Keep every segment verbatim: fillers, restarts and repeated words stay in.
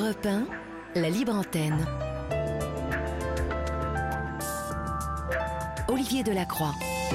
Europe un, la libre antenne. Olivier Delacroix.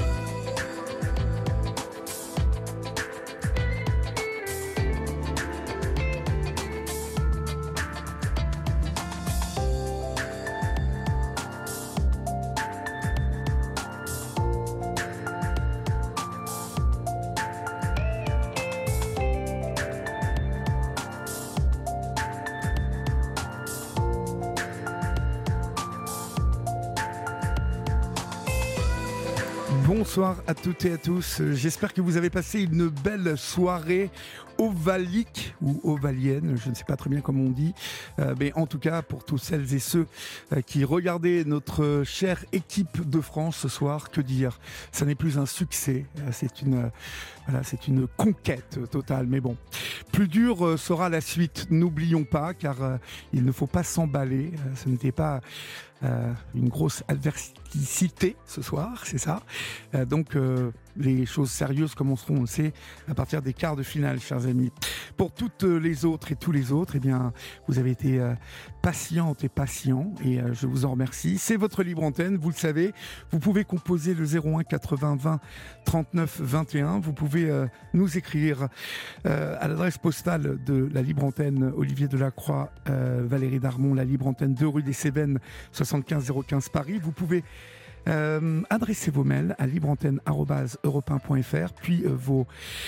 Bonsoir à toutes et à tous, j'espère que vous avez passé une belle soirée ovalique ou ovalienne, je ne sais pas très bien comment on dit, euh, mais en tout cas pour tous celles et ceux euh, qui regardaient notre chère équipe de France ce soir, que dire, ça n'est plus un succès, c'est une, euh, voilà, c'est une conquête totale, mais bon, plus dur euh, sera la suite, n'oublions pas, car euh, il ne faut pas s'emballer, euh, ce n'était pas euh, une grosse adversité ce soir, c'est ça, euh, donc euh, les choses sérieuses commenceront, on le sait, à partir des quarts de finale, chers amis. Pour toutes les autres et tous les autres, eh bien, vous avez été euh, patientes et patients, et euh, je vous en remercie. C'est votre libre antenne, vous le savez. Vous pouvez composer le zéro un quatre-vingts vingt trente-neuf vingt et un. Vous pouvez euh, nous écrire euh, à l'adresse postale de la libre antenne, Olivier Delacroix, euh, Valérie Darmon, la libre antenne deux rue des Cévennes, soixante-quinze zéro quinze Paris. Vous pouvez Euh, adressez vos mails à libreantenne arobase europe un point f r, puis euh, vos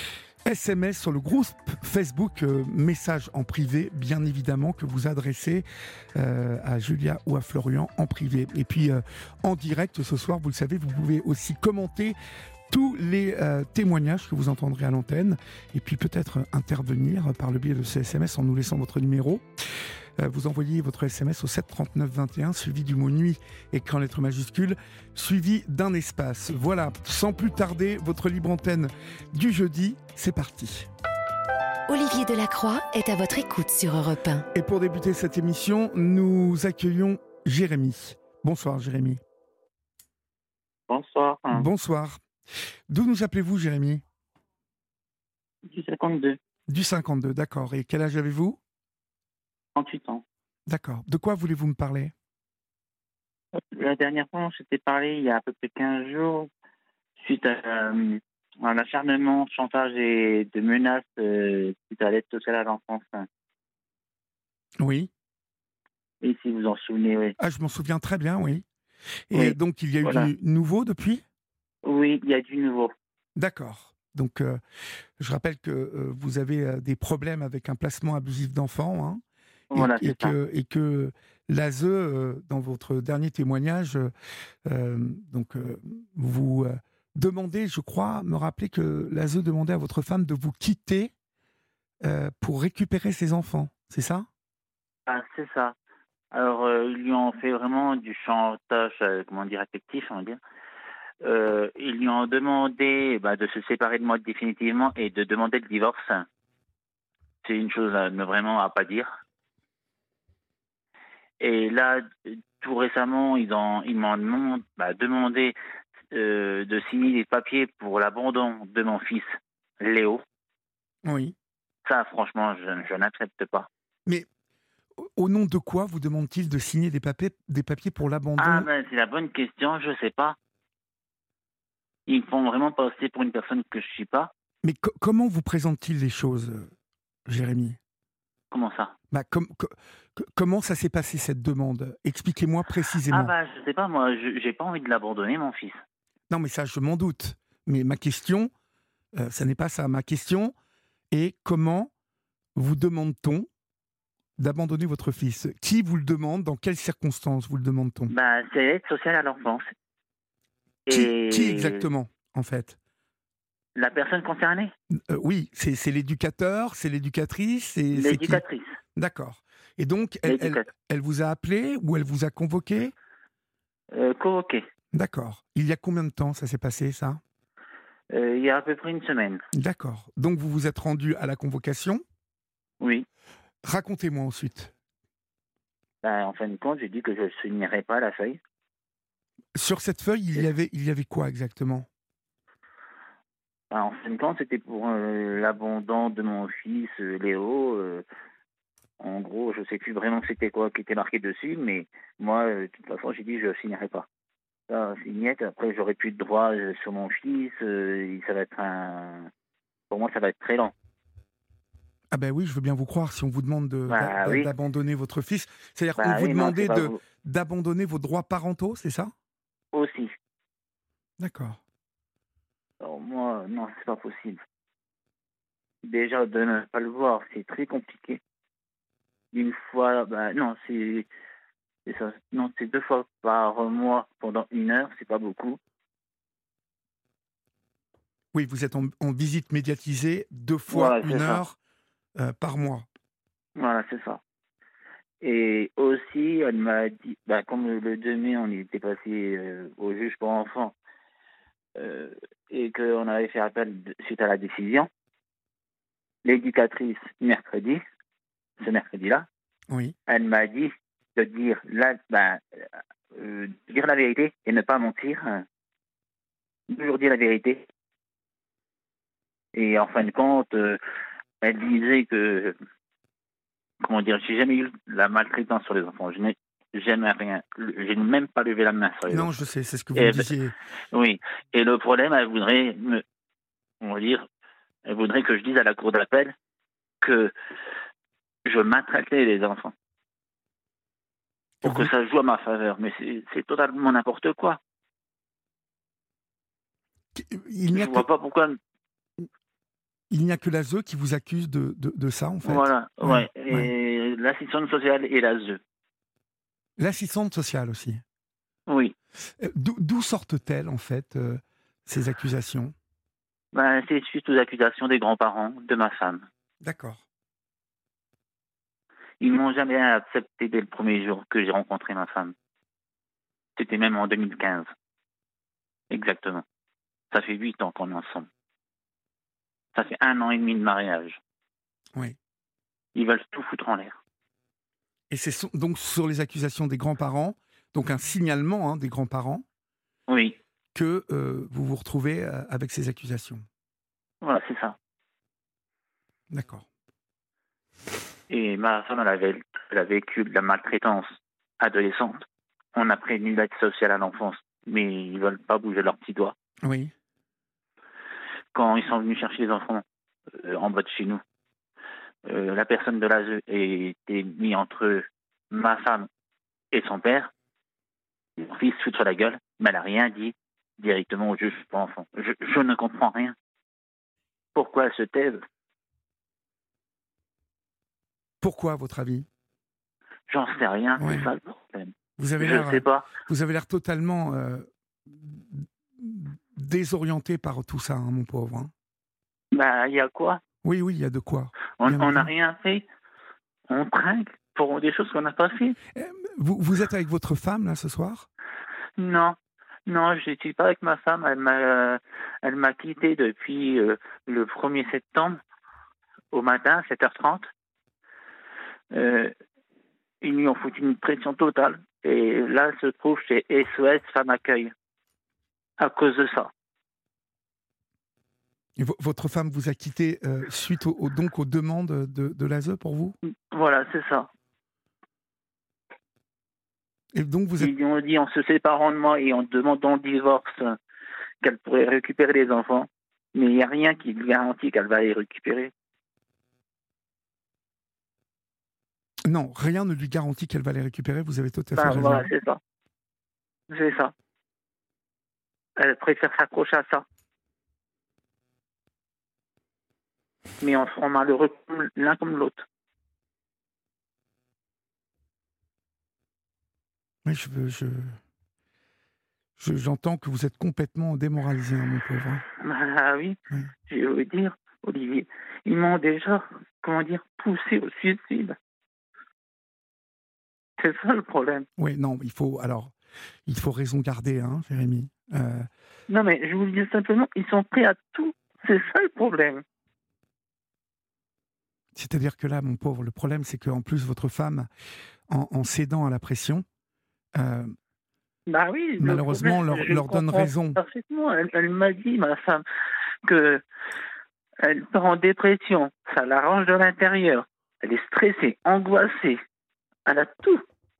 S M S sur le groupe Facebook euh, message en privé, bien évidemment, que vous adressez euh, à Julia ou à Florian en privé. Et puis euh, en direct ce soir, vous le savez, vous pouvez aussi commenter tous les euh, témoignages que vous entendrez à l'antenne, et puis peut-être intervenir par le biais de ce S M S en nous laissant votre numéro. Euh, vous envoyez votre S M S au sept trente-neuf vingt et un, suivi du mot nuit, écrit en lettres majuscules, suivi d'un espace. Voilà, sans plus tarder, votre libre antenne du jeudi, c'est parti. Olivier Delacroix est à votre écoute sur Europe un. Et pour débuter cette émission, nous accueillons Jérémy. Bonsoir Jérémy. Bonsoir. Bonsoir. D'où nous appelez-vous Jérémy ? Du cinquante-deux. Du cinquante-deux, d'accord. Et quel âge avez-vous ? trente-huit ans. D'accord. De quoi voulez-vous me parler ? La dernière fois, on s'était parlé il y a à peu près quinze jours, suite à euh, un acharnement, chantage et de menaces euh, suite à l'aide sociale à l'enfance. Oui. Et si vous en souvenez, oui. Ah, je m'en souviens très bien, oui. Et oui. donc, il y a eu Voilà. du nouveau depuis ? Oui, il y a du nouveau. D'accord. Donc, euh, je rappelle que euh, vous avez euh, des problèmes avec un placement abusif d'enfants, hein, et, Voilà, et c'est que, et que l'A S E, euh, dans votre dernier témoignage, euh, donc, euh, vous euh, demandez, je crois, me rappeler que l'A S E demandait à votre femme de vous quitter euh, pour récupérer ses enfants, c'est ça ? Ah, c'est ça. Alors, euh, ils lui ont fait vraiment du chantage, euh, comment dire, affectif, on va dire. Euh, ils lui ont demandé bah, de se séparer de moi définitivement et de demander le divorce. C'est une chose à ne vraiment à pas dire. Et là, tout récemment, ils, ont, ils m'ont demandé, bah, demandé euh, de signer des papiers pour l'abandon de mon fils, Léo. Oui. Ça, franchement, je, je n'accepte pas. Mais au nom de quoi vous demande-t-il de signer des papiers, des papiers pour l'abandon ? Ah ben, c'est la bonne question, je ne sais pas. Ils me font vraiment passer pour une personne que je ne suis pas. Mais co- comment vous présente-t-il les choses, euh, Jérémy ? Comment ça ? Bah, com- co- co- comment ça s'est passé cette demande ? Expliquez-moi précisément. Ah ben, je ne sais pas, moi, je n'ai pas envie de l'abandonner, mon fils. Non, mais ça, je m'en doute. Mais ma question, euh, ça n'est pas ça. Ma question est comment vous demande-t-on d'abandonner votre fils ? Qui vous le demande ? Dans quelles circonstances vous le demande-t-on ? Ben, c'est l'aide sociale à l'enfance. Qui, Et qui exactement, en fait ? la personne concernée ? Euh, Oui, c'est, c'est l'éducateur, c'est l'éducatrice, c'est, c'est qui ? L'éducatrice. D'accord. Et donc, elle, elle, L'éducatrice. elle vous a appelé ou elle vous a convoqué ? Euh, convoqué. D'accord. Il y a combien de temps ça s'est passé, ça ? Euh, il y a à peu près une semaine. D'accord. Donc, vous vous êtes rendu à la convocation ? Oui. Racontez-moi ensuite. Ben, en fin de compte, j'ai dit que je ne signerais pas la feuille. Sur cette feuille, il y avait, il y avait quoi exactement ? Ben, en fin de compte, c'était pour euh, l'abandon de mon fils, euh, Léo. Euh, En gros, je ne sais plus vraiment c'était quoi qui était marqué dessus, mais moi, euh, de toute façon, j'ai dit je ne signerai pas. Ça, c'est niet. Après, j'aurai plus de droits euh, sur mon fils. Euh, ça va être un... Pour moi, ça va être très lent. Ah ben oui, je veux bien vous croire si on vous demande de, Bah d'a- oui. d'abandonner votre fils. C'est-à-dire qu'on Bah vous oui, non, c'est demandait pas de, vous. d'abandonner vos droits parentaux, c'est ça? Aussi. D'accord. Alors moi, non, c'est pas possible. Déjà, de ne pas le voir, c'est très compliqué. Une fois, bah non, c'est c'est ça. Non, c'est deux fois par mois pendant une heure, c'est pas beaucoup. Oui, vous êtes en, en visite médiatisée deux fois Voilà, une c'est ça. heure euh, par mois. Voilà, c'est ça. Et aussi, elle m'a dit, bah, comme le le deux mai, on était passé euh, au juge pour enfants euh, et qu'on avait fait appel de- suite à la décision, l'éducatrice, mercredi, ce mercredi-là, Oui. elle m'a dit de dire la, bah, euh, dire la vérité et ne pas mentir, hein, toujours dire la vérité. Et en fin de compte, euh, elle disait que, comment dire, j'ai jamais eu la maltraitance sur les enfants. Je n'ai jamais rien. Je n'ai même pas levé la main sur les Non, enfants. je sais, c'est ce que vous me Et, ben, disiez. oui. Et le problème, elle voudrait me, on va dire, elle voudrait que je dise à la cour d'appel que je maltraitais les enfants Que pour que vous... ça joue à ma faveur. Mais c'est c'est totalement n'importe quoi. Il n'y Je a que, vois pas pourquoi. il n'y a que l'A S E qui vous accuse de, de, de ça, en fait. Voilà. Ouais, Ouais. ouais. Et l'assistante sociale et l'A S E. L'assistante sociale aussi. Oui. Euh, D'où, d'où sortent-elles, en fait, euh, ces accusations? Ben, c'est suite aux accusations des grands-parents de ma femme. D'accord. Ils m'ont jamais accepté dès le premier jour que j'ai rencontré ma femme. C'était même en deux mille quinze. Exactement. Ça fait huit ans qu'on est ensemble. Ça fait un an et demi de mariage. Oui. Ils veulent tout foutre en l'air. Et c'est so- donc sur les accusations des grands-parents, donc un signalement hein, des grands-parents, Oui. que euh, vous vous retrouvez euh, avec ces accusations. Voilà, c'est ça. D'accord. Et ma femme, elle, avait, elle a vécu de la maltraitance adolescente. On a prévenu l'aide sociale à l'enfance, mais ils veulent pas bouger leurs petits doigts. Oui. Quand ils sont venus chercher les enfants euh, en bas de chez nous, euh, la personne de l'A S E était mise entre ma femme et son père. Mon fils se fout sur la gueule, mais elle n'a rien dit directement au juge pour enfants. Je, je ne comprends rien. Pourquoi elle se taise? Pourquoi, à votre avis? J'en sais rien, Ouais. c'est ça le problème. Vous avez Je l'air, sais pas. vous avez l'air totalement euh, désorienté par tout ça, hein, mon pauvre. hein. Bah, il y a quoi? Oui, oui, il y a de quoi. On Bien on n'a évidemment. rien fait. On trinque pour des choses qu'on n'a pas fait. Euh, Vous, vous êtes avec votre femme, là, ce soir? Non. Non, je suis pas avec ma femme. Elle m'a, euh, elle m'a quitté depuis euh, le premier septembre au matin, sept heures trente. Euh, ils lui ont foutu une pression totale. Et là, elle se trouve chez S O S Femme Accueil. À cause de ça. Et vo- votre femme vous a quitté euh, suite au, au- donc aux demandes de, de l'A S E pour vous? Voilà, c'est ça. Et donc vous êtes... Ils lui ont dit en se séparant de moi et en demandant le divorce qu'elle pourrait récupérer les enfants. Mais il n'y a rien qui lui garantit qu'elle va les récupérer. Non, rien ne lui garantit qu'elle va les récupérer, vous avez tout à fait Enfin, raison. voilà, c'est ça. C'est ça. Elle préfère s'accrocher à ça. Mais on sera malheureux comme l'un comme l'autre. Oui, je, veux- je, je- j'entends que vous êtes complètement démoralisé, hein, mon pauvre. hein. Ah oui, Oui. je vais vous dire, Olivier, ils m'ont déjà, comment dire, poussé au suicide. C'est ça le problème. Oui, non, il faut alors, il faut raison garder, hein, Jérémy. Euh, Non mais je vous dis simplement, ils sont prêts à tout. C'est ça le problème. c'est-à-dire que là, mon pauvre, le problème, c'est qu'en plus votre femme, en, en cédant à la pression, euh, Bah oui. le malheureusement, problème, leur, je leur donne comprends raison. parfaitement. Elle, elle m'a dit, ma femme, que elle part en dépression. Ça l'arrange de l'intérieur. Elle est stressée, angoissée. Elle a tout.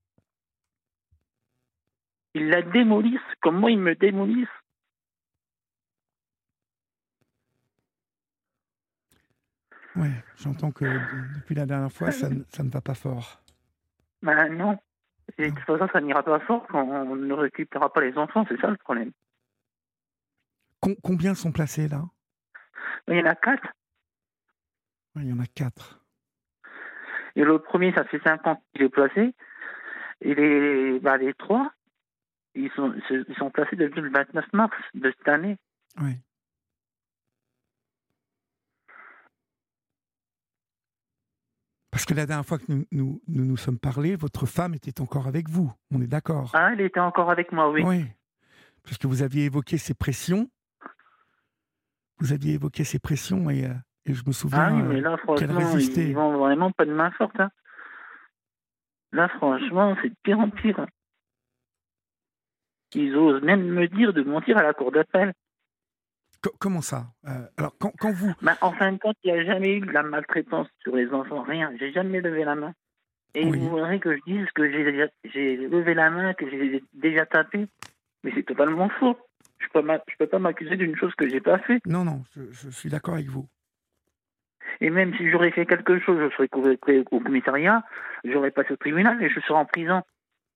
Ils la démolissent comme moi, ils me démolissent. Oui, j'entends que de- depuis la dernière fois, ça, ne- ça ne va pas fort. Ben non. Et de Non. toute façon, ça n'ira pas fort quand on ne récupérera pas les enfants. C'est ça le problème. Com- combien sont placés là? Il y en a quatre. Ouais, il y en a quatre. Et le premier, ça fait cinq ans qu'il est placé. Et les, bah, les trois, ils sont, ils sont placés depuis le vingt-neuf mars de cette année. Oui. Parce que la dernière fois que nous nous, nous nous sommes parlé, votre femme était encore avec vous. On est d'accord? Ah, elle était encore avec moi, oui. Oui. Puisque vous aviez évoqué ces pressions. Vous aviez évoqué ces pressions et, euh, et je me souviens Ah oui, mais euh, là, qu'elle franchement, ils, résistait. ils vont vraiment pas de main forte. Hein. Là, franchement, c'est de pire en pire. Ils osent même me dire de mentir à la cour d'appel. Co- comment ça? Euh, Alors, quand, quand vous... Ben, en fin de compte, il n'y a jamais eu de la maltraitance sur les enfants, rien. J'ai jamais levé la main. Et Oui. vous voudrez que je dise que j'ai déjà- j'ai levé la main, que j'ai déjà tapé. Mais c'est totalement faux. Je peux m'a- je peux pas m'accuser d'une chose que j'ai pas fait. Non, non, je, je suis d'accord avec vous. Et même si j'aurais fait quelque chose, je serais convoqué au commissariat, j'aurais passé au tribunal et je serais en prison.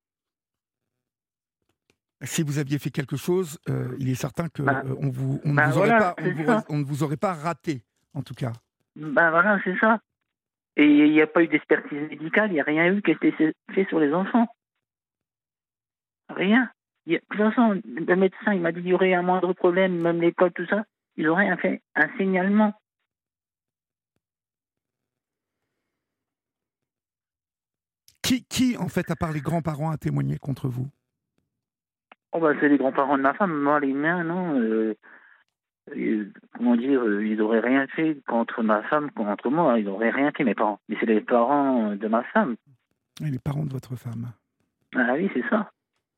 Si vous aviez fait quelque chose, euh, il est certain que Ben, euh, on vous, on ne ben vous aurait voilà, pas, on c'est ne vous, ça. on ne vous aurait pas raté, en tout cas. Ben voilà, c'est ça. Et il n'y a pas eu d'expertise médicale, il n'y a rien eu qui a été fait sur les enfants. Rien. Il y a- de toute façon, le médecin, il m'a dit qu'il y aurait un moindre problème, même l'école, tout ça. Ils auraient un fait un signalement. Qui, qui, en fait, à part les grands-parents, a témoigné contre vous? Oh bah c'est les grands-parents de ma femme, moi les miens, non. euh, euh, comment dire, euh, ils n'auraient rien fait contre ma femme, contre moi, ils n'auraient rien fait, mes parents. Mais c'est les parents de ma femme. Et les parents de votre femme. Ah oui, c'est ça.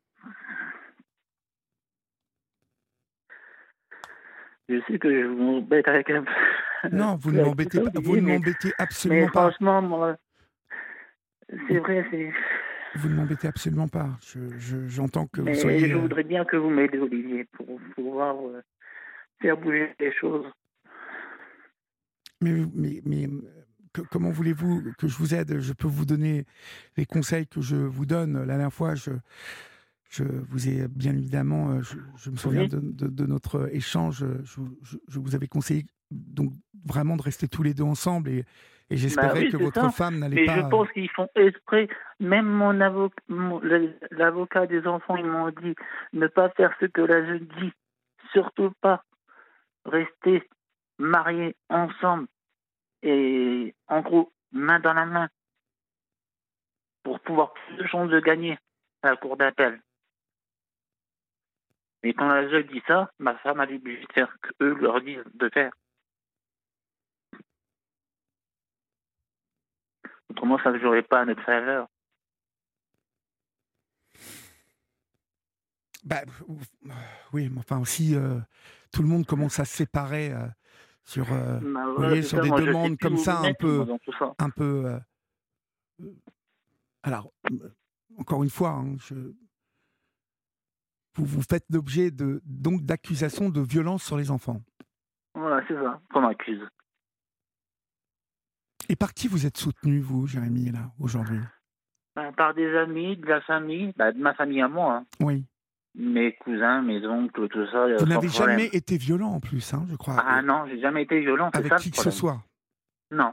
Je sais que je vous m'embête avec un peu. Non, vous ne avec tout m'embêtez ça, pas. Vous Olivier, ne mais, m'embêtez mais absolument pas. franchement, moi, c'est vrai, c'est. Vous ne m'embêtez absolument pas. Je, je- j'entends que vous Mais soyez. je euh, voudrais bien que vous m'aidez, Olivier, pour pouvoir euh, faire bouger les choses. Mais, mais, mais euh, que- comment voulez-vous que je vous aide? Je peux vous donner les conseils que je vous donne. La dernière fois, je, je vous ai bien évidemment, euh, je, je me souviens Oui. de, de- de notre échange. Je, je- je vous avais conseillé donc vraiment de rester tous les deux ensemble et, et Bah j'espérais oui, que c'est votre ça. femme n'allait Mais je pas. pense qu'ils font exprès. Même mon avocat, l'avocat des enfants, ils m'ont dit ne pas faire ce que la jeune dit. Surtout pas rester mariés ensemble et en gros main dans la main pour pouvoir plus de chances de gagner à la cour d'appel. Et quand la jeune dit ça, ma femme a dit obligée de faire ce qu'eux leur disent de faire. Autrement, ça ne jouerait pas à notre faveur. Bah, oui, mais enfin aussi, euh, tout le monde commence à se séparer euh, sur, euh, Bah, vous voilà, voyez, c'est sur ça. des Moi, je sais demandes plus comme où ça, me un mettre, moi, peu, dans tout ça. un peu. euh, alors, euh, encore une fois, hein, je, vous vous faites l'objet de donc d'accusations de violence sur les enfants. Voilà, c'est ça qu'on m'accuse. Et par qui vous êtes soutenu, vous, Jérémy, là, aujourd'hui? Ben, par des amis, de la famille, ben, de ma famille à moi. Hein. Oui. Mes cousins, mes oncles, tout ça, euh, Vous sans n'avez problème. jamais été violent en plus, hein, je crois, Ah euh, non, j'ai jamais été violent, c'est avec ça qui le que ce problème. soit. Non.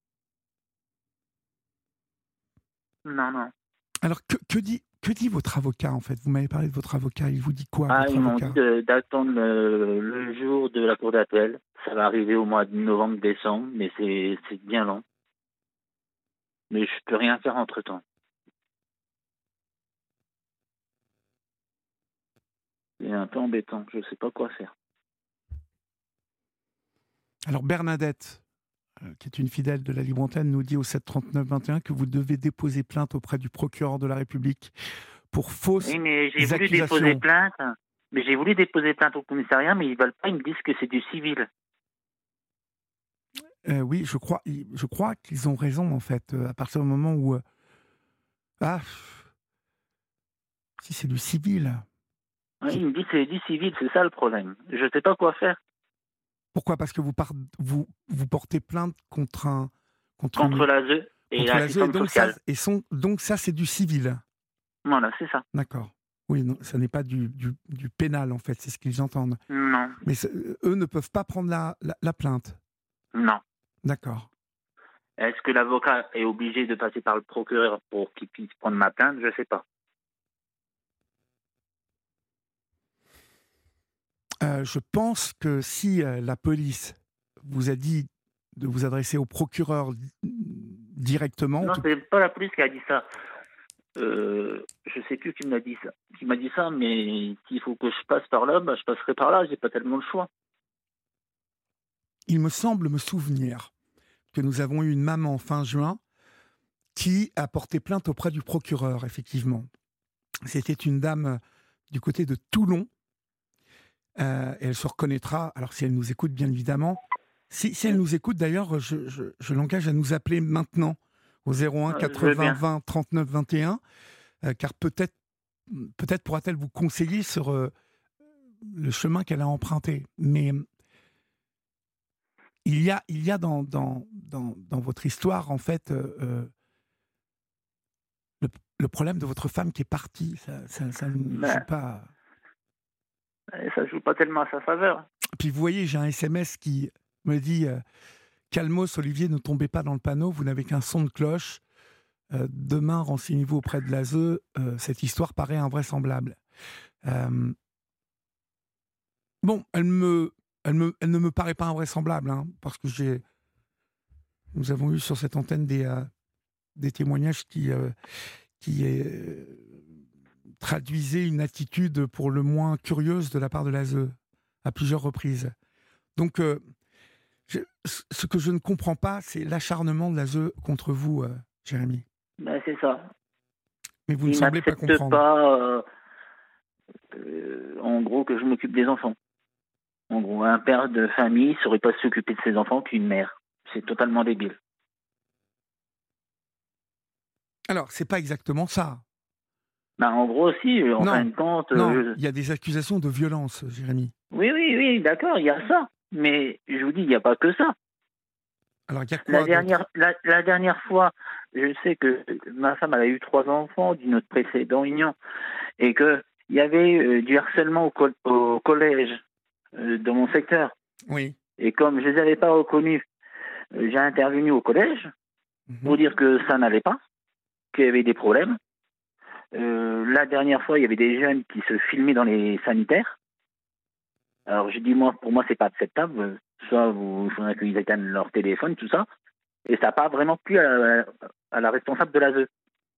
Non, non. Alors, que, que dit, que dit votre avocat, en fait? Vous m'avez parlé de votre avocat. Il vous dit quoi, Ah, votre ils m'ont avocat? dit de- d'attendre le, le jour de la cour d'appel. Ça va arriver au mois de novembre-décembre, mais c'est c'est bien long. Mais je peux rien faire entre-temps. C'est un peu embêtant, je sais pas quoi faire. Alors, Bernadette, euh, qui est une fidèle de la Libre Antenne, nous dit au sept trente-neuf vingt et un que vous devez déposer plainte auprès du procureur de la République pour fausses Oui, mais j'ai voulu accusations. déposer plainte. Mais j'ai voulu déposer plainte au commissariat, mais ils veulent pas, ils me disent que c'est du civil. Euh, oui, je crois, je crois qu'ils ont raison, en fait, euh, à partir du moment où... euh, ah, si c'est du civil. Ouais, Je- il me dit c'est du civil, c'est ça le problème. Je sais pas quoi faire Pourquoi? Parce que vous, par- vous, vous portez plainte contre un, contre contre une, l'A S E et contre l'A S E, et l'assistante donc ça, sociale. et son, donc ça, c'est du civil. Voilà, c'est ça. D'accord. Oui, non, ça n'est pas du, du, du pénal, en fait, c'est ce qu'ils entendent. Non, Mais c'est- eux ne peuvent pas prendre la, la, la plainte. non. D'accord. Est-ce que l'avocat est obligé de passer par le procureur pour qu'il puisse prendre ma plainte? Je sais pas. Euh, je pense que si euh, la police vous a dit de vous adresser au procureur di- directement, en Non, tout- c'est pas la police qui a dit ça. Euh, je sais plus qui m'a dit ça. Qui m'a dit ça, mais s'il faut que je passe par là, bah, je passerai par là. J'ai pas tellement le choix. il me semble me souvenir que nous avons eu une maman fin juin qui a porté plainte auprès du procureur, effectivement. C'était une dame euh, du côté de Toulon. Euh, et elle se reconnaîtra, alors si elle nous écoute, bien évidemment. Si, si elle nous écoute, d'ailleurs, je, je, je l'engage à nous appeler maintenant au zéro un Euh, je veux quatre-vingts bien. vingt trente-neuf vingt et un, euh, car peut-être peut-être pourra-t-elle vous conseiller sur euh, le chemin qu'elle a emprunté. Mais euh, il y a, il y a dans, dans, dans, dans votre histoire, en fait, euh, euh, le, le problème de votre femme qui est partie. Ça, ça, ça ne joue Ben, pas. ça joue pas tellement à sa faveur. Puis vous voyez, j'ai un S M S qui me dit euh, Calmos, Olivier, ne tombez pas dans le panneau, vous n'avez qu'un son de cloche. Euh, demain, renseignez-vous auprès de l'A S E. Euh, cette histoire paraît invraisemblable. Euh, bon, elle, me, elle, me, elle ne me paraît pas invraisemblable, hein, parce que j'ai, nous avons eu sur cette antenne des, euh, des témoignages qui, euh, qui euh, traduisaient une attitude pour le moins curieuse de la part de l'A S E à plusieurs reprises. Donc, euh, je, ce que je ne comprends pas, c'est l'acharnement de l'A S E contre vous, euh, Jérémy. Ben, c'est ça. Mais vous ne Il semblez pas n'accepte comprendre. pas, euh, euh, en gros, que je m'occupe des enfants. En gros, un père de famille ne saurait pas s'occuper de ses enfants qu'une mère. C'est totalement débile. Alors, c'est pas exactement ça. Ben, en gros, si, en Non, fin de compte... non, euh, il y a des accusations de violence, Jérémy. Oui, oui, oui, d'accord, il y a ça. Mais je vous dis, il n'y a pas que ça. Alors, il y a quoi La d'autre? dernière, la, la dernière fois, je sais que ma femme elle a eu trois enfants d'une autre précédente union et qu'il y avait euh, du harcèlement au, col- au collège euh, dans mon secteur. Oui. Et comme je ne les avais pas reconnus, euh, j'ai intervenu au collège pour Mhm. dire que ça n'allait pas, qu'il y avait des problèmes. Euh, la dernière fois, il y avait des jeunes qui se filmaient dans les sanitaires. Alors je dis, moi, pour moi, c'est pas acceptable. Soit vous, il faudrait qu'ils éteignent leur téléphone, tout ça. Et ça n'a pas vraiment plu à la, à la responsable de l'A S E.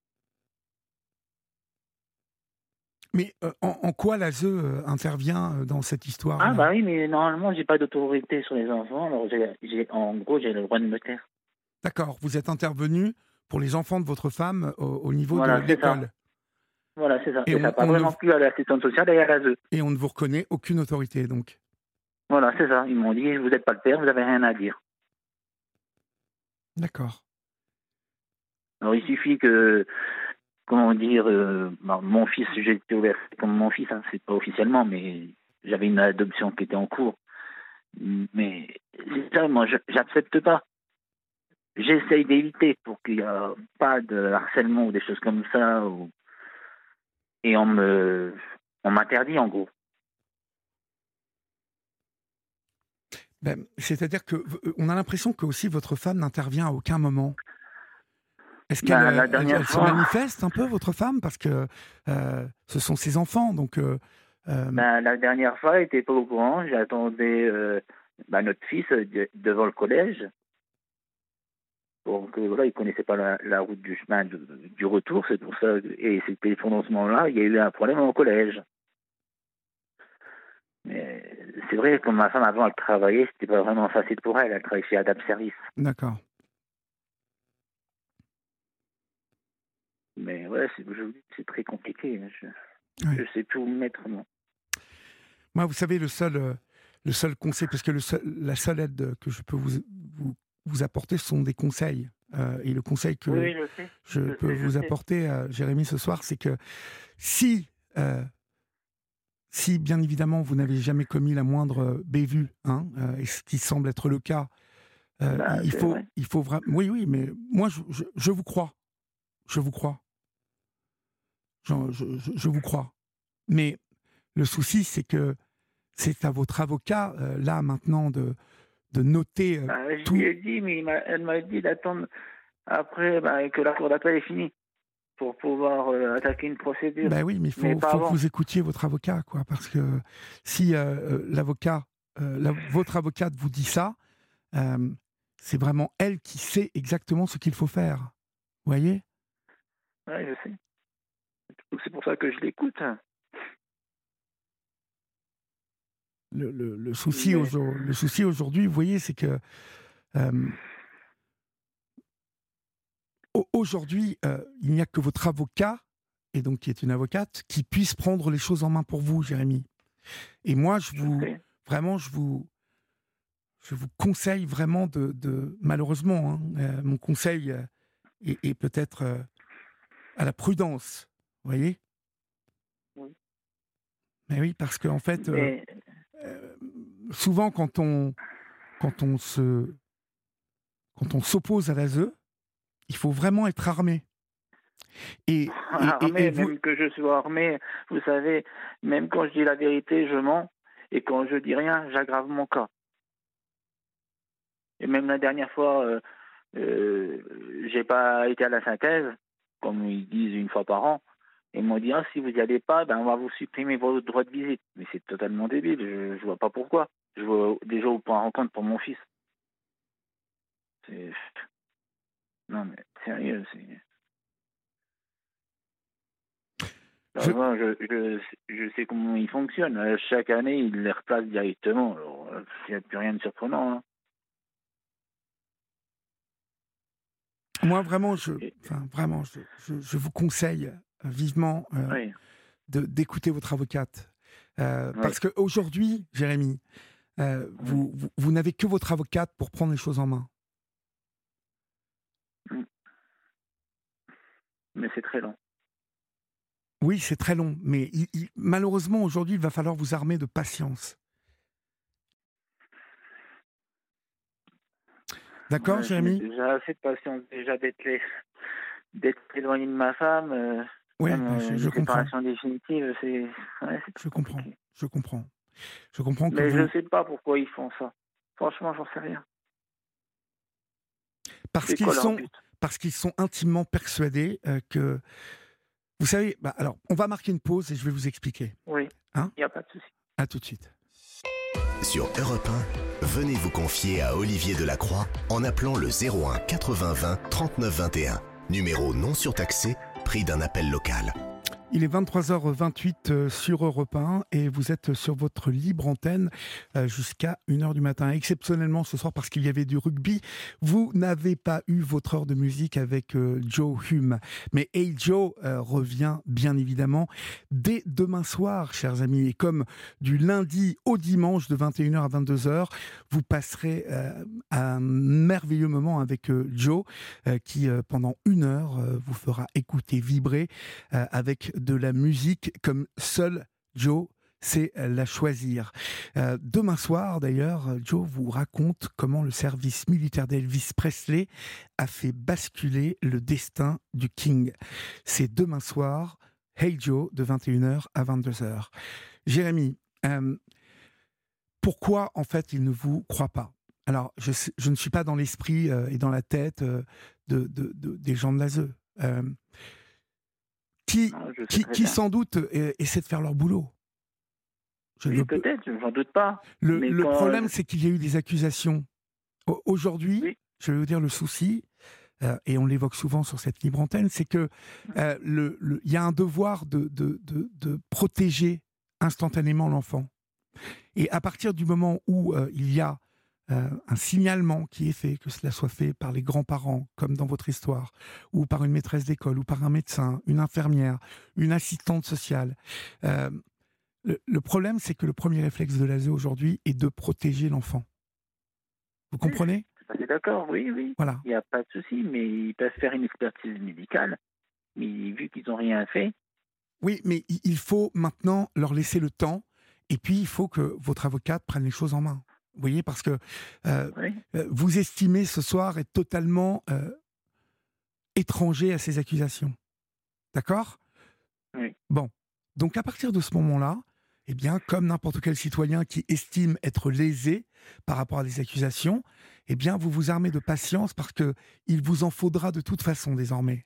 Mais euh, en, en quoi l'A S E euh, intervient euh, dans cette histoire? Ah bah oui, mais normalement, j'ai pas d'autorité sur les enfants. Alors j'ai, j'ai- en gros, j'ai le droit de me taire. D'accord, vous êtes intervenu pour les enfants de votre femme au, au niveau Voilà, de c'est ça. l'école. Voilà, c'est ça. Et Et, on- ça n'a pas on ne vraiment v- plu à l'assistante sociale et à l'A S E. Et on ne vous reconnaît aucune autorité, donc. Voilà, c'est ça. Ils m'ont dit, vous n'êtes pas le père, vous n'avez rien à dire. D'accord. Alors il suffit que, comment dire, euh, bah, mon fils, j'ai été ouvert comme mon fils, hein, c'est pas officiellement, mais j'avais une adoption qui était en cours. Mais c'est ça, moi, je j'accepte pas. J'essaye d'éviter pour qu'il n'y ait pas de harcèlement ou des choses comme ça. Ou... Et on me, on m'interdit, en gros. Ben, c'est-à-dire que euh, on a l'impression que aussi votre femme n'intervient à aucun moment. Est-ce qu'elle Ben, euh, la elle, dernière elle se fois, manifeste un peu, votre femme? Parce que euh, ce sont ses enfants, donc... euh, euh, ben, la dernière fois, elle n'était pas au courant. J'attendais euh, ben, notre fils de- devant le collège. Donc euh, voilà, il connaissait pas la, la route du chemin de- du retour, c'est pour ça. Et c'était pendant ce moment-là, il y a eu un problème au collège. Mais c'est vrai, comme ma femme avant, elle travaillait, c'était pas vraiment facile pour elle. Elle travaillait chez Adap Service. D'accord. Mais ouais, c'est, je vous dis, c'est très compliqué. Je, Oui. je sais plus où me mettre, moi. Moi, vous savez, le seul, euh, le seul conseil, parce que le seul- la seule aide que je peux vous, vous vous apporter ce sont des conseils. Euh, et le conseil que Oui, je sais. je, Je peux sais, je vous sais. apporter, euh, Jérémy, ce soir, c'est que si, euh, si bien évidemment vous n'avez jamais commis la moindre bévue, hein, euh, et ce qui semble être le cas, euh, Bah, il c'est faut, vrai. il faut vraiment. Oui, oui, mais moi, je, je, je vous crois, je vous crois, je, je, je- je vous crois. Mais le souci, c'est que c'est à votre avocat euh, là maintenant de de noter euh, Bah, je lui tout. ai dit, mais il m'a- elle m'a dit d'attendre après bah, que la cour d'appel est finie pour pouvoir euh, attaquer une procédure. Ben oui, mais il Mais faut, pas faut que avant. vous écoutiez votre avocat, quoi, parce que si euh, euh, l'avocat, euh, la- votre avocate vous dit ça, euh, c'est vraiment elle qui sait exactement ce qu'il faut faire. Vous voyez? Ouais, je sais. Donc, c'est pour ça que je l'écoute. Le, le- le souci Mais aujourd- le souci aujourd'hui, vous voyez, c'est que euh, au- aujourd'hui, euh, il n'y a que votre avocat, et donc qui est une avocate, qui puisse prendre les choses en main pour vous, Jérémy. Et moi, je je vous, sais. vraiment, je vous, je vous conseille vraiment de, de malheureusement, hein, euh, mon conseil euh, est, est peut-être euh, à la prudence, vous voyez? Oui. Mais oui, parce qu'en fait, euh, Mais euh, souvent quand on, quand on se, quand on s'oppose à l'A S E, il faut vraiment être armé. Et, et, et, et armé, vous, même que je sois armé, vous savez, même quand je dis la vérité, je mens. Et quand je dis rien, j'aggrave mon cas. Et même la dernière fois, euh, euh, j'ai pas été à la synthèse, comme ils disent une fois par an. Et ils m'ont dit, ah, si vous n'y allez pas, ben, on va vous supprimer votre droit de visite. Mais c'est totalement débile, je, je vois pas pourquoi. Je vois déjà au point rencontre pour mon fils. C'est... Non, mais sérieux, c'est... je, Alors, moi, je, je, je sais comment il fonctionne. Euh, Chaque année, il les replace directement. Alors, euh, il n'y a plus rien de surprenant. Hein. moi vraiment, je, Et- enfin vraiment, je, je, je vous conseille euh, vivement euh, oui, de, d'écouter votre avocate. Euh, oui, parce qu'aujourd'hui, Jérémy, euh, oui. vous, vous, vous n'avez que votre avocate pour prendre les choses en main. Mm. Mais c'est très long. Oui, c'est très long, mais il- il- malheureusement, aujourd'hui, il va falloir vous armer de patience. D'accord, Ouais, je mets Jérémy? déjà assez de patience déjà d'être, les- d'être éloigné de ma femme. Euh, Oui, même ben, euh, je, je une comprends. séparation définitive, c'est, ouais, c'est Je très comprends. compliqué. Je comprends. Je comprends que Mais je vous... ne sais pas pourquoi ils font ça. Franchement, j'en sais rien. Parce C'est qu'ils quoi leur sont, but? parce qu'ils sont intimement persuadés euh, que... Vous savez, bah, alors, on va marquer une pause et je vais vous expliquer. Oui, Hein? il n'y a pas de souci. À tout de suite. Sur Europe un, venez vous confier à Olivier Delacroix en appelant le zéro un quatre-vingts vingt trente-neuf vingt et un. Numéro non surtaxé, prix d'un appel local. Il est vingt-trois heures vingt-huit euh, sur Europe un et vous êtes sur votre libre antenne euh, jusqu'à une heure du matin. Exceptionnellement ce soir, parce qu'il y avait du rugby, vous n'avez pas eu votre heure de musique avec euh, Joe Hume. Mais Hey Joe euh, revient bien évidemment dès demain soir, chers amis. Et comme du lundi au dimanche de vingt et une heures à vingt-deux heures, vous passerez euh, un merveilleux moment avec euh, Joe euh, qui euh, pendant une heure euh, vous fera écouter, vibrer euh, avec de la musique comme seul Joe sait la choisir. Euh, demain soir, d'ailleurs, Joe vous raconte comment le service militaire d'Elvis Presley a fait basculer le destin du King. C'est demain soir, Hey Joe, de vingt et une heures à vingt-deux heures. Jérémy, euh, pourquoi en fait il ne vous croit pas? Alors, je, sais- je ne suis pas dans l'esprit euh, et dans la tête euh, de, de- de- des gens de l'A S E. Euh, qui, Non, je sais qui, très qui bien. sans doute euh, essaient de faire leur boulot. Je Oui, le, peut-être, j'en doute pas. le, Mais le quand... problème, c'est qu'il y a eu des accusations. Au- Aujourd'hui, Oui. je vais vous dire le souci, euh, et on l'évoque souvent sur cette libre antenne, c'est que euh, le, le- il y a un devoir de, de, de, de protéger instantanément l'enfant. Et à partir du moment où euh, il y a euh, un signalement qui est fait, que cela soit fait par les grands-parents, comme dans votre histoire, ou par une maîtresse d'école, ou par un médecin, une infirmière, une assistante sociale, euh, le, le problème, c'est que le premier réflexe de l'A S E aujourd'hui est de protéger l'enfant. Vous Oui, comprenez? tout Ça, c'est d'accord, oui, oui. Voilà. Il n'y a pas de souci, mais ils peuvent faire une expertise médicale. Mais vu qu'ils n'ont rien fait, Oui, mais i- il faut maintenant leur laisser le temps. Et puis, il faut que votre avocate prenne les choses en main. Vous voyez, parce que euh, oui, euh, vous estimez ce soir être totalement euh, étranger à ces accusations. D'accord ? oui. Bon. Donc, à partir de ce moment-là, eh bien, comme n'importe quel citoyen qui estime être lésé par rapport à des accusations, eh bien, vous vous armez de patience parce que il vous en faudra de toute façon désormais.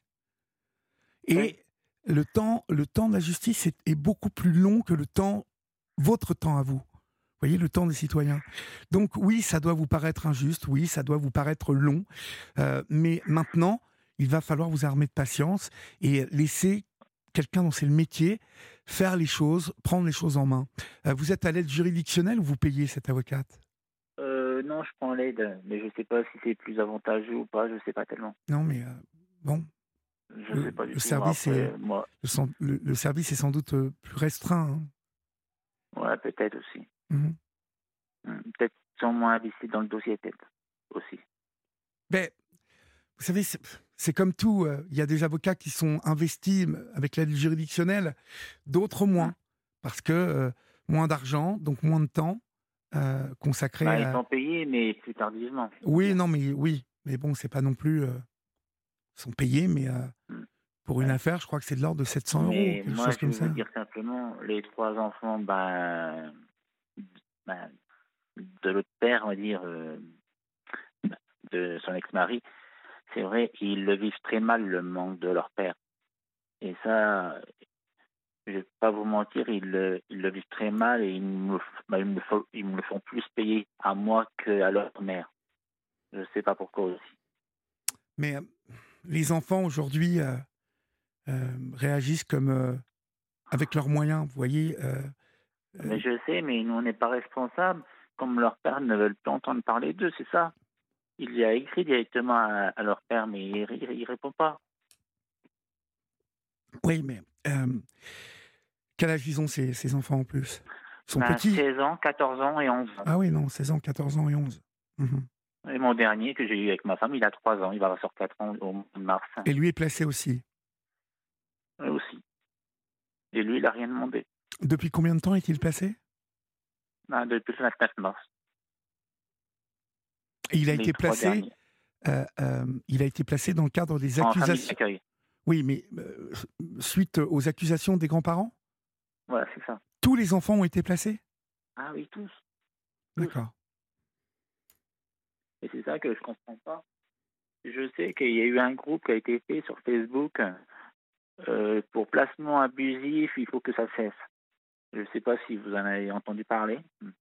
Et Oui. le temps, le temps de la justice est, est beaucoup plus long que le temps, votre temps à vous. Vous voyez, le temps des citoyens. Donc oui, ça doit vous paraître injuste, oui, ça doit vous paraître long, euh, mais maintenant, il va falloir vous armer de patience et laisser quelqu'un dont c'est le métier faire les choses, prendre les choses en main. Euh, vous êtes à l'aide juridictionnelle ou vous payez cette avocate ? Euh, non, je prends l'aide, mais je ne sais pas si c'est plus avantageux ou pas, je ne sais pas tellement. Non, mais euh, bon, Je ne le, sais pas du le tout. service Après, est, moi, le, san- le- le service est sans doute euh, plus restreint. Hein. ouais, peut-être aussi. Mhm. Hmm, Peut-être qu'ils sont moins investis dans le dossier, peut-être aussi. Ben, vous savez, c'est, c'est comme tout. euh, Il y a des avocats qui sont investis avec l'aide juridictionnelle, d'autres moins. Parce que euh, moins d'argent, donc moins de temps euh, consacré Bah, ils à... sont payés, mais plus tardivement. Oui, non, mais oui. Mais bon, c'est pas non plus... euh, Ils sont payés, mais euh, Hmm. pour une Ouais. affaire, je crois que c'est de l'ordre de sept cents euros, Mais quelque moi, chose je comme veux ça. dire simplement, les trois enfants, ben, ben, de l'autre père, on va dire, euh, ben, de son ex-mari, c'est vrai, ils le vivent très mal, le manque de leur père. Et ça, je ne vais pas vous mentir, ils le, ils le vivent très mal et ils me, ben, ils me, le font, ils me le font plus payer à moi qu'à leur mère. Je ne sais pas pourquoi aussi. Mais euh, les enfants, aujourd'hui, euh, euh, réagissent comme... euh, avec leurs moyens, vous voyez. euh, Mais euh, je sais, mais nous, on n'est pas responsables. Comme leurs pères ne veulent pas entendre parler d'eux, c'est ça. Il y a écrit directement à, à leur père, mais il ne répond pas. oui, mais... euh, quel âge ils ont, ces, ces enfants, en plus ? Ils sont Ben, petits. seize ans, quatorze ans et onze ans. Ah oui, non, seize ans, quatorze ans et onze. Mhm. Et mon dernier, que j'ai eu avec ma femme, il a trois ans. Il va avoir sur quatre ans au mois de mars. Et lui est placé aussi. Lui aussi. Et lui, il n'a rien demandé. Depuis combien de temps est-il placé ? Ben, depuis le vingt-neuf mars. Et il a Les été trois placé... derniers. euh, euh, il a été placé dans le cadre des En famille accusations... d'accueil. Oui, mais euh, suite aux accusations des grands-parents ? Voilà, c'est ça. Tous les enfants ont été placés ? Ah oui, tous. D'accord. Et c'est ça que je comprends pas. Je sais qu'il y a eu un groupe qui a été fait sur Facebook euh, pour placement abusif, il faut que ça cesse. Je ne sais pas si vous en avez entendu parler.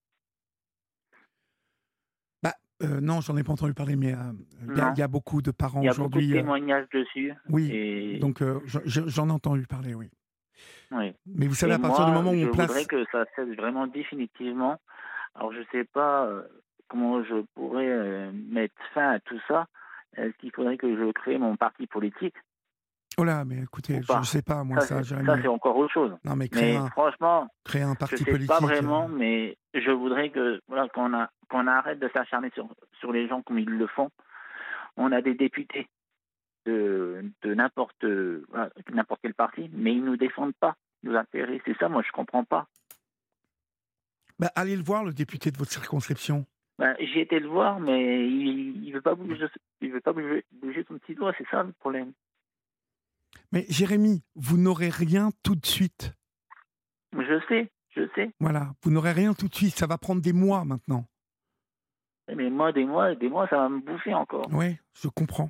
Bah, euh, non, j'en ai pas entendu parler, mais euh, il y, a- Non. il y a beaucoup de parents Il y a beaucoup de aujourd'hui. euh, témoignages dessus. oui, Et, donc euh, je- je- j'en ai entendu parler, oui. oui. Mais vous savez, Et à partir moi, du moment où je on place... voudrais que ça cesse vraiment définitivement. Alors, je ne sais pas euh, comment je pourrais euh, mettre fin à tout ça. Est-ce qu'il faudrait que je crée mon parti politique Oh là, mais écoutez, ou je pas ne sais pas, moi, Ça, ça, c'est, Jérémy. ça, c'est encore autre chose. Non, mais créer, Mais un, franchement, créer un je parti ne sais politique... pas vraiment, euh, mais je voudrais que voilà, qu'on, a, qu'on arrête de s'acharner sur, sur les gens comme ils le font. On a des députés de, de n'importe, voilà, n'importe quel parti, mais ils ne nous défendent pas nos intérêts. C'est ça, moi, je ne comprends pas. bah, allez le voir, le député de votre circonscription. Ben, j'ai été le voir, mais il ne veut pas bouger, il veut pas bouger, bouger son petit doigt, c'est ça le problème. Mais Jérémy, vous n'aurez rien tout de suite. Je sais, je sais. Voilà, vous n'aurez rien tout de suite. Ça va prendre des mois maintenant. Mais moi, des mois, des mois, ça va me bouffer encore. Oui, je comprends.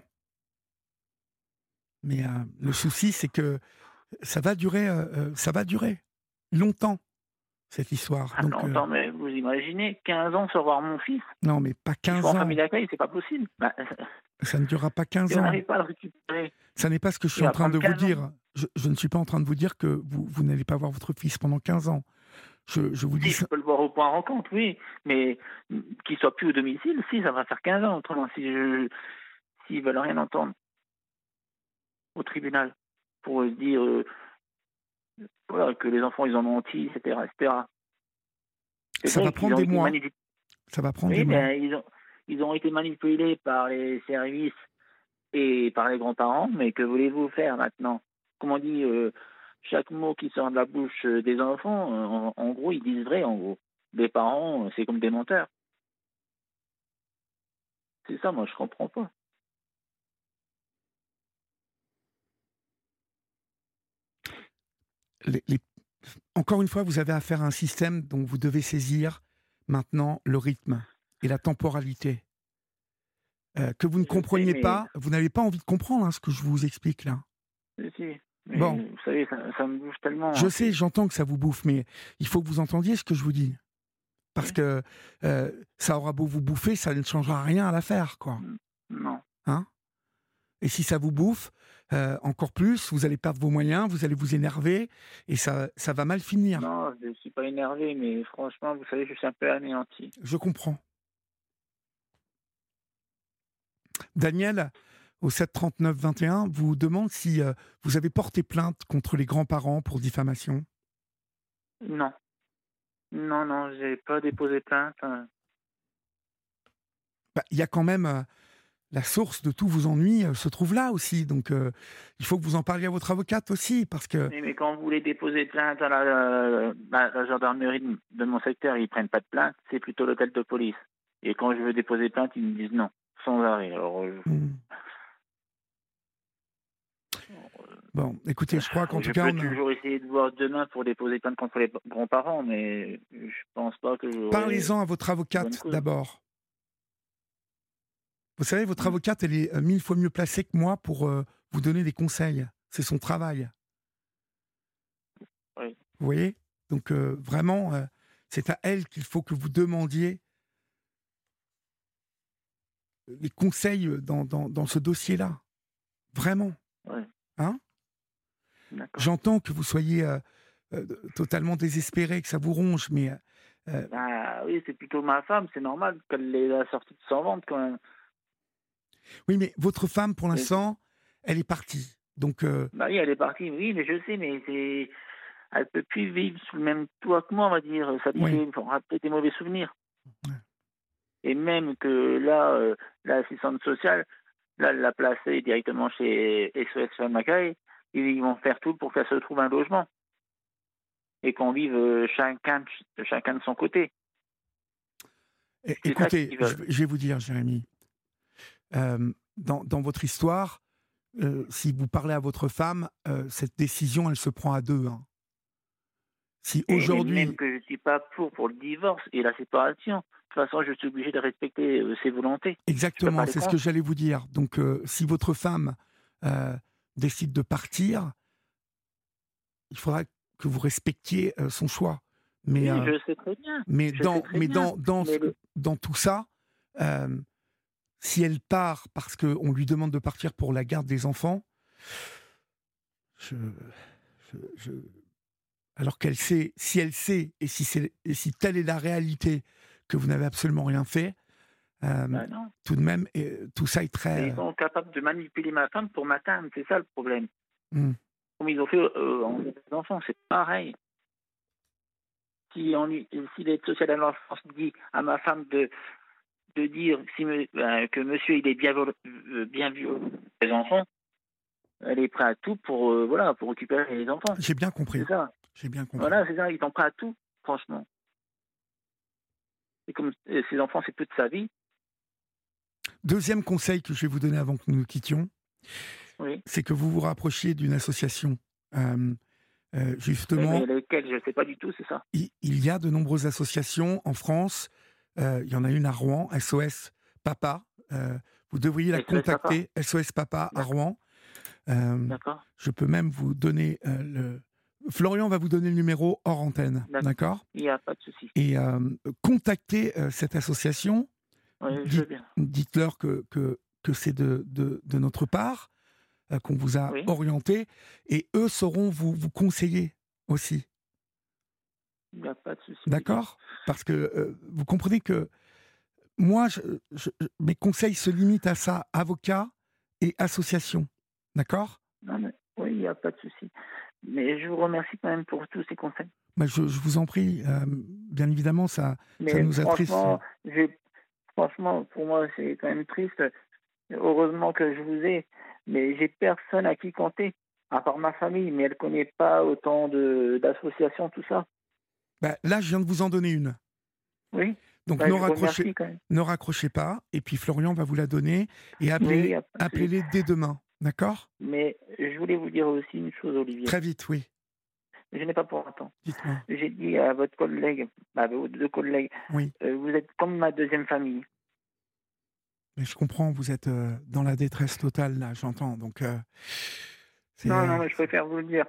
Mais euh, le souci, c'est que ça va durer, euh, euh, ça va durer longtemps, cette histoire. Ah, Donc, longtemps, euh, mais vous imaginez, quinze ans sans voir mon fils. non, mais pas Il quinze faut en ans. famille d'accueil, c'est pas possible. Ben, Ça ne durera pas quinze si on ans. n'arrive pas à le récupérer. Ça n'est pas ce que je suis Il en va train de prendre vous quinze dire. Je, je ne suis pas en train de vous dire que vous, vous n'allez pas voir votre fils pendant quinze ans. Je, je vous dis Si, ça. je peux le voir au point rencontre, oui, mais qu'il soit plus au domicile, si, ça va faire quinze ans. Autrement, si je, s'ils veulent rien entendre au tribunal pour se dire euh, voilà, que les enfants, ils en ont menti, et cetera, et cetera. C'est Ça vrai va qu'ils prendre ont des été mois. manipulés. Ça va prendre Oui, des mois. mais ils ont, ils ont été manipulés par les services et par les grands-parents, mais que voulez-vous faire maintenant? Comme on dit, euh, chaque mot qui sort de la bouche euh, des enfants, euh, en, en gros, ils disent vrai, en gros. Les parents, euh, c'est comme des menteurs. C'est ça, moi, je comprends pas. Les, les... Encore une fois, vous avez affaire à un système dont vous devez saisir maintenant le rythme et la temporalité. Euh, que vous ne Je compreniez sais, mais... pas, vous n'avez pas envie de comprendre hein, ce que je vous explique là. Si, si. Mais Bon. vous savez, ça, ça me bouge tellement. Je hein. sais, j'entends que ça vous bouffe, mais il faut que vous entendiez ce que je vous dis. Parce que euh, ça aura beau vous bouffer, ça ne changera rien à l'affaire, quoi. Non. Hein? Et si ça vous bouffe, euh, encore plus, vous allez perdre vos moyens, vous allez vous énerver, et ça, ça va mal finir. Non, je ne suis pas énervé, mais franchement, vous savez, je suis un peu anéanti. Je comprends. Daniel, au sept trente-neuf vingt et un, vous demande si euh, vous avez porté plainte contre les grands-parents pour diffamation. Non. Non, non, j'ai pas déposé plainte. hein. Bah, y a quand même euh, la source de tous vos ennuis euh, se trouve là aussi. Donc, euh, il faut que vous en parliez à votre avocate aussi, parce que Mais, mais quand vous voulez déposer plainte à la, la, la- la gendarmerie de, de mon secteur, ils prennent pas de plainte, c'est plutôt l'hôtel de police. Et quand je veux déposer plainte, ils me disent non, sans arrêt. Alors, euh, hmm. Bon, écoutez, je crois qu'en je tout cas, peux on a... toujours essayer de voir demain pour déposer plainte contre les grands-parents, mais je pense pas que j'aurai... Parlez-en à votre bonne avocate cause. d'abord. Vous savez, votre Mm. avocate, elle est euh, mille fois mieux placée que moi pour euh, vous donner des conseils. C'est son travail. Oui. Vous voyez? Donc, euh, vraiment, euh, c'est à elle qu'il faut que vous demandiez les conseils dans, dans, dans ce dossier-là. Vraiment. Ouais. Hein? D'accord. J'entends que vous soyez euh, euh, totalement désespéré, que ça vous ronge, mais... euh, Ah oui, c'est plutôt ma femme, c'est normal qu'elle les a sortis de son ventre quand même. oui, mais votre femme, pour Oui. l'instant, elle est partie. Donc, euh, Bah oui, elle est partie, oui, mais je sais, mais c'est... Elle peut plus vivre sous le même toit que moi, on va dire. Ça lui Oui. fait rappeler des mauvais souvenirs. Ouais. Et même que là, euh, l'assistante sociale, là, elle l'a placée directement chez S O S Femmes Accueil. Ils vont faire tout pour qu'elle se trouve un logement. Et qu'on vive euh, chacun, de- chacun de son côté. é- C'est ça écoutez, qu'ils je, veulent. je vais vous dire, Jérémy, euh, dans, dans votre histoire, euh, si vous parlez à votre femme, euh, cette décision, elle se prend à deux. hein. Si Et- et aujourd'hui... même que je ne suis pas pour, pour le divorce et la séparation. De toute façon, je suis obligé de respecter euh, ses volontés. Exactement, aller c'est ce contre. que j'allais vous dire. Donc, euh, si votre femme euh, décide de partir, il faudra que vous respectiez euh, son choix. Mais, Oui, euh, je sais très bien. mais, je dans, sais très mais bien. dans, dans, Mais ce- le- dans tout ça, euh, si elle part parce qu'on lui demande de partir pour la garde des enfants, je, je, je- alors qu'elle sait, si elle sait, et si, c'est, et si telle est la réalité, que vous n'avez absolument rien fait, euh, Bah non. tout de même, et, tout ça est Et très... ils sont capables de manipuler ma femme pour m'atteindre, c'est ça le problème. Hmm. Comme ils ont fait euh, en les enfants, c'est pareil. Si, on, lui- si l'aide sociale à l'enfance dit à ma femme de, de dire si me- ben, que monsieur il est bien, viol- euh, bien violent les enfants, elle est prête à tout pour, euh, voilà, pour récupérer les enfants. J'ai bien compris. C'est ça. J'ai bien compris. Voilà, c'est ça, ils sont prêts à tout, franchement. Et comme euh, ces enfants, c'est toute sa vie, Deuxième conseil que je vais vous donner avant que nous nous quittions, oui. c'est que vous vous rapprochiez d'une association. Euh, euh, Oui, justement, mais lesquels, je ne sais pas du tout, c'est ça. il, il y a de nombreuses associations en France. Euh, il y en a une à Rouen, S O S Papa. Euh, vous devriez la S O S Papa. contacter, S O S Papa à D'accord. Rouen. Euh, D'accord. je peux même vous donner euh, le... Florian va vous donner le numéro hors antenne, D'accord. d'accord? Il n'y a pas de souci. Et euh, contactez euh, cette association. Oui, je Dites- veux bien. Dites-leur que, que, que c'est de, de, de notre part, euh, qu'on vous a Oui. orienté, et eux sauront vous, vous conseiller aussi. Il n'y a pas de souci. D'accord? Parce que euh, vous comprenez que moi, je, je- je- mes conseils se limitent à ça, avocat et association. D'accord? Non, mais, oui, il n'y a pas de souci. Mais je vous remercie quand même pour tous ces conseils. Bah, je, je vous en prie, euh, bien évidemment, ça, Mais ça nous attriste. franchement, je, franchement, pour moi, c'est quand même triste. Heureusement que je vous ai, mais j'ai personne à qui compter, à part ma famille, mais elle ne connaît pas autant de, d'associations, tout ça. Bah, là, je viens de vous en donner une. Oui, Donc bah, ne je vous raccrochez, remercie quand même. ne raccrochez pas, et puis Florian va vous la donner, et Oui, appelez, y a pas de souci. appelez-les dès demain, d'accord? Mais je voulais vous dire aussi une chose, Olivier. Très vite, oui, Je n'ai pas pour longtemps. dites-moi. J'ai dit à votre collègue, à vos deux collègues, Oui, euh, vous êtes comme ma deuxième famille. mais je comprends, vous êtes euh, dans la détresse totale, là, j'entends, donc euh, c'est... Non, euh, non, mais je préfère vous le dire.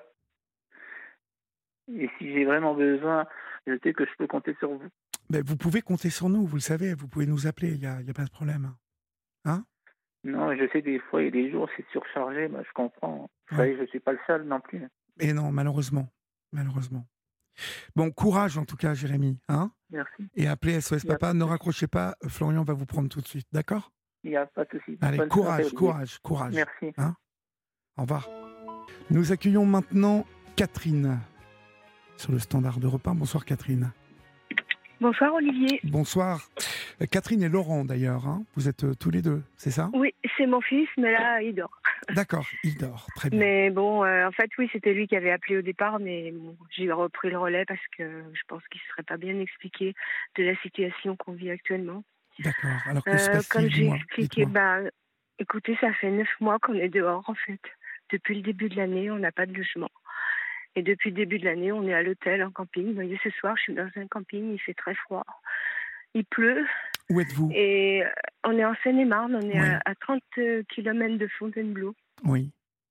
Et si j'ai vraiment besoin, je sais que je peux compter sur vous. ben, vous pouvez compter sur nous, vous le savez, vous pouvez nous appeler, il n'y a, il y a pas de problème. Hein? Non, je sais des fois, il y a des jours, c'est surchargé, bah, je comprends. Vous Ouais. savez, je ne suis pas le seul non plus. Et non, malheureusement, malheureusement. Bon, courage en tout cas, Jérémy, hein? Merci. Et appelez S O S Il y a Papa, pas ne de souci. raccrochez pas, Florian va vous prendre tout de suite, d'accord? Il n'y a pas de souci. Allez, Bonne courage, soirée, Olivier. courage, courage. Merci. Hein? Au revoir. Nous accueillons maintenant Catherine sur le standard de repas. Bonsoir Catherine. Bonsoir Olivier. Bonsoir. Euh, Catherine et Laurent d'ailleurs, hein? Vous êtes euh, tous les deux, c'est ça? Oui, c'est mon fils, mais là, il dort. D'accord, il dort, très bien. Mais bon, euh, en fait, oui, c'était lui qui avait appelé au départ, mais bon, j'ai repris le relais parce que je pense qu'il ne serait pas bien expliqué de la situation qu'on vit actuellement. D'accord, alors que Euh, se passe-t-il? comme j'ai Dis-moi, expliqué, dites-moi. bah, écoutez, ça fait neuf mois qu'on est dehors, en fait. Depuis le début de l'année, on n'a pas de logement. Et depuis le début de l'année, on est à l'hôtel, en camping. Vous voyez, ce soir, je suis dans un camping, il fait très froid. Il pleut. Où êtes-vous? Et euh, on est en Seine-et-Marne, on est Oui. à, à trente kilomètres de Fontainebleau. Oui,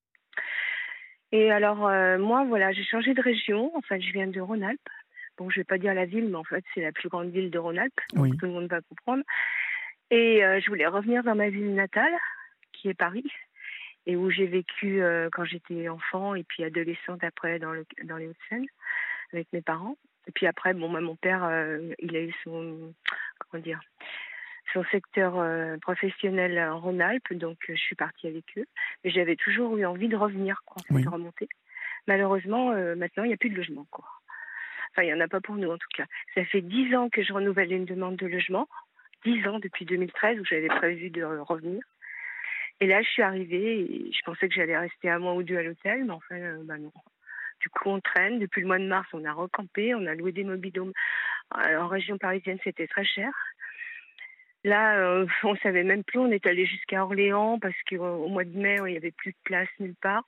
Et alors, euh, moi, voilà, j'ai changé de région. Enfin, je viens de Rhône-Alpes. Bon, je vais pas dire la ville, mais en fait, c'est la plus grande ville de Rhône-Alpes. Donc, oui, tout le monde va comprendre. Et euh, je voulais revenir dans ma ville natale, qui est Paris, et où j'ai vécu euh, quand j'étais enfant et puis adolescente après dans, le, dans les Hauts-de-Seine, avec mes parents. Et puis après, bon, moi, mon père, euh, il a eu son, comment dire, son secteur euh, professionnel en Rhône-Alpes, donc euh, je suis partie avec eux. Mais j'avais toujours eu envie de revenir, quoi, Oui. de remonter. Malheureusement, euh, maintenant, il n'y a plus de logement, quoi. Enfin, il n'y en a pas pour nous, en tout cas. Ça fait dix ans que je renouvelle une demande de logement. Dix ans depuis deux mille treize, où j'avais prévu de euh, revenir. Et là, je suis arrivée et je pensais que j'allais rester un mois ou deux à l'hôtel, mais enfin, euh, bah non. Du coup, on traîne. Depuis le mois de mars, on a recampé, on a loué des mobil-homes. Euh, En région parisienne, c'était très cher. Là, euh, on ne savait même plus. On est allé jusqu'à Orléans parce qu'au mois de mai, il n'y avait plus de place nulle part.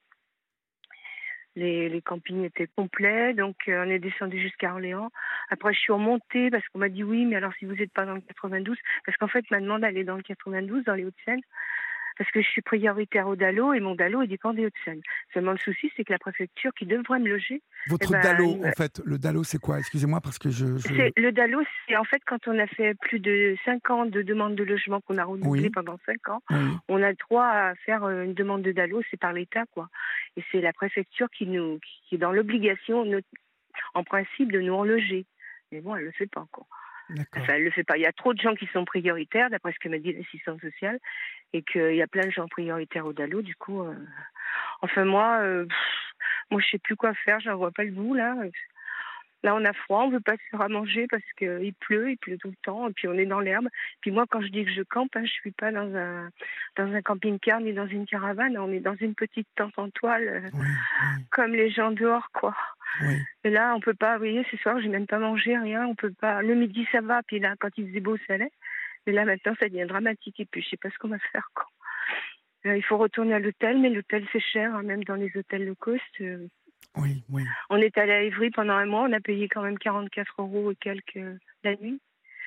Les, les campings étaient complets, donc euh, on est descendu jusqu'à Orléans. Après, je suis remontée parce qu'on m'a dit oui, mais alors si vous n'êtes pas dans le quatre-vingt-douze, parce qu'en fait, ma demande, elle est dans le quatre-vingt-douze, dans les Hauts-de-Seine, parce que je suis prioritaire au DALO et mon DALO, il dépend des Hauts-de-Seine. Seulement, le souci, c'est que la préfecture qui devrait me loger, votre eh ben, DALO, il me- en fait, le DALO c'est quoi? Excusez-moi parce que je... je... c'est, le DALO, c'est en fait quand on a fait plus de cinq ans de demande de logement, qu'on a renouvelé Oui. pendant cinq ans, Oui, on a le droit à faire euh, une demande de DALO, c'est par l'État, quoi. Et c'est la préfecture qui nous, qui est dans l'obligation, no- en principe, de nous reloger. Mais bon, elle le fait pas, quoi. d'accord. Enfin, elle le fait pas. Il y a trop de gens qui sont prioritaires, d'après ce que m'a dit l'assistante sociale, et qu'il y a plein de gens prioritaires au DALO, du coup. euh, Enfin, moi, euh, pff, moi, je sais plus quoi faire, j'en vois pas le bout, là. Là, on a froid, on veut pas se faire à manger parce qu'il pleut, il pleut tout le temps, et puis on est dans l'herbe. Puis moi, quand je dis que je campe, hein, je suis pas dans un dans un camping-car ni dans une caravane, on est dans une petite tente en toile, euh, Oui, oui, comme les gens dehors, quoi. oui. Et là, on peut pas, vous voyez, ce soir, j'ai même pas mangé, rien, on peut pas. Le midi, ça va, puis là, quand il faisait beau, ça allait. Mais là, maintenant, ça devient dramatique, et puis je sais pas ce qu'on va faire, quoi. Euh, il faut retourner à l'hôtel, mais l'hôtel, c'est cher, hein, même dans les hôtels low cost. euh, Oui, oui. on est allé à Évry pendant un mois, on a payé quand même quarante-quatre euros et quelques euh, la nuit.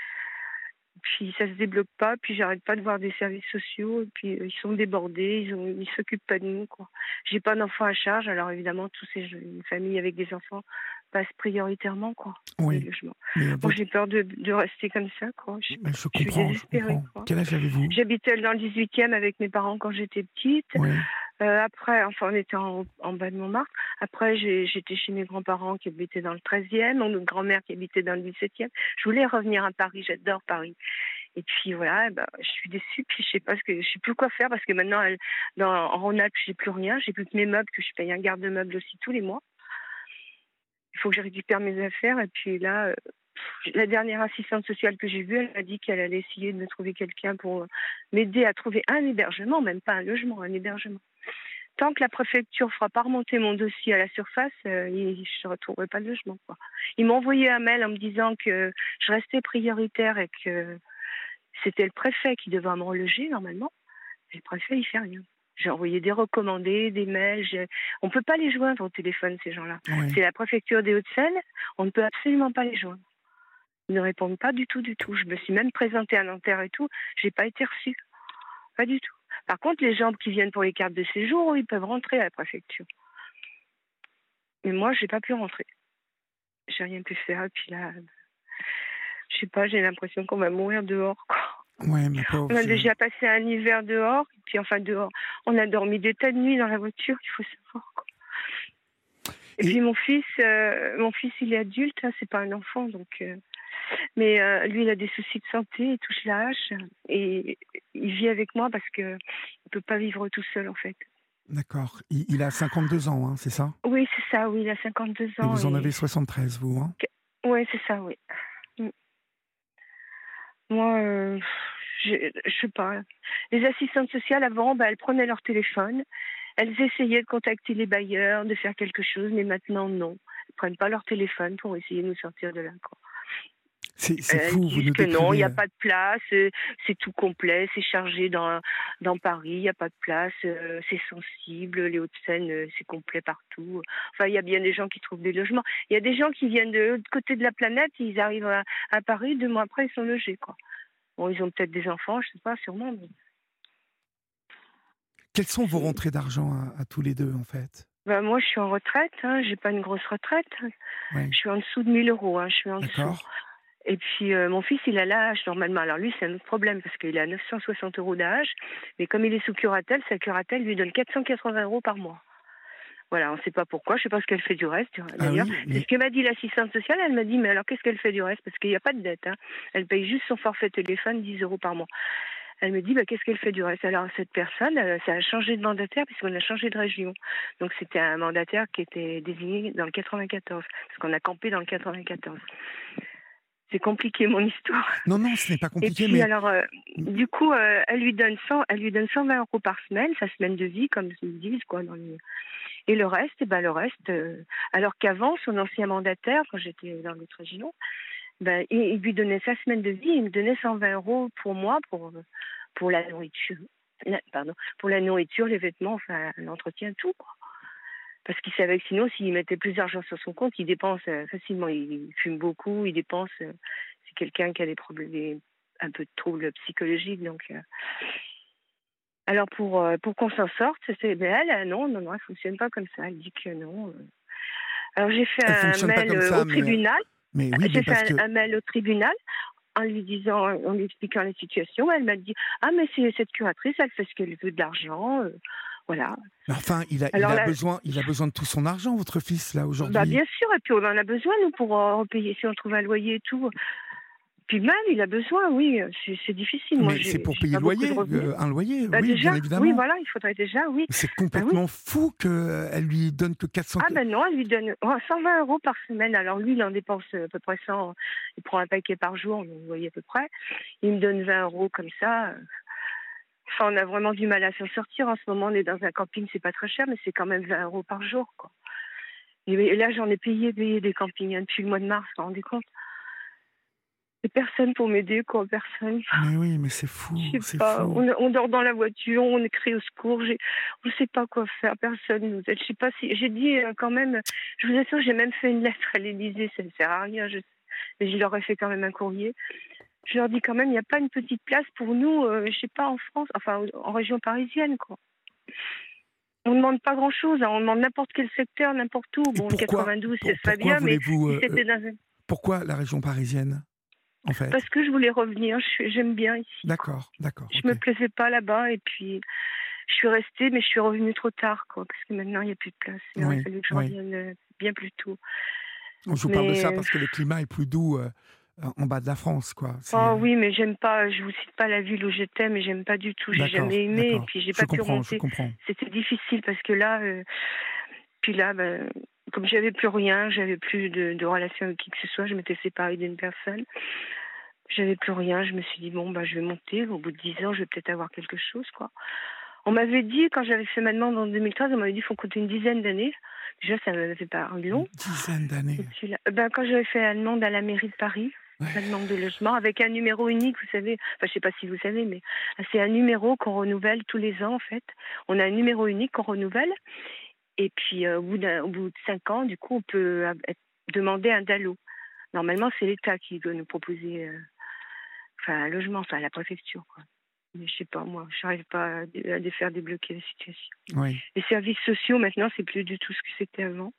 Puis ça se débloque pas, puis j'arrête pas de voir des services sociaux, et puis euh, ils sont débordés, ils ont, ils s'occupent pas de nous, quoi. J'ai pas d'enfants à charge, alors évidemment tous ces une famille avec des enfants passent prioritairement, quoi. Oui. les logements. Mais Moi votre- j'ai peur de, de rester comme ça, quoi. Je, mais je je suis comprends, je désespérée, comprends. quoi. Quel âge avez-vous? J'habitais dans le dix-huitième avec mes parents quand j'étais petite. Oui, Euh, après, enfin, on était en, en bas de Montmartre. Après, j'ai- j'étais chez mes grands-parents qui habitaient dans le treizième, mon autre grand-mère qui habitait dans le dix-septième. Je voulais revenir à Paris, j'adore Paris. Et puis voilà, eh ben, je suis déçue, puis je sais pas ce que, je sais plus quoi faire parce que maintenant, elle, dans, en Rhône-Alpes, j'ai plus rien, j'ai plus que mes meubles que je paye un garde-meuble aussi tous les mois. Il faut que je récupère mes affaires et puis là, euh, la dernière assistante sociale que j'ai vue, elle m'a dit qu'elle allait essayer de me trouver quelqu'un pour m'aider à trouver un hébergement, même pas un logement, un hébergement. Tant que la préfecture ne fera pas remonter mon dossier à la surface, euh, je ne retrouverai pas de logement, quoi. Ils m'ont envoyé un mail en me disant que je restais prioritaire et que c'était le préfet qui devait me reloger normalement. Et le préfet, il fait rien. J'ai envoyé des recommandés, des mails. J'ai... On ne peut pas les joindre au téléphone, ces gens-là. Oui. C'est la préfecture des Hauts-de-Seine. On ne peut absolument pas les joindre. Ils ne répondent pas du tout, du tout. Je me suis même présentée à Nanterre et tout. Je n'ai pas été reçue. Pas du tout. Par contre, les gens qui viennent pour les cartes de séjour, ils peuvent rentrer à la préfecture. Mais moi, je n'ai pas pu rentrer. J'ai rien pu faire. Et puis là, je sais pas, j'ai l'impression qu'on va mourir dehors, quoi. Ouais, mais pauvre, on a déjà passé un hiver dehors, et puis enfin dehors, on a dormi des tas de nuits dans la voiture, il faut savoir, quoi. Et, et puis mon fils, euh, mon fils, il est adulte, hein, c'est pas un enfant, donc. Euh, mais euh, lui, il a des soucis de santé, il touche la hache, et il vit avec moi parce que il peut pas vivre tout seul, en fait. D'accord. Il, il a cinquante-deux ans, hein, c'est ça? Oui, c'est ça. Oui, il a cinquante-deux ans. Et vous en et... avez soixante-treize, vous, hein? Oui, c'est ça, oui. Moi, euh, je, je sais pas. Les assistantes sociales, avant, bah, elles prenaient leur téléphone. Elles essayaient de contacter les bailleurs, de faire quelque chose, mais maintenant, non. Elles ne prennent pas leur téléphone pour essayer de nous sortir de là, quoi. C'est, c'est elles fou, disent vous nous que non, il n'y a décrivez... pas de place, c'est tout complet, c'est chargé dans, dans Paris, il n'y a pas de place, c'est sensible, les Hauts-de-Seine, c'est complet partout. Enfin, il y a bien des gens qui trouvent des logements. Il y a des gens qui viennent de l'autre côté de la planète, ils arrivent à, à Paris, deux mois après, ils sont logés, quoi. Bon, ils ont peut-être des enfants, je ne sais pas, sûrement. Mais... Quelles sont vos rentrées d'argent à, à tous les deux, en fait? Ben, moi, je suis en retraite, hein, je n'ai pas une grosse retraite. Ouais. Je suis en dessous de mille euros, hein, je suis en D'accord. dessous. Et puis, euh, mon fils, il a l'âge, normalement. Alors, lui, c'est un autre problème, parce qu'il a neuf cent soixante euros d'âge. Mais comme il est sous curatelle, sa curatelle lui donne quatre cent quatre-vingts euros par mois. Voilà, on ne sait pas pourquoi. Je ne sais pas ce qu'elle fait du reste, d'ailleurs. Ah oui, mais... C'est ce que m'a dit l'assistante sociale. Elle m'a dit, mais alors, qu'est-ce qu'elle fait du reste? Parce qu'il n'y a pas de dette, hein. Elle paye juste son forfait téléphone, dix euros par mois. Elle me dit, bah, qu'est-ce qu'elle fait du reste? Alors, cette personne, elle, ça a changé de mandataire, puisqu'on a changé de région. Donc, c'était un mandataire qui était désigné dans le quatre-vingt-quatorze, parce qu'on a campé dans le quatre-vingt-quatorze. C'est compliqué, mon histoire. Non, non, ce n'est pas compliqué, et puis, mais... alors, euh, du coup, euh, elle lui donne cent, elle lui donne cent vingt euros par semaine, sa semaine de vie, comme ils disent, quoi. Dans les... Et le reste, eh ben, le reste, euh, alors qu'avant, son ancien mandataire, quand j'étais dans l'autre région, ben, il, il lui donnait sa semaine de vie, il me donnait cent vingt euros pour moi, pour, pour la nourriture, pardon, pour la nourriture, les vêtements, enfin, l'entretien, tout, quoi. Parce qu'il savait que sinon, s'il mettait plus d'argent sur son compte, il dépense euh, facilement. Il, il fume beaucoup, il dépense. Euh, c'est quelqu'un qui a des problèmes, des, un peu de troubles psychologiques. Donc, euh... alors pour euh, pour qu'on s'en sorte, c'est ben elle, non, non, non, elle fonctionne pas comme ça. Elle dit que non. Euh... Alors j'ai fait elle un mail euh, ça, au mais... tribunal. Mais oui, j'ai mais fait un, que... un mail au tribunal en lui disant, en lui expliquant la situation. Elle m'a dit, ah mais c'est cette curatrice, elle fait ce qu'elle veut de l'argent. Euh... Voilà. Enfin, il a, Alors, il, a là, besoin, il a besoin de tout son argent, votre fils, là, aujourd'hui. Bah, bien sûr, et puis on en a besoin, nous, pour euh, payer, si on trouve un loyer et tout. Puis même, il a besoin, oui, c'est, c'est difficile. Mais Moi, c'est j'ai, pour j'ai payer le loyer, euh, un loyer, bah, oui, déjà, bien évidemment. Oui, voilà, il faudrait déjà, oui. C'est complètement bah, oui. fou qu'elle lui donne que quatre cents... Ah ben non, elle lui donne cent vingt euros par semaine. Alors lui, il en dépense à peu près cent, il prend un paquet par jour, vous voyez à peu près. Il me donne vingt euros comme ça. Enfin, on a vraiment du mal à s'en sortir. En ce moment, on est dans un camping, c'est pas très cher, mais c'est quand même vingt euros par jour, quoi. Et là, j'en ai payé, payé des campings hein, depuis le mois de mars, vous vous rendez compte? Et personne pour m'aider, quoi, personne. Mais oui, mais c'est fou, Je sais c'est pas, fou. On, on dort dans la voiture, on crie au secours, j'ai, on ne sait pas quoi faire, personne nous aide. Je sais pas si, j'ai dit euh, quand même, je vous assure, j'ai même fait une lettre à l'Élysée, ça ne sert à rien, je, mais je leur ai fait quand même un courrier. Je leur dis quand même, il n'y a pas une petite place pour nous, euh, je sais pas, en France, enfin en région parisienne, quoi. On ne demande pas grand-chose, hein, on demande n'importe quel secteur, n'importe où. Bon, pourquoi, quatre-vingt-douze, pour, c'est très bien, mais euh, si c'était dans un... Pourquoi la région parisienne, en fait? Parce que je voulais revenir, je, j'aime bien ici. D'accord, d'accord. Je okay. me plaisais pas là-bas, et puis je suis restée, mais je suis revenue trop tard, quoi, parce que maintenant, il n'y a plus de place. Il oui, aurait fallu que je oui. revienne bien plus tôt. Je vous mais... parle de ça parce que le climat est plus doux euh, en bas de la France, quoi. C'est... Oh oui, mais j'aime pas, je vous cite pas la ville où j'étais, mais j'aime pas du tout. J'ai d'accord, jamais aimé, d'accord. Et puis j'ai je pas comprends, pu remonter. Je comprends. C'était difficile parce que là, euh... puis là, ben, comme j'avais plus rien, j'avais plus de, de relation avec qui que ce soit, je m'étais séparée d'une personne, j'avais plus rien, je me suis dit bon bah je vais monter, au bout de dix ans je vais peut-être avoir quelque chose quoi. On m'avait dit, quand j'avais fait ma demande en deux mille treize, on m'avait dit qu'il faut compter une dizaine d'années. Déjà, ça m'avait fait pas long. Une dizaine d'années. Là, ben, quand j'avais fait la demande à la mairie de Paris, ouais. La demande de logement, avec un numéro unique, vous savez, enfin, je sais pas si vous savez, mais c'est un numéro qu'on renouvelle tous les ans, en fait. On a un numéro unique qu'on renouvelle. Et puis, euh, au, bout au bout de cinq ans, du coup, on peut euh, demander un D A L O. Normalement, c'est l'État qui doit nous proposer euh, enfin, un logement, enfin, la préfecture, quoi. Mais je sais pas, moi, je n'arrive pas à, à faire débloquer la situation. Oui. Les services sociaux, maintenant, c'est plus du tout ce que c'était avant.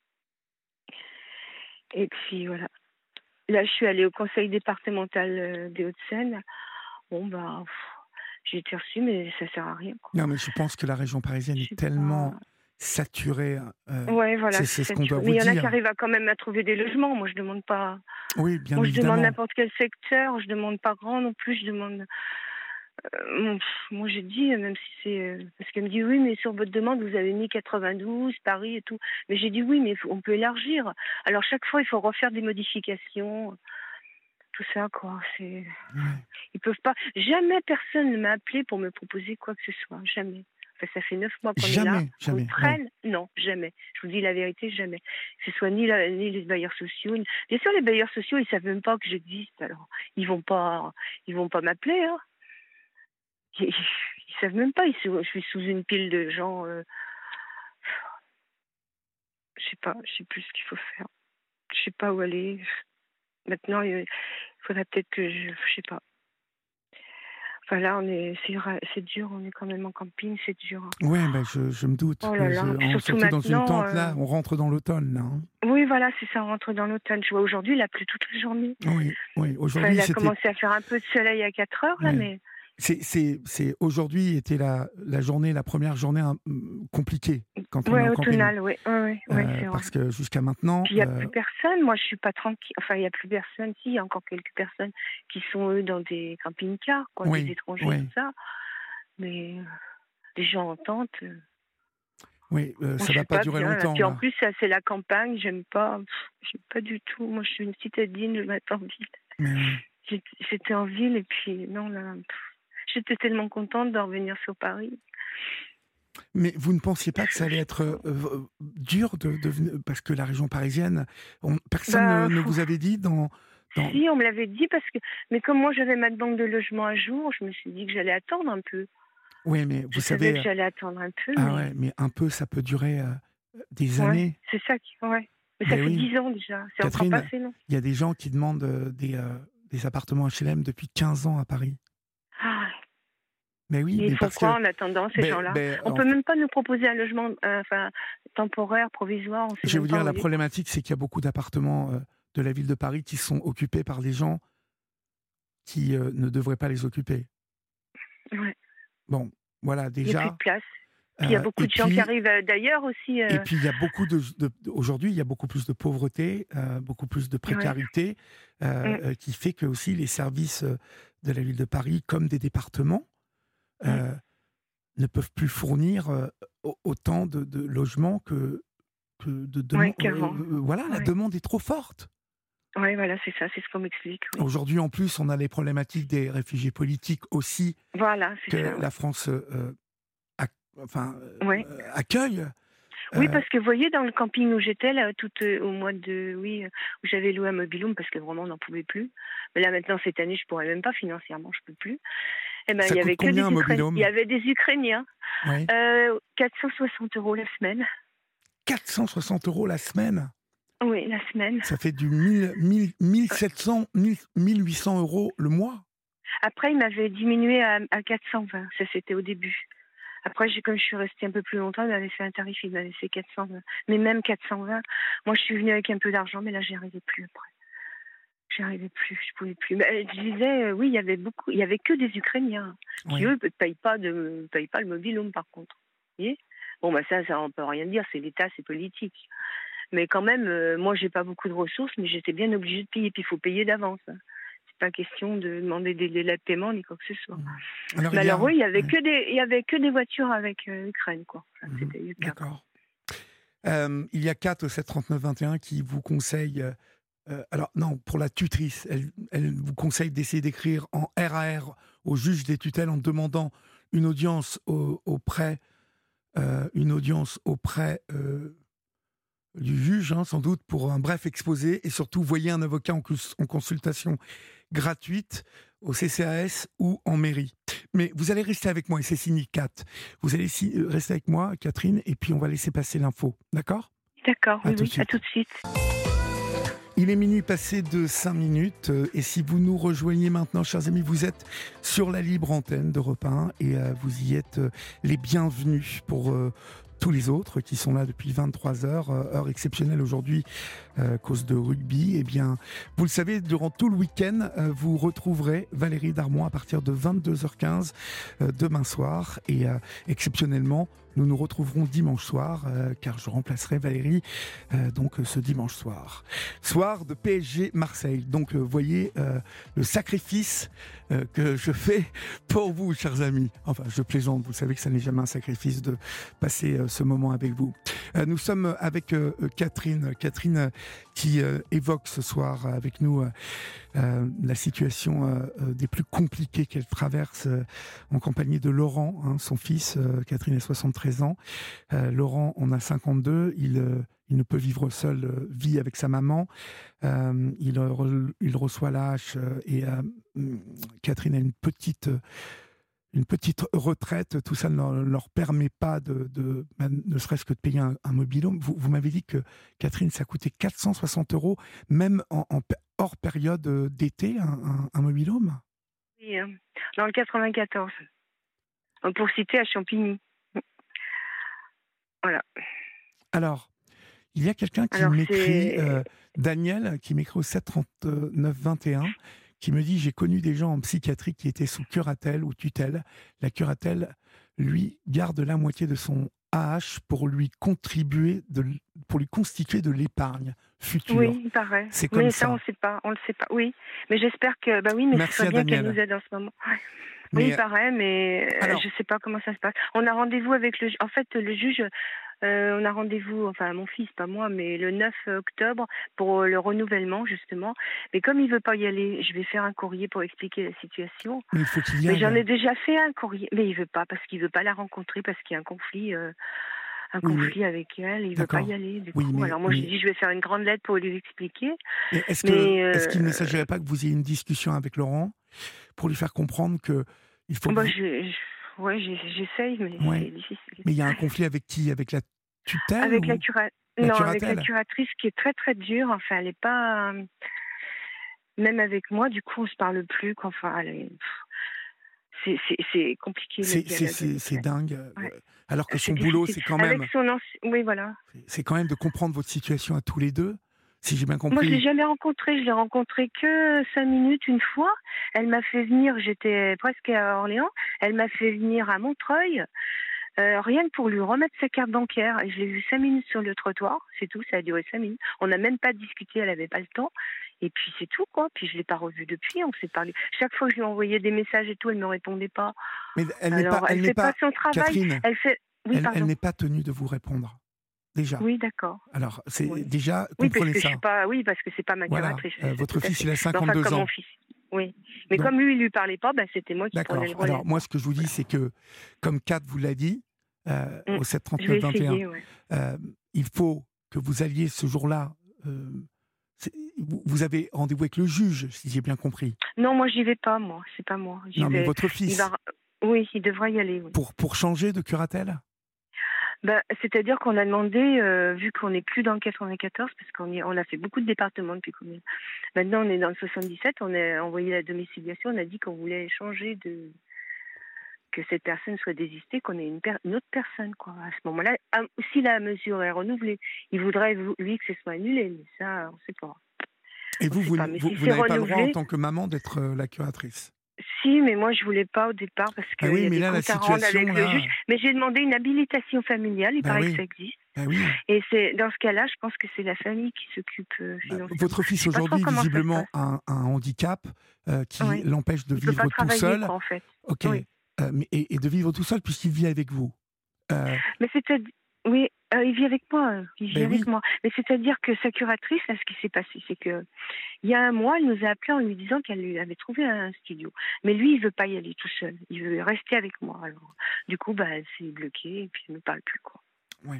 Et puis, voilà. Là, je suis allée au conseil départemental des Hauts-de-Seine. Bon, bah, pff, j'ai été reçue, mais ça sert à rien, quoi. Non, mais je pense que la région parisienne est tellement pas... saturée. Euh, ouais, voilà, c'est, c'est ce qu'on doit vous dire. Mais il y en a dire. qui arrivent à quand même à trouver des logements. Moi, je demande pas. Oui, bien moi, je évidemment. demande n'importe quel secteur. Je demande pas grand non plus. Je demande. Euh, moi j'ai dit, même si c'est... Euh, parce qu'elle me dit, oui, mais sur votre demande, vous avez mis quatre-vingt-douze, Paris et tout. Mais j'ai dit, oui, mais on peut élargir. Alors chaque fois, il faut refaire des modifications. Tout ça, quoi. C'est... Ouais. Ils peuvent pas... Jamais personne ne m'a appelé pour me proposer quoi que ce soit. Jamais. Enfin, ça fait neuf mois qu'on jamais, est là. Jamais, on traîne. Ouais. Non, jamais. Je vous dis la vérité, jamais. Que ce soit ni, la, ni les bailleurs sociaux. Ni... Bien sûr, les bailleurs sociaux, ils savent même pas que j'existe. Alors, ils vont pas, ils vont pas m'appeler, hein. Ils, ils savent même pas, ils, je suis sous une pile de gens. Euh... Je sais pas, je sais plus ce qu'il faut faire. Je sais pas où aller. Maintenant, il faudrait peut-être que je... Je sais pas. Enfin là, on est, c'est, c'est dur, on est quand même en camping, c'est dur. Oui, ben je, je me doute. Oh là là, je, on, surtout dans une tente, là, on rentre dans l'automne, là. Hein. Oui, voilà, c'est ça, on rentre dans l'automne. Je vois aujourd'hui, il a plu toute la journée. Oui, oui, aujourd'hui, enfin, il a c'était... commencé à faire un peu de soleil à quatre heures, là, ouais. mais... C'est, c'est, c'est, aujourd'hui était la, la journée, la première journée hein, compliquée quand on ouais, est en automnal, oui, oui, oui, euh, c'est parce vrai. que jusqu'à maintenant, il n'y a euh... plus personne. Moi, je suis pas tranquille. Enfin, il y a plus personne. Si, il y a encore quelques personnes qui sont eux dans des camping-cars, quoi, oui, des étrangers, oui. tout ça. Mais euh, les gens en tente. Euh... Oui, euh, ça va pas, pas durer bien, longtemps. Puis là. en plus, ça, c'est la campagne. J'aime pas. J'aime pas du tout. Moi, je suis une citadine. Je m'attends en ville. Mais oui. J'étais en ville et puis non là. J'étais tellement contente de revenir sur Paris. Mais vous ne pensiez pas que ça allait être euh, dur de, de, parce que la région parisienne, on, personne bah, ne, ne vous avait dit dans, dans... Si, on me l'avait dit parce que, mais comme moi j'avais ma demande de logement à jour, je me suis dit que j'allais attendre un peu. Oui, mais vous je savez que j'allais attendre un peu. Ah mais... ouais, mais un peu, ça peut durer euh, des ouais, années. C'est ça qui, ouais. Mais ça mais fait dix oui. ans déjà. C'est Catherine, encore passé, non ? Il y a des gens qui demandent euh, des, euh, des appartements H L M depuis quinze ans à Paris. Ah. Mais oui, mais mais ils font parce quoi que... en attendant ces ben, gens-là ben, On en... peut même pas nous proposer un logement euh, enfin, temporaire, provisoire. On sait Je vais vous dire, la est. problématique, c'est qu'il y a beaucoup d'appartements euh, de la ville de Paris qui sont occupés par des gens qui euh, ne devraient pas les occuper. Ouais. Bon, voilà, déjà... Il n'y a plus de place. Puis il y a beaucoup euh, de gens puis, qui arrivent d'ailleurs aussi. Euh... Et puis il y a beaucoup de, de aujourd'hui, il y a beaucoup plus de pauvreté, euh, beaucoup plus de précarité, ouais. euh, mm. qui fait que aussi les services de la ville de Paris, comme des départements, mm. euh, ne peuvent plus fournir euh, autant de, de logements que, que de demandes. Ouais, euh, voilà, ouais. La demande est trop forte. Oui, voilà, c'est ça, c'est ce qu'on m'explique. Oui. Aujourd'hui, en plus, on a les problématiques des réfugiés politiques aussi, voilà, c'est que ça, ouais. la France euh, a, enfin, ouais. euh, accueille. Oui, parce que vous voyez, dans le camping où j'étais, là, tout euh, au mois de... Oui, euh, où j'avais loué un mobil-home, parce que vraiment, on n'en pouvait plus. Mais là, maintenant, cette année, je ne pourrais même pas, financièrement, je ne peux plus. Eh ben, Ça il y avait coûte combien, que des un Ukra... mobil-home ? Il y avait des Ukrainiens. Oui. Euh, quatre cent soixante euros la semaine. quatre cent soixante euros la semaine ? Oui, la semaine. Ça fait du mille sept cents, mille huit cents euros le mois. Après, il m'avait diminué à, à quatre cent vingt. Ça, c'était au début. Après, j'ai, comme je suis restée un peu plus longtemps, il m'avait fait un tarif, il m'avait fait quatre cent vingt. Mais même quatre cent vingt, moi, je suis venue avec un peu d'argent, mais là, j'y arrivais plus après. J'y arrivais plus, je pouvais plus. Mais je disais, euh, oui, il y avait beaucoup, il y avait que des Ukrainiens qui, oui. eux, ne payent pas, de, payent pas le mobil-home, par contre. Vous voyez ? Bon, bah ça, ça, on peut rien dire, c'est l'État, c'est politique. Mais quand même, euh, moi, j'ai pas beaucoup de ressources, mais j'étais bien obligée de payer. Puis il faut payer d'avance. Hein. C'est pas question de demander des délais de paiement ni quoi que ce soit. Alors, mais alors a... oui, il y avait ouais. que des, il y avait que des voitures avec euh, Ukraine, quoi. Enfin, mmh, c'était Ukraine. D'accord. Euh, il y a Kat au sept trente-neuf vingt et un qui vous conseille... Euh, euh, alors non, pour la tutrice, elle, elle vous conseille d'essayer d'écrire en R A R au juge des tutelles en demandant une audience au, auprès, euh, une audience auprès euh, du juge, hein, sans doute, pour un bref exposé, et surtout, voyez un avocat en, cons- en consultation gratuite au C C A S ou en mairie. Mais vous allez rester avec moi, et c'est signé Kat. Vous allez si- rester avec moi, Catherine, et puis on va laisser passer l'info, d'accord ? D'accord, À oui, tout de oui, à suite. tout de suite. Il est minuit passé de cinq minutes, euh, et si vous nous rejoignez maintenant, chers amis, vous êtes sur la libre antenne d'Europe un, et euh, vous y êtes euh, les bienvenus pour euh, tous les autres qui sont là depuis vingt-trois heures, euh, heure exceptionnelle aujourd'hui euh, à cause de rugby. Eh bien, vous le savez, durant tout le week-end, euh, vous retrouverez Valérie Darmon à partir de vingt-deux heures quinze euh, demain soir, et euh, exceptionnellement, nous nous retrouverons dimanche soir, euh, car je remplacerai Valérie euh, donc euh, ce dimanche soir. Soir de P S G Marseille. Donc, vous euh, voyez euh, le sacrifice euh, que je fais pour vous, chers amis. Enfin, je plaisante, vous savez que ça n'est jamais un sacrifice de passer euh, ce moment avec vous. Euh, nous sommes avec euh, Catherine, Catherine euh, qui euh, évoque ce soir avec nous euh, euh, la situation euh, euh, des plus compliquées qu'elle traverse euh, en compagnie de Laurent, hein, son fils. Euh, Catherine a soixante-treize ans. Euh, Laurent en a cinquante-deux. Il, euh, il ne peut vivre seul, euh, vit avec sa maman. Euh, il, re, il reçoit la hache euh, et euh, Catherine a une petite... Euh, une petite retraite, tout ça ne leur, leur permet pas de, de ne serait-ce que de payer un, un mobil-home. Vous, vous m'avez dit que, Catherine, ça coûtait quatre cent soixante euros, même en, en hors période d'été, un, un, un mobil-home ? Oui, hein, dans le quatre-vingt-quatorze, pour citer à Champigny. Voilà. Alors, il y a quelqu'un qui Alors, m'écrit, euh, Daniel, qui m'écrit au sept trente-neuf vingt et un, qui me dit « J'ai connu des gens en psychiatrie qui étaient sous curatelle ou tutelle. La curatelle, lui, garde la moitié de son A H pour lui contribuer, de, pour lui constituer de l'épargne future. » Oui, il paraît. C'est comme mais ça. ça, on ne sait pas. On le sait pas. Oui, mais j'espère que... Bah oui, mais Merci ce serait à bien qu'elle Daniel. nous aide en ce moment. Ouais. Mais, oui, il paraît, mais alors, je ne sais pas comment ça se passe. On a rendez-vous avec le... En fait, le juge... Euh, on a rendez-vous, enfin mon fils, pas moi, mais le neuf octobre pour le renouvellement justement. Mais comme il veut pas y aller, je vais faire un courrier pour expliquer la situation. Mais il faut qu'il y aille. Mais j'en ai déjà fait un courrier, mais il veut pas parce qu'il veut pas la rencontrer parce qu'il y a un conflit, euh, un oui, conflit mais... avec elle. Il veut pas y aller. Du oui, coup, mais, alors moi mais... je lui dis je vais faire une grande lettre pour lui expliquer. Est-ce mais que, euh... est-ce qu'il ne s'agirait pas que vous ayez une discussion avec Laurent pour lui faire comprendre que il faut. Bah, vous... je, je... ouais, j'essaye, mais ouais. c'est difficile. Mais il y a un conflit avec qui ? Avec la tutelle Avec ou... la cura... la non, curatelle. avec la curatrice qui est très très dure. Enfin, elle est pas. Même avec moi, du coup, on se parle plus. Enfin, elle est... c'est, c'est, c'est compliqué. C'est, c'est, c'est, c'est dingue. Ouais. Alors que c'est son boulot, difficile. c'est quand même. Avec son anci... Oui, voilà. C'est quand même de comprendre votre situation à tous les deux. Si j'ai bien compris. Moi, je l'ai jamais rencontré. Je l'ai rencontré que cinq minutes une fois. Elle m'a fait venir. J'étais presque à Orléans. Elle m'a fait venir à Montreuil. Euh, rien que pour lui remettre sa carte bancaire. Et je l'ai vue cinq minutes sur le trottoir, c'est tout, ça a duré cinq minutes. On n'a même pas discuté, elle n'avait pas le temps. Et puis c'est tout, quoi. Puis je ne l'ai pas revue depuis, on s'est parlé. Chaque fois que je lui envoyais des messages et tout, elle ne me répondait pas. Mais elle n'est Alors, pas, elle elle n'est fait pas, pas son travail. Catherine, elle fait... oui, elle, pardon. elle n'est pas tenue de vous répondre. Déjà. Oui, d'accord. Alors, c'est oui. déjà, oui, comprenez parce que ça. Je suis pas... Oui, parce que c'est pas ma voilà. curatrice. Euh, votre fils, il a cinquante-deux enfin, comme ans. mon fils. Oui, mais Donc, comme lui, il lui parlait pas, ben, c'était moi qui d'accord. prenais le relais. Alors, moi, ce que je vous dis, c'est que, comme Kat vous l'a dit, euh, mmh. au sept trente-neuf vingt et un, ouais. euh, il faut que vous alliez ce jour-là. Euh, vous, vous avez rendez-vous avec le juge, si j'ai bien compris. Non, moi, j'y vais pas, moi. C'est pas moi. J'y non, vais... mais votre fils. Il va... Oui, il devrait y aller. Oui. Pour, pour changer de curatelle ? Ben, c'est-à-dire qu'on a demandé, euh, vu qu'on n'est plus dans le quatre-vingt-quatorze, parce qu'on y, on a fait beaucoup de départements depuis qu'on est... Maintenant, on est dans le soixante-dix-sept, on a envoyé la domiciliation, on a dit qu'on voulait changer de... que cette personne soit désistée, qu'on ait une, per... une autre personne, quoi. À ce moment-là, si la mesure est renouvelée, il voudrait, lui, que ce soit annulé, mais ça, on ne sait pas. Et vous, vous, vous, si vous n'avez renouvelé... pas le droit, en tant que maman, d'être euh, la curatrice ? Si, mais moi je voulais pas au départ parce que ah oui, y a mais des là, comptes la à rendre situation, avec là... le juge. Mais j'ai demandé une habilitation familiale, il bah paraît oui. que ça existe. Bah oui. Et c'est dans ce cas-là, je pense que c'est la famille qui s'occupe euh, financièrement. Bah, votre fils aujourd'hui, visiblement, a un, un handicap euh, qui oui. l'empêche de il vivre peut pas tout seul. Quoi, en fait. Ok. Oui. Euh, mais, et, et de vivre tout seul puisqu'il vit avec vous. Euh... Mais c'est oui. Euh, il vit avec moi, euh, il vit Ben avec oui. moi. Mais c'est-à-dire que sa curatrice, là, ce qui s'est passé, c'est que il y a un mois, elle nous a appelé en lui disant qu'elle lui avait trouvé un studio. Mais lui, il veut pas y aller tout seul. Il veut rester avec moi. Alors, du coup, bah, elle s'est bloquée et puis elle ne me parle plus, quoi. Ouais.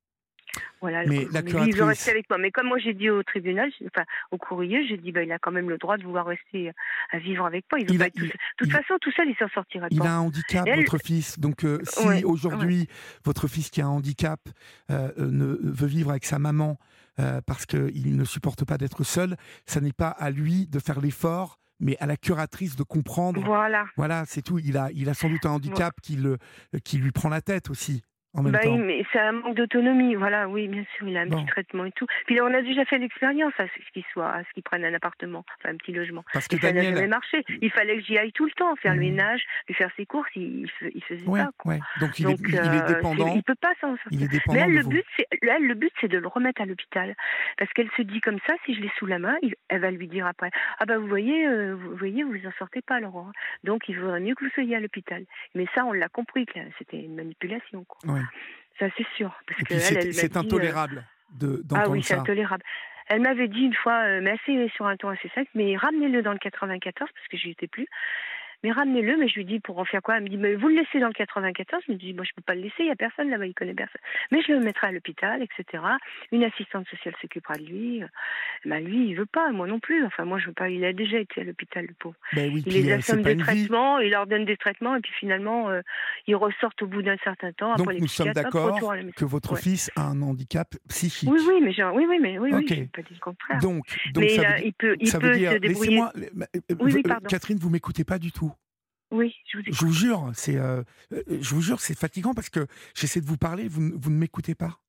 Voilà. Mais le- la mais lui, il veut curatrice, rester avec moi. Mais comme moi, j'ai dit au tribunal, j'ai- enfin, au courrier, j'ai dit, bah, il a quand même le droit de vouloir rester à vivre avec moi. Il veut il pas a, être tout il, seul. De toute il- façon, tout seul, il s'en sortirait il pas. a un handicap, Et elle, votre fils. Donc, euh, si ouais, ouais. aujourd'hui, votre fils qui a un handicap euh, euh, ne veut vivre avec sa maman euh, parce qu'il ne supporte pas d'être seul, ça n'est pas à lui de faire l'effort, mais à la curatrice de comprendre. Voilà. Voilà, c'est tout. Il a, il a sans doute un handicap qui, le, qui lui prend la tête aussi, en même Bah, temps. oui, mais c'est un manque d'autonomie, voilà, oui, bien sûr, il a un Bon. petit traitement et tout. Puis là, on a déjà fait l'expérience à ce qu'il soit, à ce qu'il prenne un appartement, enfin un petit logement. Parce que Et ça n'a Daniel... jamais marché. Il fallait que j'y aille tout le temps, faire le Mmh. ménage, lui faire ses courses, il, il, fais- il faisait Ouais, pas, quoi. ouais. Donc, il, Donc, est, il est euh, c'est- dépendant. il peut pas s'en Il sortir. est Mais dépendant elle, de le vous. but, c'est, elle, le but, c'est de le remettre à l'hôpital. Parce qu'elle se dit comme ça, si je l'ai sous la main, il- elle va lui dire après, ah bah vous voyez, euh, vous voyez, vous en sortez pas, Laurent. Donc, il vaudrait mieux que vous soyez à l'hôpital. Mais ça, on l'a compris, que c'était une manipulation, quoi. Ouais. Ça, c'est sûr. Parce Et que puis, c'est elle, elle m'a c'est dit, euh, intolérable de- ah d'entendre oui, c'est ça. intolérable. Elle m'avait dit une fois, euh, mais assez sur un ton assez sec, mais ramenez-le dans le quatre-vingt-quatorze parce que j'y étais plus. Mais ramenez-le, mais je lui dis pour en faire quoi? Elle me dit, mais vous le laissez dans le quatre-vingt-quatorze? Je me dis, moi je peux pas le laisser, il y a personne là-bas, il connaît personne. Mais je le mettrai à l'hôpital, et cetera. Une assistante sociale s'occupera de lui. Bah lui, il veut pas, moi non plus. Enfin moi je veux pas. Il a déjà été à l'hôpital, le pauvre. Ben oui, Il puis les euh, c'est assomme pas des une vie. traitements, il leur donne des traitements, et puis finalement euh, ils ressortent au bout d'un certain temps. Donc Après les nous sommes psychiatres, hop, d'accord retour à la maison. que votre Ouais. fils a un handicap psychique. Oui, oui, mais genre, oui, oui, mais oui, oui, Ok. j'ai pas dit le contraire. Donc, donc Mais ça, il, veut a- dire, il peut, il ça veut peut dire, se débrouiller. laissez-moi, euh, euh, Oui, oui, euh, pardon. Catherine, vous m'écoutez pas du tout. Oui, je vous Je écoute. vous jure, c'est, euh, euh, je vous jure, c'est fatigant parce que j'essaie de vous parler, vous, ne- vous ne m'écoutez pas.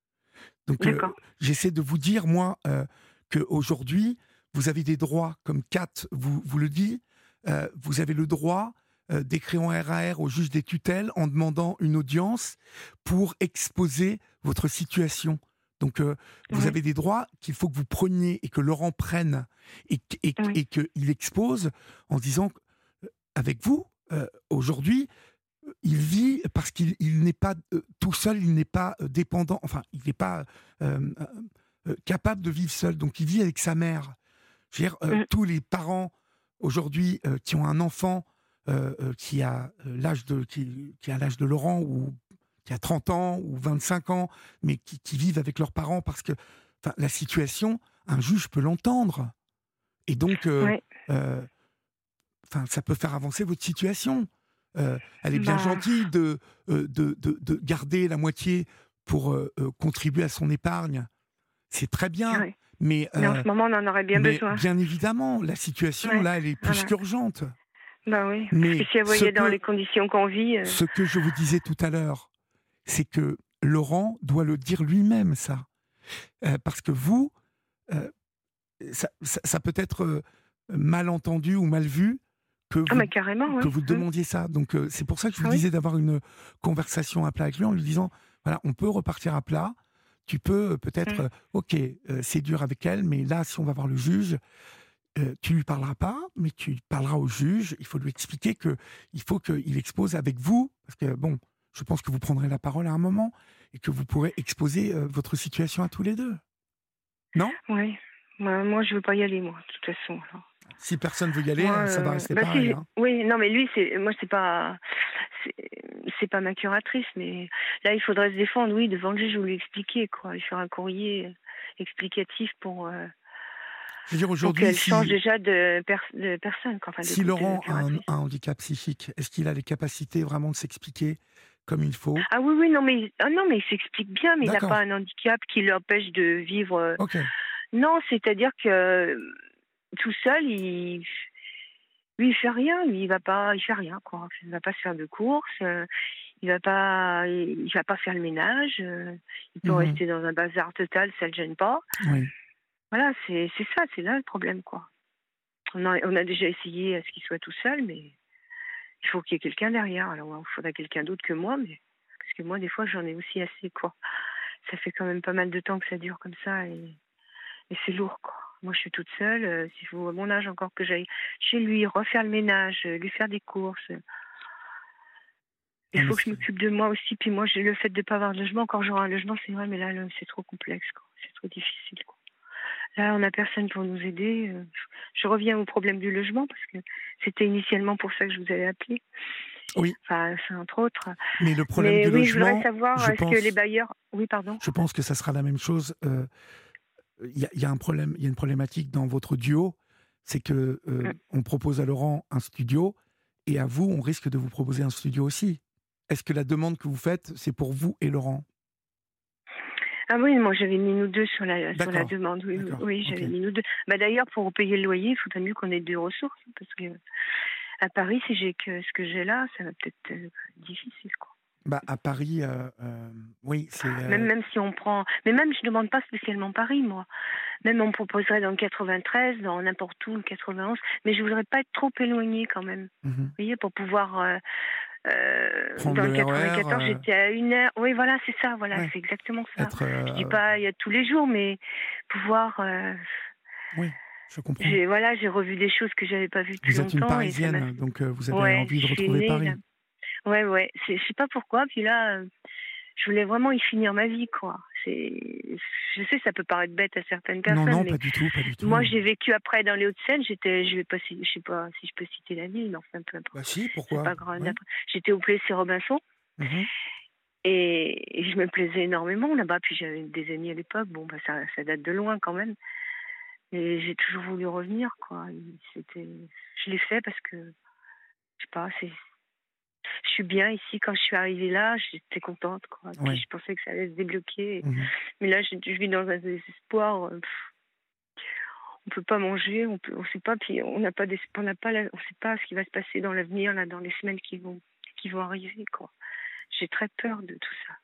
Donc, euh, D'accord. j'essaie de vous dire, moi, euh, qu'aujourd'hui, vous avez des droits, comme Kat vous, vous le dit, euh, vous avez le droit euh, d'écrire en R A R au juge des tutelles en demandant une audience pour exposer votre situation. Donc, euh, vous Oui. avez des droits qu'il faut que vous preniez et que Laurent prenne et, qu- et, qu- Oui. et qu'il expose en se disant, euh, avec vous, euh, aujourd'hui, euh, il vit parce qu'il il n'est pas euh, tout seul, il n'est pas euh, dépendant, enfin, il n'est pas euh, euh, euh, capable de vivre seul. Donc, il vit avec sa mère. Je veux dire, euh, Mm. tous les parents aujourd'hui euh, qui ont un enfant euh, euh, qui a euh, l'âge de qui, qui a l'âge de Laurent ou qui a trente ans ou vingt-cinq ans, mais qui, qui vivent avec leurs parents parce que enfin, la situation, un juge peut l'entendre. Et donc, euh, Oui. euh, enfin, ça peut faire avancer votre situation. Euh, elle est bien Bah. gentille de, euh, de, de, de garder la moitié pour euh, euh, contribuer à son épargne. C'est très bien. Oui. Mais, Mais en euh, ce moment, on en aurait bien mais besoin. bien évidemment, la situation, Ouais, là, elle est plus voilà. qu'urgente. Bah oui. Mais Et si elle ce voyait dans que- les conditions qu'on vit. euh, Ce que je vous disais tout à l'heure, c'est que Laurent doit le dire lui-même, ça. Euh, parce que vous, euh, ça, ça- ça peut être euh, mal entendu ou mal vu que vous, Ah, mais carrément, oui. que vous demandiez ça. Donc, euh, c'est pour ça que je vous Ah oui. disais d'avoir une conversation à plat avec lui en lui disant, voilà, on peut repartir à plat. Tu peux euh, peut-être, Mm. euh, ok, euh, c'est dur avec elle, mais là, si on va voir le juge, euh, tu lui parleras pas, mais tu parleras au juge. Il faut lui expliquer que il faut qu'il expose avec vous, parce que bon, je pense que vous prendrez la parole à un moment et que vous pourrez exposer euh, votre situation à tous les deux. Non? Oui. Moi, moi, je veux pas y aller, moi, de toute façon. alors. Si personne veut y aller, Moi, ça va euh, rester bah, pareil. si, hein. Oui, non, mais lui, c'est, moi, c'est pas, c'est, c'est pas ma curatrice, mais là, il faudrait se défendre, oui, devant le juge, ou lui expliquer, quoi, lui faire un courrier euh, explicatif pour, euh, Je veux dire, pour aujourd'hui, qu'elle si, change déjà de, per- de personne, quoi, enfin, de, si de Laurent a un, curatrice. un handicap psychique, est-ce qu'il a les capacités vraiment de s'expliquer comme il faut? Ah oui, oui, non, mais, il- ah, non, mais il s'explique bien, mais il n'a D'accord. pas un handicap qui l'empêche de vivre. euh, Ok. Non, c'est-à-dire que euh, tout seul, il, lui, il fait rien, lui, il va pas, il fait rien, quoi. Il va pas se faire de courses, euh, il va pas, il, il va pas faire le ménage, euh, il peut Mhm. rester dans un bazar total, ça le gêne pas. Oui. Voilà, c'est, c'est ça, c'est là le problème, quoi. On a, on a déjà essayé à ce qu'il soit tout seul, mais il faut qu'il y ait quelqu'un derrière. Alors, il faudra quelqu'un d'autre que moi, mais parce que moi, des fois, j'en ai aussi assez, quoi. Ça fait quand même pas mal de temps que ça dure comme ça et, et c'est lourd, quoi. Moi, je suis toute seule. Euh, S'il faut à mon âge encore que j'aille chez lui, refaire le ménage, euh, lui faire des courses. Il Non, mais faut que je c'est- m'occupe de moi aussi. Puis moi, j'ai le fait de ne pas avoir de logement. Quand j'aurai un logement, c'est vrai, mais là, le- c'est trop complexe, quoi. C'est trop difficile, quoi. Là, on n'a personne pour nous aider. Euh, Je reviens au problème du logement parce que c'était initialement pour ça que je vous avais appelé. Oui, Enfin, c'est entre autres. mais le problème Mais du oui, je voudrais logement, savoir, je est-ce que les pense, bailleurs... Oui, pardon. je pense que ça sera la même chose. euh, Il y, a- il y a un problème, il y a une problématique dans votre duo, c'est que euh, Mm. on propose à Laurent un studio et à vous, on risque de vous proposer un studio aussi. Est-ce que la demande que vous faites, c'est pour vous et Laurent? Ah oui, moi, j'avais mis nous deux sur la, sur la D'accord, demande. Oui, oui, d'accord, oui, ok. j'avais mis nous deux. Bah, d'ailleurs, pour payer le loyer, il faudrait mieux qu'on ait deux ressources. Parce que à Paris, si j'ai que ce que j'ai là, ça va peut-être être difficile, quoi. Bah, à Paris, euh, euh, oui, c'est... Même, euh, même si on prend... Mais même, je ne demande pas spécialement Paris, moi. Même, on me proposerait dans le quatre-vingt-treize, dans n'importe où, le quatre-vingt-onze. Mais je voudrais pas être trop éloignée, quand même. mhm. Vous voyez, pour pouvoir... euh, euh, Prendre dans le le R E R, quatre-vingt-quatorze, euh, j'étais à une heure. Oui, voilà, c'est ça, voilà, ouais, c'est exactement ça. être... Je dis euh, pas il y a tous les jours, mais pouvoir... euh, oui, je comprends. j'ai, voilà, j'ai revu des choses que j'avais pas vues depuis Vous êtes une longtemps et ça m'a... Parisienne, donc euh, vous avez Ouais, envie de je suis retrouver née, là. Paris. Ouais, ouais, c'est, je sais pas pourquoi, puis là... euh, je voulais vraiment y finir ma vie, quoi. C'est, je sais, ça peut paraître bête à certaines Non, personnes, non, mais pas du tout, pas du tout. moi, j'ai vécu après dans les Hauts-de-Seine. J'étais, je vais pas, ci- je sais pas si je peux citer la ville, mais enfin, peu importe. Bah si, C'est pourquoi? pas grave. Oui. J'étais au Plessis-Robinson Mhm. et, et je me plaisais énormément là-bas. Puis j'avais des amis à l'époque. Bon, bah ça, ça date de loin quand même. Et j'ai toujours voulu revenir, quoi. Et C'était, je l'ai fait parce que, je sais pas, c'est, je suis bien ici. Quand je suis arrivée là, j'étais contente, quoi. Puis Ouais. je pensais que ça allait se débloquer. Mhm. Mais là, je, je vis dans un désespoir. euh, pff, on peut pas manger, on peut, on sait pas, puis on n'a pas, d'es- on n'a pas, la- on sait pas ce qui va se passer dans l'avenir, là, dans les semaines qui vont, qui vont arriver, quoi. J'ai très peur de tout ça.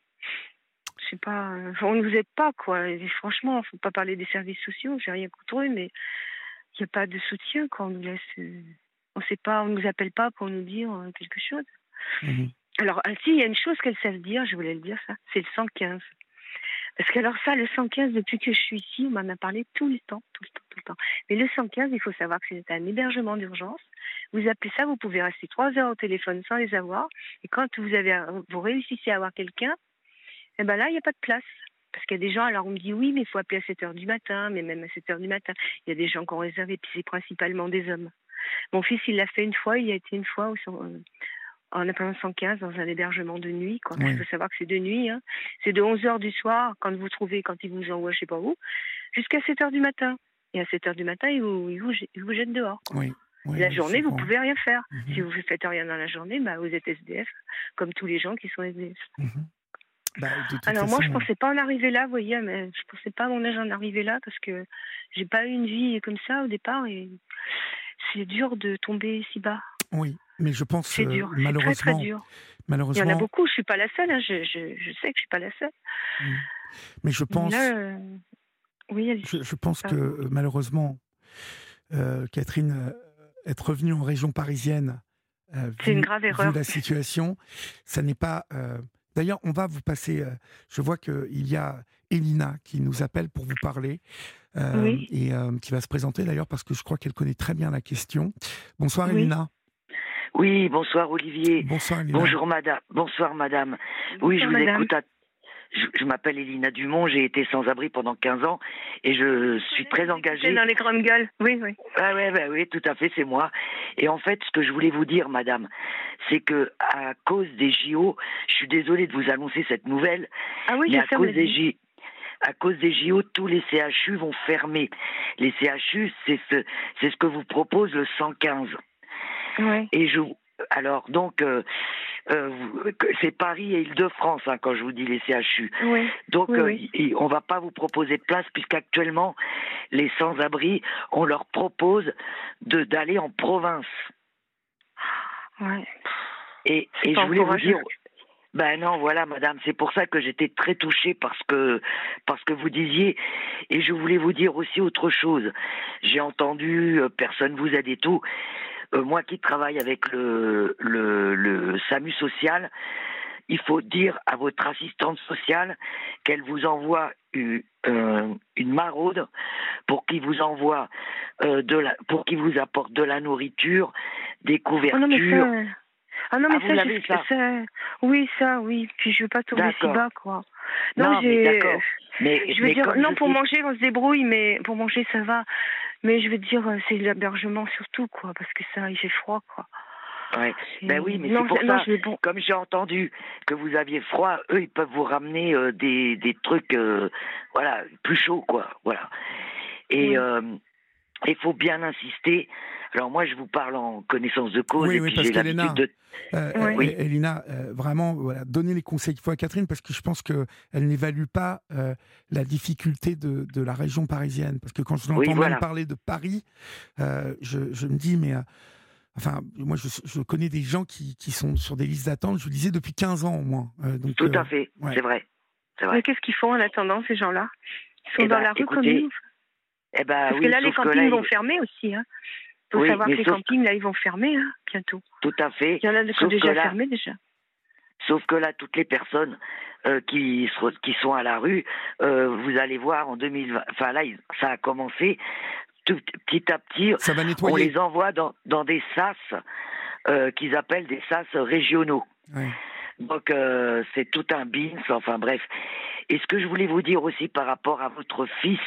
Je sais pas, euh, on nous aide pas, quoi. Et franchement, faut pas parler des services sociaux, j'ai rien contre eux, mais il y a pas de soutien, quoi. On nous laisse, euh, on sait pas, on nous appelle pas pour nous dire euh, quelque chose. Mhm. Alors, ah, si, il y a une chose qu'elles savent dire, je voulais le dire, ça, c'est le cent quinze. Parce que alors ça, le cent quinze, depuis que je suis ici, on m'en a parlé tout le temps, tout le temps, tout le temps. Mais le cent quinze, il faut savoir que c'est un hébergement d'urgence. Vous appelez ça, vous pouvez rester trois heures au téléphone sans les avoir. Et quand vous avez, vous réussissez à avoir quelqu'un, eh ben là, il n'y a pas de place. Parce qu'il y a des gens, alors on me dit oui, mais il faut appeler à sept heures du matin, mais même à sept heures du matin, il y a des gens qui ont réservé, puis c'est principalement des hommes. Mon fils, il l'a fait une fois, il y a été une fois au, euh, en appelant cent quinze dans un hébergement de nuit, quoi. Oui. Il faut savoir que c'est de nuit, hein. C'est de onze heures du soir, quand vous trouvez, quand ils vous envoient je sais pas où, jusqu'à sept heures du matin. Et à sept heures du matin, ils vous, ils vous, ils vous jettent dehors, quoi. Oui. Oui, La oui, journée, je vous comprends. pouvez rien faire. Mhm. Si vous ne faites rien dans la journée, bah, vous êtes S D F, comme tous les gens qui sont S D F. Mhm. Bah, de toute Alors façon, moi, je pensais pas en arriver là, vous voyez, mais je pensais pas à mon âge en arriver là, parce que j'ai pas eu une vie comme ça au départ, et c'est dur de tomber si bas. oui, mais je pense C'est euh, dur, c'est très malheureusement, très dur. Il y malheureusement, en a beaucoup, je suis pas la seule, hein. je, je, je sais que je suis pas la seule. mm. mais je Mais pense, là, euh, oui, allez-y. je, je pense que Pardon. euh, malheureusement, euh, Catherine, euh, être revenue en région parisienne, euh, C'est vu, une grave vu erreur. la situation, ça n'est pas. euh, D'ailleurs, on va vous passer. euh, je vois qu'il y a Elina qui nous appelle pour vous parler. euh, Oui. Et euh, qui va se présenter d'ailleurs parce que je crois qu'elle connaît très bien la question. Bonsoir Oui. Elina. Oui, bonsoir Olivier. Bonsoir Elina. Bonjour madame. Bonsoir madame. Oui, je Bonsoir, vous madame. écoute. À... Je, je m'appelle Elina Dumont, j'ai été sans-abri pendant quinze ans et je suis très C'est engagée. dans les grandes gueules, oui, oui. Ah ouais, bah oui, tout à fait, c'est moi. Et en fait, ce que je voulais vous dire, madame, c'est que à cause des J O, je suis désolée de vous annoncer cette nouvelle, Ah oui, mais je à sais, on cause l'a des dit. J à cause des J O, tous les C H U vont fermer. Les C H U, c'est ce, c'est ce que vous propose le cent quinze. Ouais. Et je, alors donc, euh, euh, vous- c'est Paris et Île-de-France hein, quand je vous dis les C H U. Oui. Donc, Oui, euh, oui. y- y- on va pas vous proposer de place puisqu'actuellement, les sans-abri, on leur propose de d'aller en province. Ouais. Et, C'est et pas je voulais vous encourageant. dire, ben non, voilà, madame, c'est pour ça que j'étais très touchée parce que parce que vous disiez, et je voulais vous dire aussi autre chose. J'ai entendu, euh, personne vous aide et tout. Euh, moi qui travaille avec le, le le SAMU social, il faut dire à votre assistante sociale qu'elle vous envoie une, euh, une maraude pour qu'il vous envoie euh, de la, pour qu'il vous apporte de la nourriture, des Oh non, mais couvertures. ça, euh, Ah non, mais Ah, vous ça, l'avez, je- ça ça- oui, ça, oui. Puis je veux pas tomber si D'accord. bas, quoi. Non, Non, mais j'ai. d'accord. Mais, Je veux mais dire, comme non, je pour sais- manger, on se débrouille, mais pour manger, ça va. Mais je veux dire, euh, c'est l'hébergement surtout, quoi, parce que ça, il fait froid, quoi. Ouais. Et- Ben oui, mais non, c'est pour non, ça. je vais bon. Comme j'ai entendu que vous aviez froid, eux, ils peuvent vous ramener euh, des, des trucs, euh, voilà, plus chauds, quoi. Voilà. Et Oui. euh, il faut bien insister. Alors moi, je vous parle en connaissance de cause, Oui, et oui, puis parce j'ai qu'Elena, l'habitude de. euh, Oui. euh, Oui. Elena, euh, vraiment, voilà, donner les conseils qu'il faut à Catherine, parce que je pense qu'elle n'évalue pas euh, la difficulté de, de la région parisienne. Parce que quand je l'entends Oui, même voilà. parler de Paris, euh, je, je me dis, mais... euh, enfin, moi, je, je connais des gens qui, qui sont sur des listes d'attente, je vous disais, depuis quinze ans au moins. Euh, donc, Tout euh, à fait, ouais. c'est vrai. C'est vrai. Mais qu'est-ce qu'ils font en attendant, ces gens-là? Ils sont Eh dans ben, la rue comme écoutez, nous. Eh ben, Parce oui, que là, les sauf que campings là, vont il- fermer aussi. Hein. Il faut Oui, savoir mais que les sauf- campings, là, ils vont fermer hein, bientôt. Tout à fait. Il y en a qui ont Sauf que déjà là- fermé, déjà. Sauf que là, toutes les personnes euh, qui, se- qui sont à la rue, euh, vous allez voir en deux mille vingt, enfin là, il- ça a commencé, tout, petit à petit, Ça va on nettoyer. les envoie dans, dans des sas euh, qu'ils appellent des sas régionaux. Ouais. Donc euh, c'est tout un bins, enfin bref. Et ce que je voulais vous dire aussi par rapport à votre fils,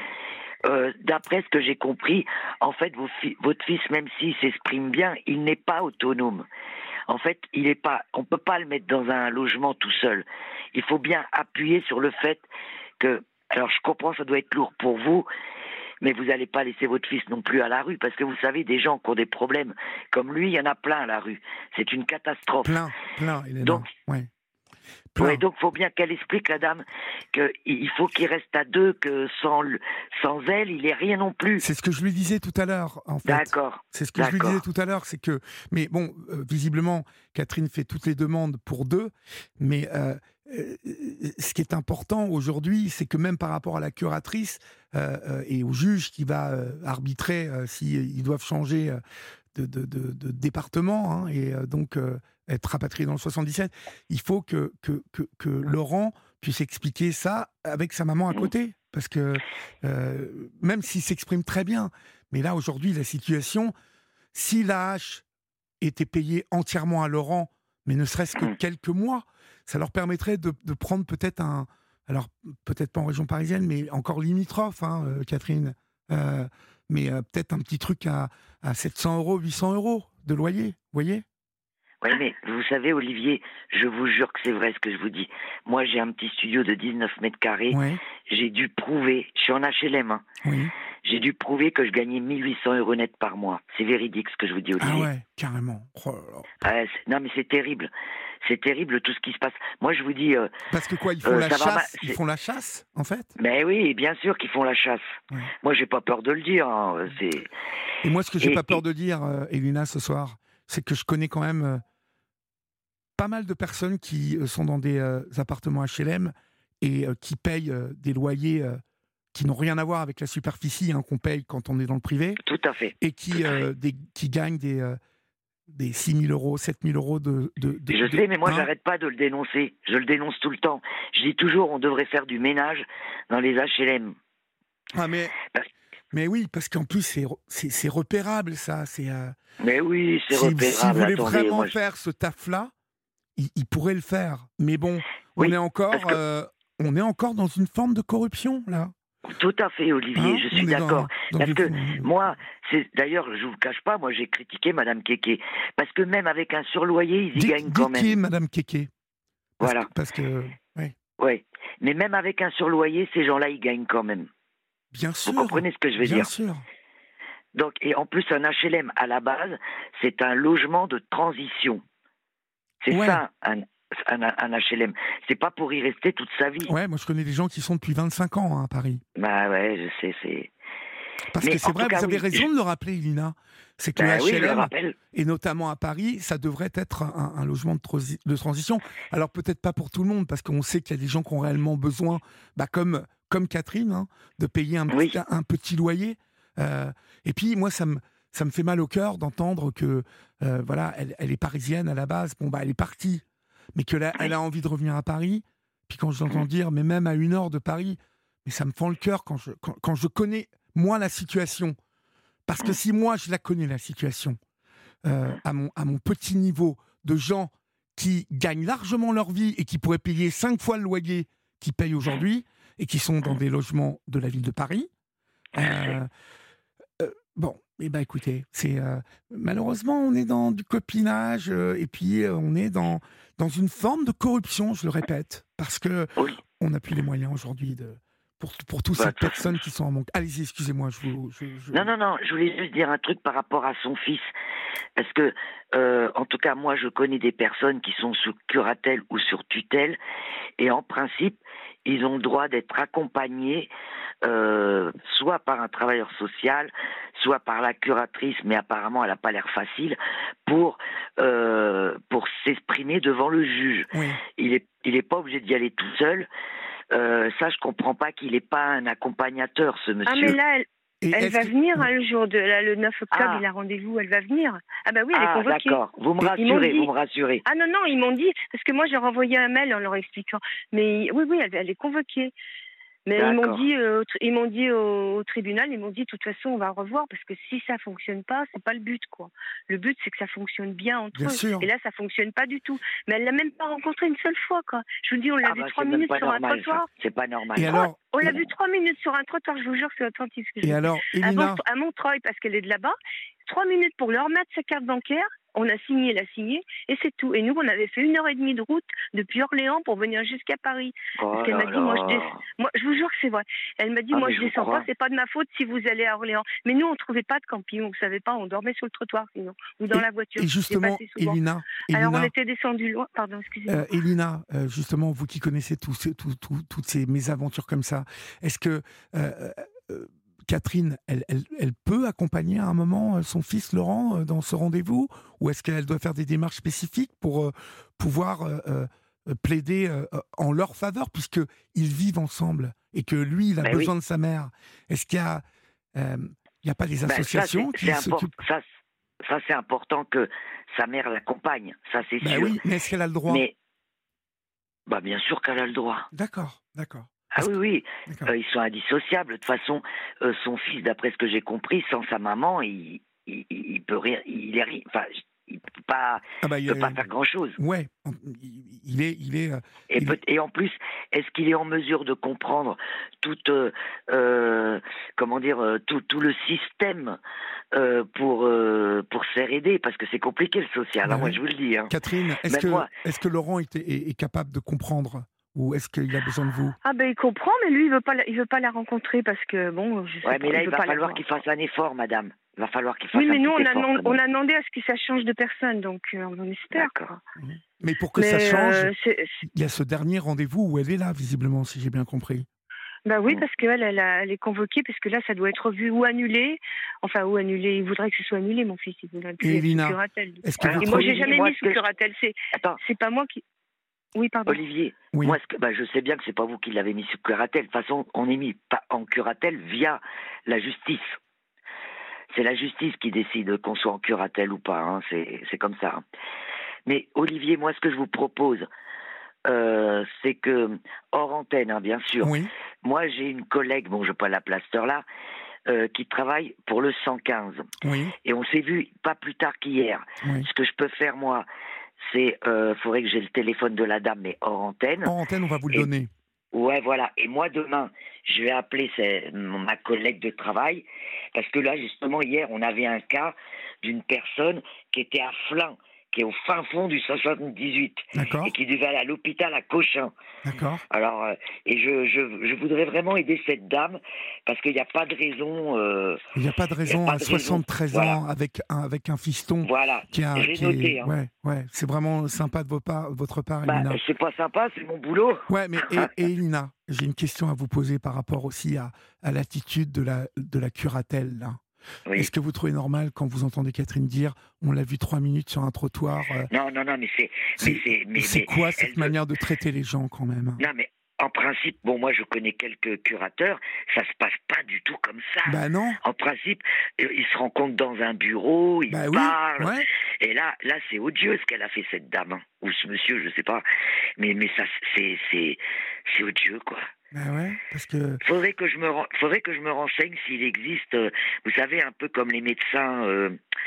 euh, d'après ce que j'ai compris, en fait, vos fi- votre fils, même s'il s'exprime bien, il n'est pas autonome. En fait, il est pas, on peut pas le mettre dans un logement tout seul. Il faut bien appuyer sur le fait que, alors je comprends, ça doit être lourd pour vous, mais vous n'allez pas laisser votre fils non plus à la rue, parce que vous savez, des gens qui ont des problèmes comme lui, il y en a plein à la rue. C'est une catastrophe. Plein, plein, Elena. Donc- ouais. Plein. Ouais, donc il faut bien qu'elle explique, la dame, qu'il faut qu'il reste à deux, que sans, le- sans elle, il n'est rien non plus. C'est ce que je lui disais tout à l'heure, en fait. D'accord. C'est ce que je lui D'accord. disais tout à l'heure, c'est que, mais bon, euh, visiblement, Catherine fait toutes les demandes pour deux, mais euh, euh, ce qui est important aujourd'hui, c'est que même par rapport à la curatrice euh, euh, et au juge qui va euh, arbitrer euh, s'ils doivent changer euh, de, de, de, de département hein, et euh, donc euh, être rapatrié dans le soixante-dix-sept, il faut que, que, que, que Laurent puisse expliquer ça avec sa maman à côté. Parce que euh, même s'il s'exprime très bien, mais là aujourd'hui la situation, si la hache était payée entièrement à Laurent, mais ne serait-ce que quelques mois, ça leur permettrait de, de prendre peut-être un, alors peut-être pas en région parisienne, mais encore limitrophe, hein, euh, Catherine, euh, mais euh, peut-être un petit truc à, à sept cents euros, huit cents euros de loyer, vous voyez? Oui, mais vous savez, Olivier, je vous jure que c'est vrai ce que je vous dis. Moi, j'ai un petit studio de dix-neuf mètres carrés. Oui, J'ai dû prouver, je suis en H L M, hein, oui. j'ai dû prouver que je gagnais mille huit cents euros net par mois. C'est véridique ce que je vous dis, Ah Olivier. ouais, carrément. Oh là là. Ouais, c'est- non, mais c'est terrible. C'est terrible tout ce qui se passe. Moi, je vous dis, euh, Parce que quoi, ils font Euh, la ça va chasse, ma- ils c'est- font la chasse, en fait. mais oui, bien sûr qu'ils font la chasse. Ouais. Moi, j'ai pas peur de le dire. hein, C'est... Et moi, ce que j'ai Et- pas peur et- de dire, euh, Elina, ce soir, c'est que je connais quand même euh, pas mal de personnes qui euh, sont dans des euh, appartements H L M et euh, qui payent euh, des loyers euh, qui n'ont rien à voir avec la superficie hein, qu'on paye quand on est dans le privé Tout à fait. et qui, Tout à fait. euh, des, qui gagnent des, euh, des six mille euros, sept mille euros de. de, de Je de- sais, mais moi, hein. j'arrête pas de le dénoncer. Je le dénonce tout le temps. Je dis toujours, on devrait faire du ménage dans les H L M. Ah, mais, Parce- mais oui, parce qu'en plus, c'est, c'est, c'est repérable, ça. C'est, euh, Mais oui, c'est si, repérable. si vous voulez Attendez, vraiment moi, je- faire ce taf-là, il, il pourrait le faire. Mais bon, Oui, on est encore, parce que- euh, on est encore dans une forme de corruption là. Tout à fait, Olivier, Hein je On suis est dans- d'accord. dans Parce une- que moi, c'est d'ailleurs, je vous le cache pas, moi j'ai critiqué Madame Kéké. Parce que même avec un surloyer, ils y Dites, gagnent quand dites qui est même. Madame Kéké. Parce Voilà. que- parce que, ouais, Ouais. Mais même avec un surloyer, ces gens-là, ils gagnent quand même. bien sûr. Vous comprenez ce que je veux bien dire? sûr. Donc, et en plus, un H L M, à la base, c'est un logement de transition. C'est Ouais. ça, un, un, un H L M. C'est pas pour y rester toute sa vie. Ouais, moi je connais des gens qui sont depuis vingt-cinq ans hein, à Paris. Bah ouais, je sais, c'est... Parce Mais que c'est en vrai, tout cas, vous avez oui. raison de le rappeler, Lina. C'est que Bah le oui, je le H L M, rappelle. et notamment à Paris, ça devrait être un, un logement de, trosi- de transition. Alors peut-être pas pour tout le monde, parce qu'on sait qu'il y a des gens qui ont réellement besoin, bah, comme, comme Catherine, hein, de payer un, Oui. petit, un petit loyer. Euh, et puis moi, ça me, ça me fait mal au cœur d'entendre que, euh, voilà, elle, elle est parisienne à la base. Bon, bah, elle est partie, mais que là, Oui. elle a envie de revenir à Paris. Puis quand j'entends dire, mais même à une heure de Paris, mais ça me fend le cœur quand je, quand, quand je connais, moi, la situation. Parce que si moi, je la connais, la situation, euh, à, mon, à mon petit niveau de gens qui gagnent largement leur vie et qui pourraient payer cinq fois le loyer qu'ils payent aujourd'hui et qui sont dans des logements de la ville de Paris. Euh, euh, bon, eh ben écoutez, c'est euh, malheureusement on est dans du copinage euh, et puis euh, on est dans dans une forme de corruption, je le répète, parce que Oui. on n'a plus les moyens aujourd'hui de pour pour toutes Bah, ces personnes qui sont en manque. Allez-y, excusez-moi, je vous. Je, je... Non, non, non, je voulais juste dire un truc par rapport à son fils. Parce que, euh, en tout cas, moi, je connais des personnes qui sont sous curatelle ou sur tutelle, et en principe, ils ont le droit d'être accompagnés, euh, soit par un travailleur social, soit par la curatrice, mais apparemment, elle n'a pas l'air facile, pour, euh, pour s'exprimer devant le juge. Oui. Il est, il est pas obligé d'y aller tout seul. Euh, ça, je comprends pas qu'il n'est pas un accompagnateur, ce monsieur. Ah, mais là, elle, Et elle est-ce va que- venir hein, le jour de là, le neuf octobre, Ah. il a rendez-vous, elle va venir. Ah bah oui, elle est Ah, convoquée. d'accord. Vous me Ils m'ont rassurez, dit- vous me rassurez. Ah non, non, ils m'ont dit, parce que moi j'ai renvoyé un mail en leur expliquant. Mais oui, oui, elle, elle est convoquée. Mais ils m'ont D'accord. dit, euh, au tri- ils m'ont dit au, au tribunal, ils m'ont dit, de toute façon, on va revoir, parce que si ça fonctionne pas, c'est pas le but, quoi. Le but, c'est que ça fonctionne bien entre Bien eux. sûr. Et là, ça fonctionne pas du tout. Mais elle l'a même pas rencontré une seule fois, quoi. Je vous dis, on l'a Ah vu bah, trois c'est même minutes pas sur un normal, trottoir. ça. C'est pas normal. Et alors, On l'a et- vu trois minutes sur un trottoir, je vous jure, c'est authentique ce que je et vous dis. alors, À, Elina, Mont- à Montreuil, parce qu'elle est de là-bas, trois minutes pour leur mettre sa carte bancaire. On a signé, elle a signé, et c'est tout. Et nous, on avait fait une heure et demie de route depuis Orléans pour venir jusqu'à Paris. Oh Parce qu'elle là m'a dit, moi, je là. descends. Moi, je vous jure que c'est vrai. Elle m'a dit, Ah, moi, mais je je vous descends crois. pas, c'est pas de ma faute si vous allez à Orléans. Mais nous, on trouvait pas de camping, on savait pas, on dormait sur le trottoir sinon, ou dans Et- la voiture. et J'ai justement, passé souvent. Elina, Alors, on Elina, était descendu loin. Pardon, excusez-moi. Euh, Elina, euh, justement, vous qui connaissez tous ces- tout- tout- toutes ces mésaventures comme ça, est-ce que euh, euh, Catherine, elle, elle, elle peut accompagner à un moment euh, son fils Laurent euh, dans ce rendez-vous, ou est-ce qu'elle doit faire des démarches spécifiques pour euh, pouvoir euh, euh, plaider euh, en leur faveur, puisqu'ils vivent ensemble et que lui, il a Ben besoin oui. de sa mère? Est-ce qu'il y a, euh, il y a pas des Ben, ça, associations c'est- qui c'est import- s'occupent? ça, ça, c'est important que sa mère l'accompagne, ça c'est Ben sûr. oui, mais est-ce qu'elle a le droit? Mais, bah, bien sûr qu'elle a le droit. D'accord, d'accord. Ah Parce oui, que- oui, d'accord. Euh, ils sont indissociables. De toute façon, euh, son fils, d'après ce que j'ai compris, sans sa maman, il, il, il peut rien, il est rien, enfin, il peut pas, Ah bah, il il peut y a- pas faire grand chose. Ouais, il il est, il est. euh, Et, Il- peut- et en plus, est-ce qu'il est en mesure de comprendre tout, euh, euh, comment dire, euh, tout, tout le système euh, pour euh, pour se faire aider, parce que c'est compliqué le social. Bah hein, moi, oui. je vous le dis. Hein. Catherine, est-ce Même que, moi. est-ce que Laurent est, est, est capable de comprendre, ou est-ce qu'il a besoin de vous? Ah ben il comprend, mais lui il veut pas, la, il veut pas la rencontrer parce que bon, je sais Ouais, pas, mais là, il il veut va pas la falloir voir. qu'il fasse un effort, madame. Il va falloir qu'il fasse Oui, un mais nous petit on a, effort, demandé, quand on même. a demandé à ce que ça change de personne, donc euh, on espère. D'accord. quoi. Mais pour que Mais ça change, euh, c'est- il y a ce dernier rendez-vous où elle est là, visiblement, si j'ai bien compris. Bah oui, Mm. parce qu'elle, elle, a- elle est convoquée, parce que là, ça doit être revu ou annulé. Enfin, ou annulé. Il voudrait que ce soit annulé, mon fils. Il voudrait plus Et être Elina, sous curatelle. est-ce que Alors, vous Et moi, trouvez- j'ai jamais moi, mis ce sous que je- curatelle. C'est, Attends, c'est pas moi qui. Oui, pardon. Olivier, Oui. moi, ce que, bah, je sais bien que c'est pas vous qui l'avez mis sous curatelle. De toute façon, on est mis pas en curatelle via la justice. C'est la justice qui décide qu'on soit en curatelle ou pas. Hein. C'est, c'est comme ça. hein. Mais Olivier, moi, ce que je vous propose, euh, c'est que, hors antenne, hein, bien sûr, Oui, moi, j'ai une collègue, bon, je ne vais pas la plaster là, euh, qui travaille pour le cent quinze. oui, Et on s'est vu pas plus tard qu'hier. oui. Ce que je peux faire, moi, c'est, euh, faudrait que j'ai le téléphone de la dame, mais hors antenne. En antenne, on va vous le Et- donner. Ouais, voilà. Et moi, demain, je vais appeler ces- ma collègue de travail, parce que là, justement, hier, on avait un cas d'une personne qui était à Flins, qui est au fin fond du soixante-dix-huit, D'accord, et qui devait aller à l'hôpital à Cochin. d'accord. Alors, euh, et je, je, je voudrais vraiment aider cette dame, parce qu'il n'y a pas de raison... euh, Il n'y a pas de raison pas à de raison. soixante-treize Voilà. ans avec un, avec un fiston voilà. qui a. J'ai qui noté, est- hein. Ouais, ouais. C'est vraiment sympa de votre part, votre part Bah, Elina. c'est pas sympa, c'est mon boulot. Ouais, mais et, et Elina, j'ai une question à vous poser par rapport aussi à, à l'attitude de la, de la curatelle. Là. Oui. Est-ce que vous trouvez normal quand vous entendez Catherine dire on l'a vu trois minutes sur un trottoir euh, Non, non, non, mais c'est... C'est Mais c'est, mais, c'est mais quoi elle cette veut- manière de traiter les gens quand même? Non, mais en principe, bon, moi, je connais quelques curateurs, ça se passe pas du tout comme ça. Bah non. En principe, euh, ils se rencontrent dans un bureau, ils Bah oui. parlent. Ouais. Et là, là, c'est odieux ce qu'elle a fait, cette dame. hein. Ou ce monsieur, je sais pas. Mais, mais ça, c'est, c'est, c'est odieux, quoi. Bah ouais. Parce que. Faudrait que je me, ren- faudrait que je me renseigne s'il existe, euh, vous savez, un peu comme les médecins, euh,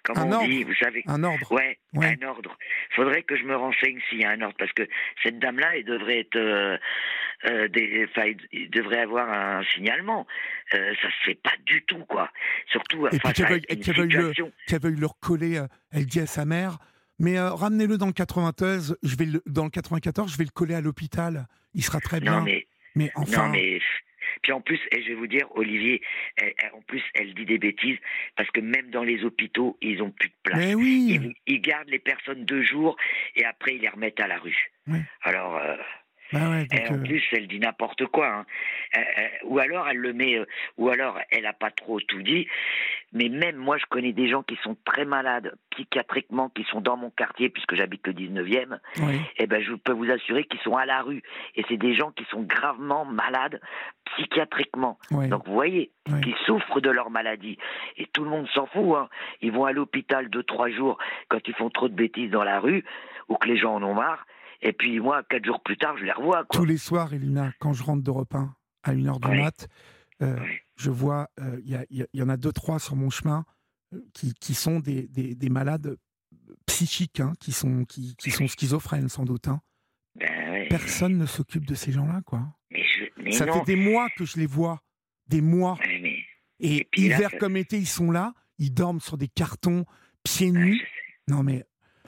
comme un on ordre. dit, vous savez. Un ordre. Ouais, Ouais. un ordre. Faudrait que je me renseigne s'il y a un ordre, parce que cette dame-là, elle devrait être, euh, euh, des, enfin, il il devrait avoir un signalement. Euh, ça se fait pas du tout, quoi. Surtout Et puis face qu'elle à veuille, une qu'elle veuille le, situation. qu'elle veuille le recoller, euh, elle dit à sa mère, mais euh, ramenez-le dans le quatre-vingt-treize, je vais le, dans le quatre-vingt-quatorze, je vais le coller à l'hôpital, il sera très bien. Non, mais, Mais enfin, non, mais. Puis en plus, et je vais vous dire, Olivier, elle- elle- en plus, elle dit des bêtises, parce que même dans les hôpitaux, ils ont plus de place. mais oui, Ils, ils gardent les personnes deux jours et après ils les remettent à la rue. Ouais. Alors, euh, bah ouais, donc, et en euh, plus, elle dit n'importe quoi. Hein. Euh, euh, ou alors elle le met, euh, ou alors elle a pas trop tout dit. Mais même moi, je connais des gens qui sont très malades psychiatriquement, qui sont dans mon quartier, puisque j'habite le dix-neuvième. oui. Eh ben, je peux vous assurer qu'ils sont à la rue. Et c'est des gens qui sont gravement malades psychiatriquement. Ouais. Donc, vous voyez, Ouais. qui souffrent de leur maladie. Et tout le monde s'en fout. Hein. Ils vont à l'hôpital deux, trois jours quand ils font trop de bêtises dans la rue, ou que les gens en ont marre. Et puis moi, quatre jours plus tard, je les revois. Quoi. Tous les soirs, Elina, quand je rentre d'Europe un à une heure du Ouais. mat, euh, Ouais. je vois, il y, a- y, y en a deux, trois sur mon chemin euh, qui, qui sont des, des, des malades psychiques, hein, qui, sont, qui, qui sont schizophrènes sans doute. Hein. Ben, ouais. Personne ne s'occupe de ces gens-là, quoi. Mais, je, mais Ça non. fait des mois que je les vois, des mois. Ouais, mais, Et, Et puis là, hiver ça- comme été, ils sont là, ils dorment sur des cartons, pieds ouais, nus. je sais. Non mais,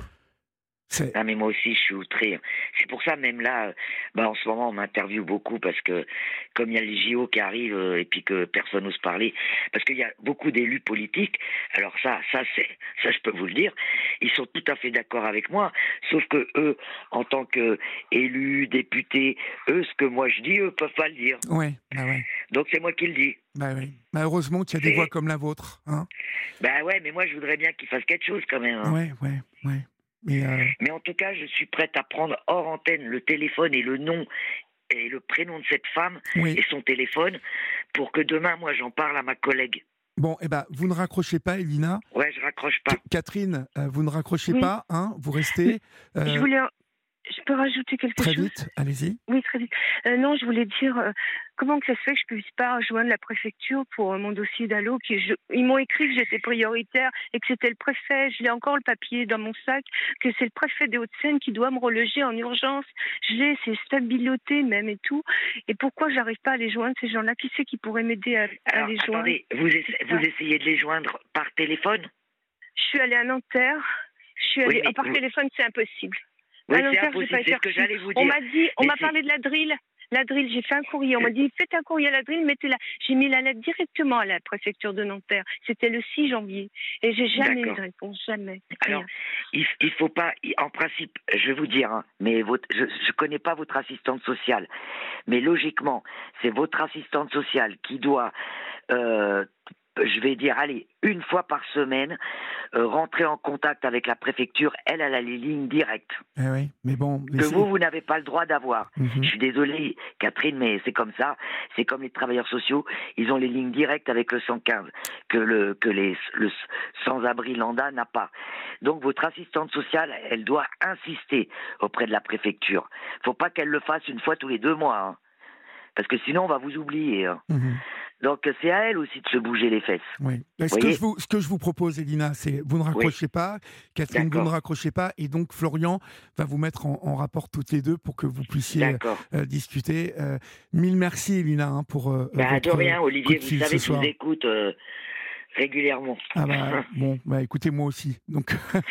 c'est... Ah, mais moi aussi, je suis outré. C'est pour ça, même là, euh, bah, en ce moment, on m'interviewe beaucoup parce que, comme il y a les J O qui arrivent euh, et puis que personne n'ose parler, parce qu'il y a beaucoup d'élus politiques, alors ça, ça, c'est, ça, je peux vous le dire, ils sont tout à fait d'accord avec moi, sauf que eux, en tant qu'élus, députés, eux, ce que moi je dis, eux peuvent pas le dire. Ouais, bah ouais, Donc c'est moi qui le dis. bah ouais. Bah heureusement qu'il y a des C'est- voix comme la vôtre, hein. Ben ouais, mais moi, je voudrais bien qu'ils fassent quelque chose quand même. Hein. Ouais, ouais, ouais. Mais euh, Mais en tout cas, je suis prête à prendre hors antenne le téléphone et le nom et le prénom de cette femme oui. et son téléphone pour que demain, moi, j'en parle à ma collègue. Bon, eh ben, vous ne raccrochez pas, Elina. Ouais, je raccroche pas. K- Catherine, euh, vous ne raccrochez Oui. pas, hein. Vous restez. Je euh, voulais, je peux rajouter quelque très chose? vite, allez-y. Oui, très vite. Euh, non, je voulais dire, euh, comment que ça se fait que je ne puisse pas rejoindre la préfecture pour euh, mon dossier d'Allo qui, je- Ils m'ont écrit que j'étais prioritaire et que c'était le préfet, je l'ai encore le papier dans mon sac, que c'est le préfet des Hauts-de-Seine qui doit me reloger en urgence. Je l'ai, c'est stabiloté même et tout. Et pourquoi j'arrive pas à les joindre, ces gens-là? Qui c'est qui pourrait m'aider à, à Alors, les joindre? attendez, vous, essa- vous essayez de les joindre par téléphone? Je suis allée à Nanterre. Je suis allée... Oui, mais ah, par vous- téléphone, c'est impossible. Oui, À c'est Nanterre, j'ai impossible, pas c'est été ce que reçue. j'allais vous On dire. m'a dit, on Mais m'a c'est- parlé de la drill. La drill, j'ai fait un courrier. On m'a dit, faites un courrier à la drill, mettez-la. J'ai mis la lettre directement à la préfecture de Nanterre. C'était le six janvier. Et j'ai jamais eu D'accord. de réponse, jamais. Alors, Rien. il, il faut pas, il- en principe, je vais vous dire, hein, mais votre, je ne connais pas votre assistante sociale, mais logiquement, c'est votre assistante sociale qui doit, euh, je vais dire, allez, une fois par semaine, euh, rentrer en contact avec la préfecture. Elle, elle a les lignes directes Eh oui, mais bon. que laissez- vous, vous n'avez pas le droit d'avoir. Mhm. Je suis désolé, Catherine, mais c'est comme ça. C'est comme les travailleurs sociaux. Ils ont les lignes directes avec le cent quinze que le que les le sans-abri lambda n'a pas. Donc votre assistante sociale, elle doit insister auprès de la préfecture. Faut pas qu'elle le fasse une fois tous les deux mois, hein. Parce que sinon on va vous oublier, hein. Mhm. Donc c'est à elle aussi de se bouger les fesses. Oui. Ce que, Voyez je vous, ce que je vous propose, Elina, c'est vous ne raccrochez pas, Catherine, vous D'accord. ne raccrochez pas, et donc Florian va vous mettre en, en rapport toutes les deux pour que vous puissiez D'accord. euh, discuter. Euh, mille merci, Elina, hein, pour euh, Bah, votre de rien, coup Olivier. de Vous fil savez ce que je vous soir. écoute euh, régulièrement. Ah bah, bon, bah écoutez, moi aussi. Donc,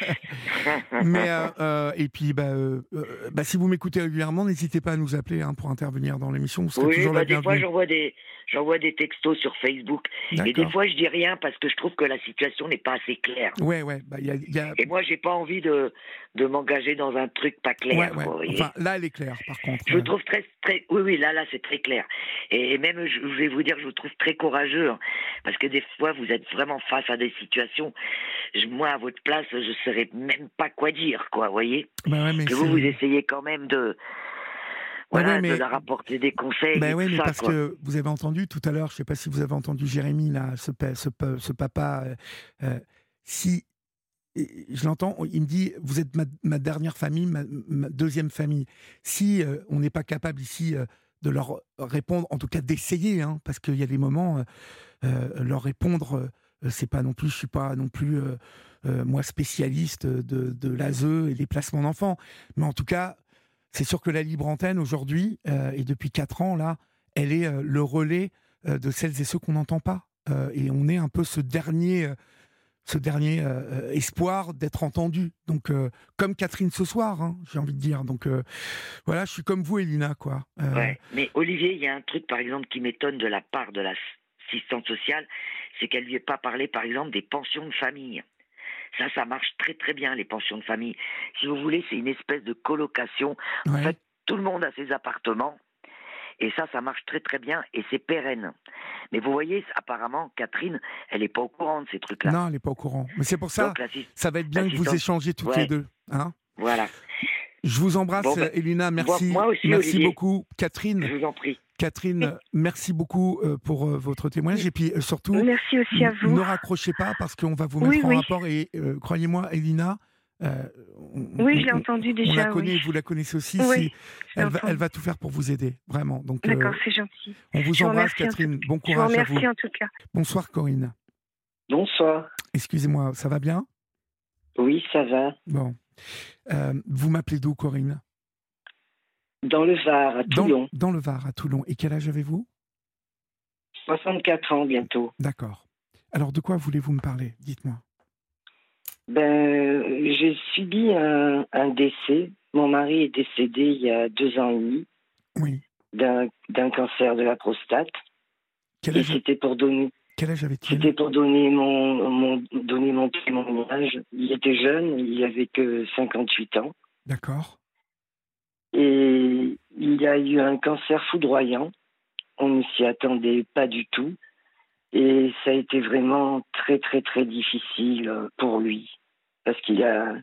mais euh, euh, et puis, bah, euh, euh, bah, si vous m'écoutez régulièrement, n'hésitez pas à nous appeler hein, pour intervenir dans l'émission. Vous serez Oui, toujours bah, la des fois bienvenue. j'envoie des j'envoie des textos sur Facebook et des D'accord. fois je dis rien parce que je trouve que la situation n'est pas assez claire. Ouais, ouais. Bah, il y a, il y a- Et moi j'ai pas envie de de m'engager dans un truc pas clair. ouais, quoi, ouais. vous voyez. Enfin, là, elle est claire, par contre. Je vous Euh, trouve très très oui oui là là c'est très clair et, et même je, je vais vous dire je vous trouve très courageux hein, parce que des fois vous êtes vraiment face à des situations. Je- moi à votre place je saurais même pas quoi dire quoi, vous voyez. bah ouais, mais Que vous c'est- vous essayez quand même de voilà ouais, mais- de leur apporter des conseils. Ben et oui, tout mais ça, parce quoi. que vous avez entendu tout à l'heure, je ne sais pas si vous avez entendu Jérémy, là, ce, pa- ce, pa- ce papa, euh, euh, si, et je l'entends, il me dit, vous êtes ma, ma dernière famille, ma, ma deuxième famille. Si euh, on n'est pas capable ici euh, de leur répondre, en tout cas d'essayer, hein, parce qu'il y a des moments, euh, euh, leur répondre, euh, c'est pas non plus, je suis pas non plus... euh, euh, moi spécialiste de, de l'A S E et des placements d'enfants. Mais en tout cas, c'est sûr que la libre antenne aujourd'hui, euh, et depuis quatre ans, là, elle est euh, le relais euh, de celles et ceux qu'on n'entend pas. Euh, et on est un peu ce dernier, euh, ce dernier euh, espoir d'être entendu. Donc, euh, comme Catherine ce soir, hein, j'ai envie de dire. Donc, euh, voilà, je suis comme vous, Elina, quoi. Euh... Ouais. Mais Olivier, il y a un truc, par exemple, qui m'étonne de la part de l'assistante sociale, c'est qu'elle lui ait pas parlé, par exemple, des pensions de famille. Ça, ça marche très très bien, les pensions de famille. Si vous voulez, c'est une espèce de colocation. Ouais. En fait, tout le monde a ses appartements. Et ça, ça marche très très bien et c'est pérenne. Mais vous voyez, apparemment, Catherine, elle n'est pas au courant de ces trucs-là. Non, elle n'est pas au courant. Mais c'est pour ça, Donc, ça va être bien que vous échangez toutes ouais. les deux. Hein, voilà. Je vous embrasse, bon, ben, Elina. Merci. Moi aussi, merci Olivier. beaucoup, Catherine. Je vous en prie. Catherine, merci beaucoup pour votre témoignage. Et puis surtout, merci aussi à vous. Ne raccrochez pas parce qu'on va vous mettre oui, en oui. rapport. Et euh, croyez-moi, Elina, euh, on, oui, on, je l'ai entendu déjà. On la connaît, oui. vous la connaissez aussi. Oui, si, elle, va, elle va tout faire pour vous aider, vraiment. Donc, d'accord, euh, c'est gentil. On vous je embrasse, Catherine. Bon courage je vous remercie à vous. en tout cas. Bonsoir, Corinne. Bonsoir. Excusez-moi, ça va bien? Oui, ça va. Bon. Euh, vous m'appelez d'où, Corinne? Dans le Var, à Toulon. Dans, dans le Var, à Toulon. Et quel âge avez-vous? soixante-quatre ans bientôt. D'accord. Alors, de quoi voulez-vous me parler? Dites-moi. Ben, j'ai subi un, un décès. Mon mari est décédé il y a deux ans et demi. Oui. D'un, d'un cancer de la prostate. Quel âge, et c'était pour donner. Quel âge avait-il? C'était pour donner mon, mon, donner mon témoignage. Il était jeune, il avait que cinquante-huit ans. D'accord. Et il y a eu un cancer foudroyant. On ne s'y attendait pas du tout. Et ça a été vraiment très, très, très difficile pour lui. Parce qu'il a,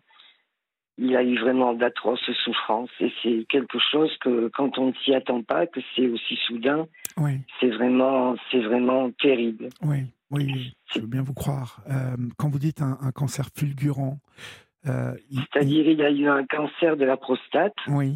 il a eu vraiment d'atroces souffrances. Et c'est quelque chose que, quand on ne s'y attend pas, que c'est aussi soudain, oui. c'est vraiment, c'est vraiment terrible. Oui, oui, je veux bien vous croire. Euh, quand vous dites un, un cancer fulgurant... Euh, C'est-à-dire, il... il a eu un cancer de la prostate. Oui.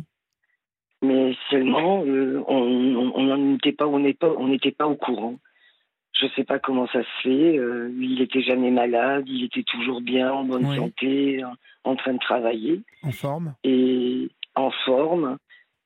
Mais seulement, euh, on n'était pas, on n'était pas, on n'était pas au courant. Je ne sais pas comment ça se fait. Euh, lui, il n'était jamais malade, il était toujours bien, en bonne oui. santé, en, en train de travailler. En forme. Et en forme.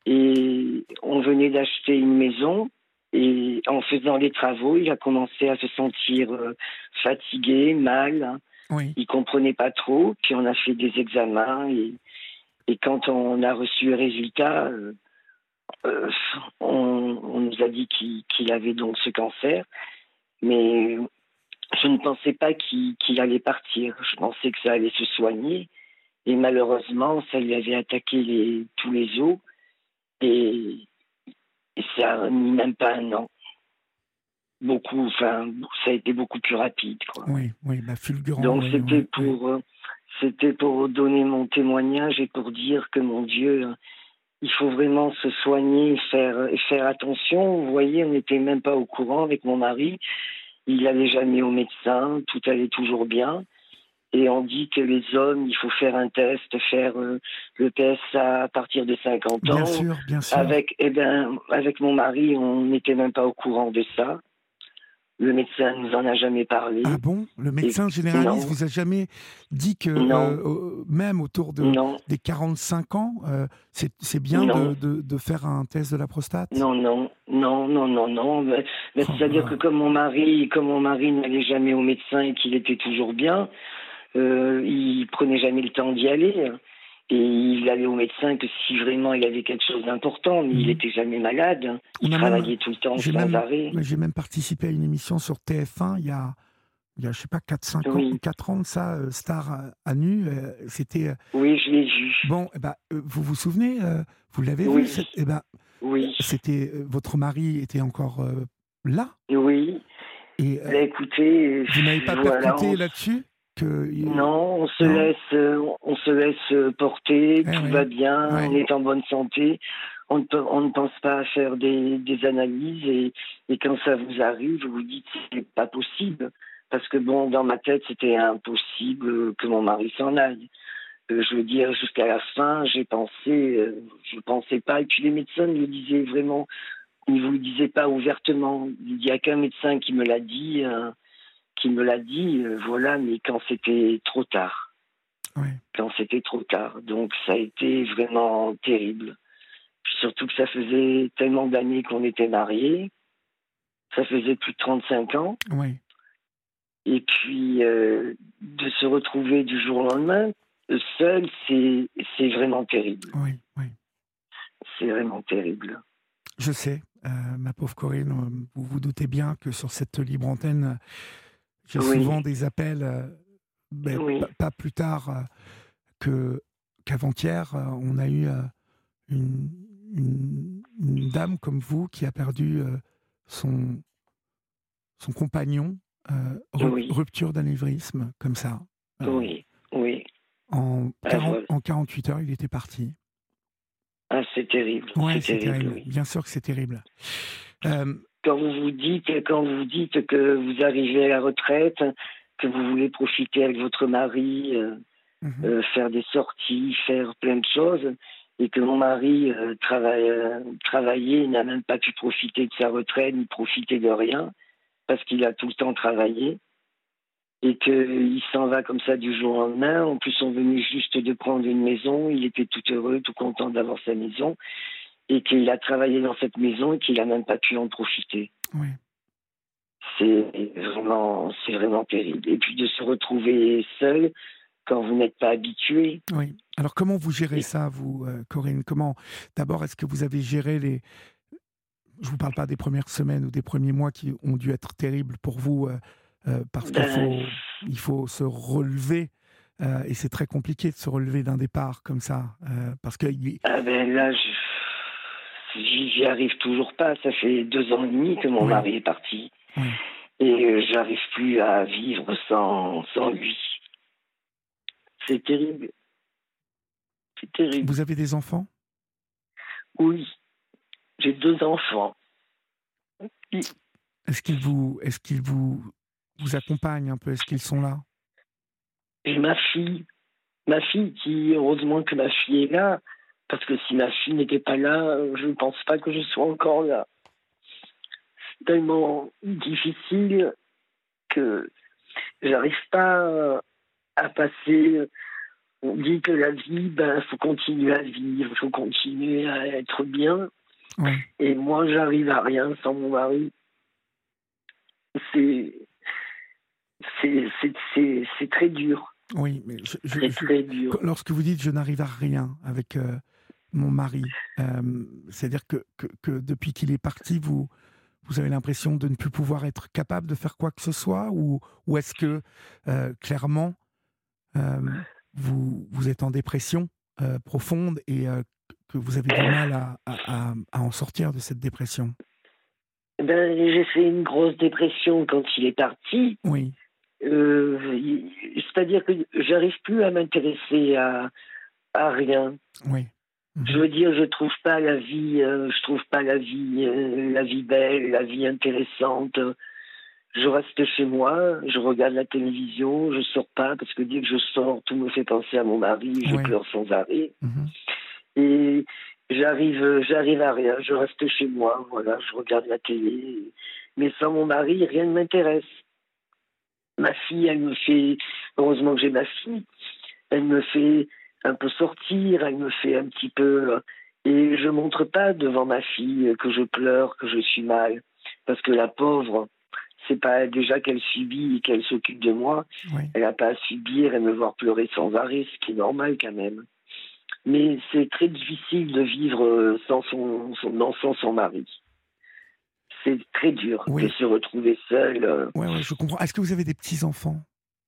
Et on venait d'acheter une maison. Et en faisant les travaux, il a commencé à se sentir euh, fatigué, mal. Oui. Il ne comprenait pas trop. Puis on a fait des examens. Et, et quand on a reçu le résultat, euh, euh, on, on nous a dit qu'il, qu'il avait donc ce cancer. Mais je ne pensais pas qu'il, qu'il allait partir. Je pensais que ça allait se soigner. Et malheureusement, ça lui avait attaqué les, tous les os. Et, et ça n'a mis même pas un an. Beaucoup, enfin, ça a été beaucoup plus rapide, quoi. Oui, oui, bah fulgurant. Donc oui, c'était oui, pour, oui. Euh, c'était pour donner mon témoignage et pour dire que, mon Dieu, il faut vraiment se soigner et faire, et faire attention. Vous voyez, on n'était même pas au courant avec mon mari. Il n'allait jamais au médecin, tout allait toujours bien. Et on dit que les hommes, il faut faire un test, faire euh, le test à partir de cinquante ans. Bien sûr, bien sûr. Avec, eh ben, avec mon mari, on n'était même pas au courant de ça. Le médecin ne nous en a jamais parlé. Ah bon? Le médecin et, généraliste vous a jamais dit que, euh, même autour de, des quarante-cinq ans, euh, c'est, c'est bien de, de, de faire un test de la prostate? Non, non, non, non, non, non. Mais, mais oh, c'est-à-dire bah. que comme mon mari, comme mon mari n'allait jamais au médecin et qu'il était toujours bien, euh, il prenait jamais le temps d'y aller. Et il allait au médecin que si vraiment il avait quelque chose d'important, mais mmh. il n'était jamais malade. Il travaillait même, tout le temps sans même, arrêt. J'ai même participé à une émission sur T F un il y a, il y a je ne sais pas, quatre cinq oui. ans, quatre ans de ça, euh, Star à nu. Euh, c'était, euh... Oui, je l'ai vu. Bon, eh ben, euh, vous vous souvenez, euh, vous l'avez oui. vu eh ben, oui. C'était, euh, votre mari était encore euh, là? Oui. Et, bah, écoutez, vous n'avez pas voilà, percuté on... là-dessus? Que... Non, on se non. laisse, on se laisse porter, eh tout oui. va bien, ouais. on est en bonne santé, on ne, peut, on ne pense pas à faire des, des analyses et, et quand ça vous arrive, vous vous dites c'est pas possible parce que bon, dans ma tête c'était impossible que mon mari s'en aille. Euh, je veux dire jusqu'à la fin, j'ai pensé, euh, je pensais pas et puis les médecins me le disaient vraiment, ils vous le disaient pas ouvertement. Il y a qu'un médecin qui me l'a dit. Euh, qui me l'a dit, euh, voilà, mais quand c'était trop tard. Oui. Quand c'était trop tard. Donc ça a été vraiment terrible. Puis surtout que ça faisait tellement d'années qu'on était mariés. Ça faisait plus de trente-cinq ans. Oui. Et puis, euh, de se retrouver du jour au lendemain, seul, c'est, c'est vraiment terrible. Oui, oui. C'est vraiment terrible. Je sais, euh, ma pauvre Corinne, euh, vous vous doutez bien que sur cette libre antenne, j'ai Oui. souvent des appels, euh, ben, Oui. pas, pas plus tard euh, que, qu'avant-hier, euh, on a eu euh, une, une, une dame comme vous qui a perdu euh, son, son compagnon, euh, ru- Oui. rupture d'anévrisme, comme ça. Euh, Oui, oui. En, Ah, quarante voilà. en quarante-huit heures, il était parti. Ah, c'est terrible. Ouais, c'est c'est terrible, terrible. oui. Bien sûr que c'est terrible. Euh, Quand vous vous dites, quand vous dites que vous arrivez à la retraite, que vous voulez profiter avec votre mari, euh, mhm. euh, faire des sorties, faire plein de choses, et que mon mari euh, travaille, euh, travaillait, il n'a même pas pu profiter de sa retraite, ni profiter de rien, parce qu'il a tout le temps travaillé, et qu'il s'en va comme ça du jour au lendemain. En plus, on venait juste de prendre une maison, il était tout heureux, tout content d'avoir sa maison, et qu'il a travaillé dans cette maison et qu'il n'a même pas pu en profiter. Oui. C'est vraiment, c'est vraiment terrible. Et puis de se retrouver seul quand vous n'êtes pas habitué. Oui. Alors, comment vous gérez Et- ça, vous, euh, Corinne? Comment, d'abord, est-ce que vous avez géré les... Je ne vous parle pas des premières semaines ou des premiers mois qui ont dû être terribles pour vous, euh, euh, parce qu'il Ben, faut, il faut se relever, euh, et c'est très compliqué de se relever d'un départ comme ça, euh, parce que... il- ah ben là, je, j'y j'y arrive toujours pas. Ça fait deux ans et demi que mon Oui. mari est parti. Oui. Et euh, j'arrive plus à vivre sans, sans lui. C'est terrible. C'est terrible. Vous avez des enfants? Oui, j'ai deux enfants. Est-ce qu'ils vous, est-ce qu'ils vous, vous accompagnent un peu? Est-ce qu'ils sont là? J'ai ma fille. Ma fille qui, heureusement que ma fille est là, parce que si ma fille n'était pas là, je ne pense pas que je sois encore là. C'est tellement difficile que j'arrive pas à passer. On dit que la vie, ben, faut continuer à vivre, faut continuer à être bien. Oui. Et moi, j'arrive à rien sans mon mari. C'est, c'est, c'est, c'est, c'est très dur. Oui, mais je, je- C'est je- très dur. lorsque vous dites je n'arrive à rien avec euh, mon mari, euh, c'est-à-dire que, que, que depuis qu'il est parti, vous, vous avez l'impression de ne plus pouvoir être capable de faire quoi que ce soit, ou, ou est-ce que euh, clairement euh, vous, vous êtes en dépression euh, profonde et euh, que vous avez du mal à, à, à- à en sortir de cette dépression? Ben, j'ai fait une grosse dépression quand il est parti. Oui, Euh, il- c'est-à-dire que j'arrive plus à m'intéresser à, à rien. oui. Mhm. Je veux dire, je trouve pas la vie, euh, je trouve pas la vie, euh, la vie belle, la vie intéressante. Je reste chez moi, je regarde la télévision, je sors pas parce que dès que je sors, tout me fait penser à mon mari, je Oui. pleure sans arrêt. Mhm. Et j'arrive, j'arrive à rien. Je reste chez moi, voilà, je regarde la télé. Mais sans mon mari, rien ne m'intéresse. Ma fille, elle me fait, heureusement que j'ai ma fille, elle me fait un peu sortir, elle me fait un petit peu, et je montre pas devant ma fille que je pleure, que je suis mal, parce que la pauvre, c'est pas déjà qu'elle subit et qu'elle s'occupe de moi, Oui. elle n'a pas à subir et me voir pleurer sans arrêt, ce qui est normal quand même. Mais c'est très difficile de vivre sans son, son enfant, son mari. C'est très dur Oui. de se retrouver seul. euh. Ouais, ouais, je comprends. Est-ce que vous avez des petits-enfants?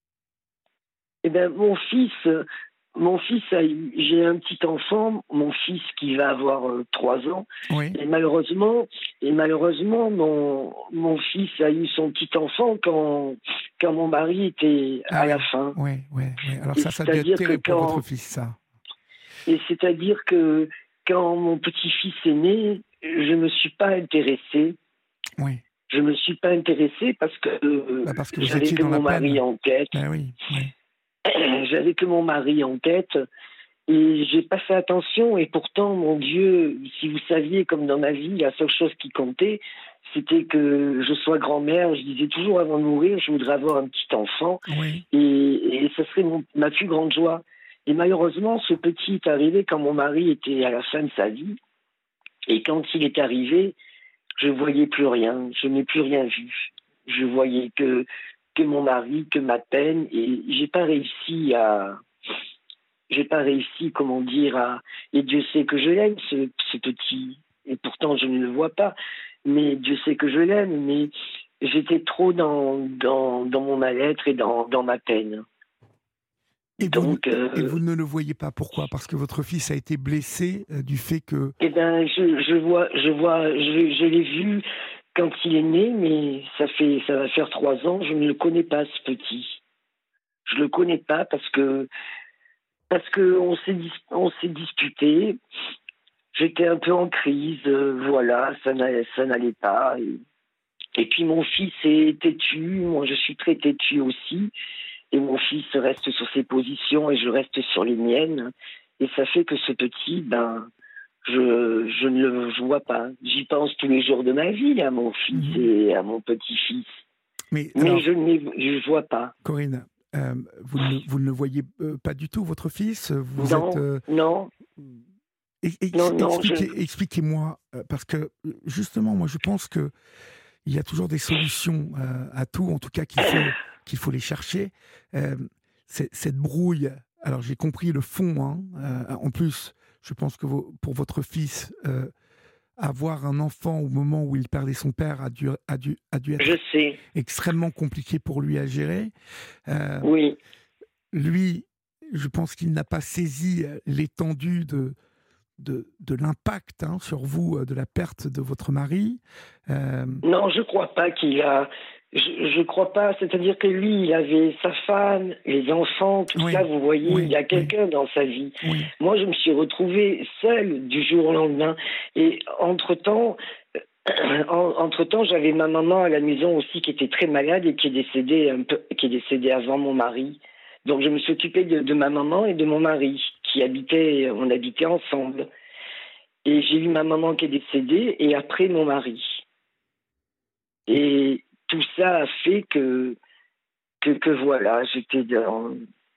Eh ben, mon fils, euh, mon fils, a eu- j'ai un petit enfant, mon fils qui va avoir euh, trois ans, Oui. et malheureusement, et malheureusement, mon, mon fils a eu son petit enfant quand, quand mon mari était Ah à oui. la fin. Oui, oui, oui. Alors Et ça, ça doit c'est-à-dire être que terrible pour quand- votre fils, ça. Et c'est-à-dire que quand mon petit-fils est né, je ne me suis pas intéressée. Oui. Je ne me suis pas intéressée parce que, euh, Bah, parce que vous j'avais étiez que dans la mon mari peine. en tête. Ben oui, oui. J'avais que mon mari en tête Et j'ai pas fait attention, et pourtant, mon Dieu, si vous saviez, comme dans ma vie, la seule chose qui comptait, c'était que je sois grand-mère. Je disais toujours avant de mourir, je voudrais avoir un petit enfant, Oui. et, et ce serait mon, ma plus grande joie. Et malheureusement, ce petit est arrivé quand mon mari était à la fin de sa vie, et quand il est arrivé, je voyais plus rien, je n'ai plus rien vu. Je voyais que, que mon mari, que ma peine, et j'ai pas réussi à... J'ai pas réussi, comment dire, à... Et Dieu sait que je l'aime, ce, ce petit. Et pourtant, je ne le vois pas. Mais Dieu sait que je l'aime. Mais j'étais trop dans, dans, dans mon mal-être et dans, dans ma peine. Et, Donc, vous, euh... et vous ne le voyez pas. Pourquoi? Parce que votre fils a été blessé euh, du fait que... Eh bien, je, je vois, je vois, je, je l'ai vu quand il est né, mais ça fait, ça va faire trois ans. Je ne le connais pas, ce petit. Je le connais pas parce que parce que on s'est on s'est disputé. J'étais un peu en crise, euh, voilà, ça n'allait, ça n'allait pas. Et, et puis mon fils est têtu, moi je suis très têtu aussi. Et mon fils reste sur ses positions et je reste sur les miennes. Et ça fait que ce petit, ben, je, je ne le je vois pas. J'y pense tous les jours de ma vie à mon fils mmh. et à mon petit-fils. Mais, Mais alors, je ne vois pas. Corinne, euh, vous, ne, vous ne le voyez euh, pas du tout, votre fils? Vous non, êtes, euh... non. Ex- ex- non, non expliquez, je... expliquez-moi, euh, parce que justement, moi je pense que il y a toujours des solutions euh, à tout, en tout cas qu'il faut, qu'il faut les chercher. Euh, cette brouille, alors j'ai compris le fond, hein, euh, en plus, je pense que vos, pour votre fils, euh, avoir un enfant au moment où il perdait son père a dû, a dû, a dû être je sais. extrêmement compliqué pour lui à gérer. Euh, oui. Lui, je pense qu'il n'a pas saisi l'étendue de, de, de l'impact hein, sur vous de la perte de votre mari. Euh... Non, je ne crois pas qu'il a... Je ne crois pas, c'est-à-dire que lui, il avait sa femme, les enfants, tout oui, ça, vous voyez, oui, il y a quelqu'un oui. dans sa vie. Oui. Moi, je me suis retrouvée seule du jour au lendemain. Et entre-temps, entre-temps, j'avais ma maman à la maison aussi qui était très malade et qui est décédée, un peu, qui est décédée avant mon mari. Donc, je me suis occupée de, de ma maman et de mon mari, qui habitaient, on habitait ensemble. Et j'ai eu ma maman qui est décédée et après mon mari. Et tout ça a fait que, que, que voilà, j'étais dans,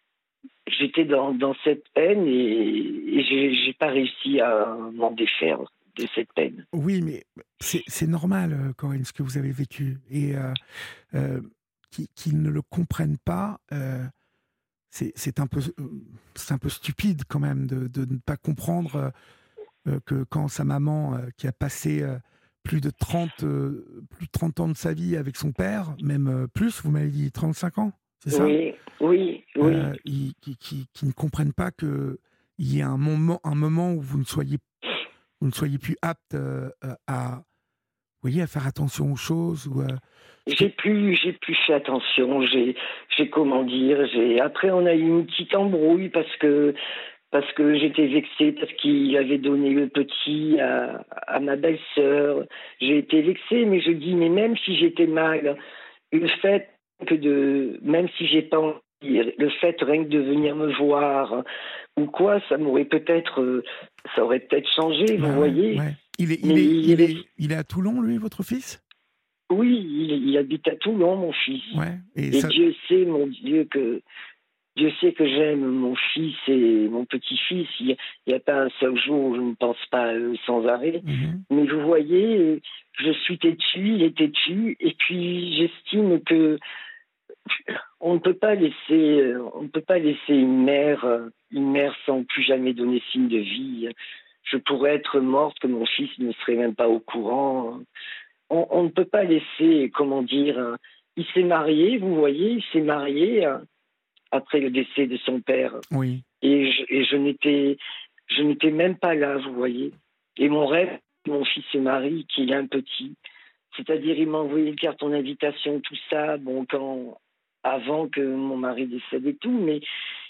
j'étais dans, dans cette peine et, et j'ai, j'ai pas réussi à m'en défaire de cette peine. Oui, mais c'est, c'est normal, Corinne, ce que vous avez vécu. Et euh, euh, qu'ils, qu'ils ne le comprennent pas, euh, c'est, c'est, un peu, c'est un peu stupide quand même de, de ne pas comprendre euh, que quand sa maman, euh, qui a passé... Euh, plus de trente, euh, plus de trente ans de sa vie avec son père, même euh, plus, vous m'avez dit trente-cinq ans, c'est ça? Oui, oui, oui. Euh, ils, qui, qui, qui ne comprennent pas qu'il y ait un moment, un moment où vous ne soyez, vous ne soyez plus apte euh, à, vous voyez, à faire attention aux choses. Ou, euh... J'ai plus, j'ai plus fait attention. J'ai, j'ai comment dire. J'ai. Après, on a eu une petite embrouille parce que. Parce que j'étais vexée, parce qu'il avait donné le petit à, à ma belle-sœur. J'ai été vexée, mais je dis, mais même si j'étais mal, le fait que de, même si j'ai pas envie, le fait rien que de venir me voir ou quoi, ça m'aurait peut-être, ça aurait peut-être changé, vous ouais, voyez. Ouais. Il est, il est, il, il est, est, il est à Toulon, lui, votre fils? Oui, il, il habite à Toulon, mon fils. Ouais. Et, et ça... Dieu sait, mon Dieu, que Dieu sait que j'aime mon fils et mon petit-fils. Il n'y a, a pas un seul jour où je ne pense pas à eux sans arrêt. Mm-hmm. Mais vous voyez, je suis têtue, il est têtu, et puis j'estime que on ne peut pas laisser, on ne peut pas laisser une mère, une mère sans plus jamais donner signe de vie. Je pourrais être morte, que mon fils ne serait même pas au courant. On, on ne peut pas laisser, comment dire, il s'est marié, vous voyez, il s'est marié après le décès de son père. Oui. Et je, et je n'étais, je n'étais même pas là, vous voyez. Et mon rêve, mon fils se marie, qu'il a un petit. C'est-à-dire, il m'a envoyé une carte en invitation, tout ça, bon, quand, avant que mon mari décède et tout, mais,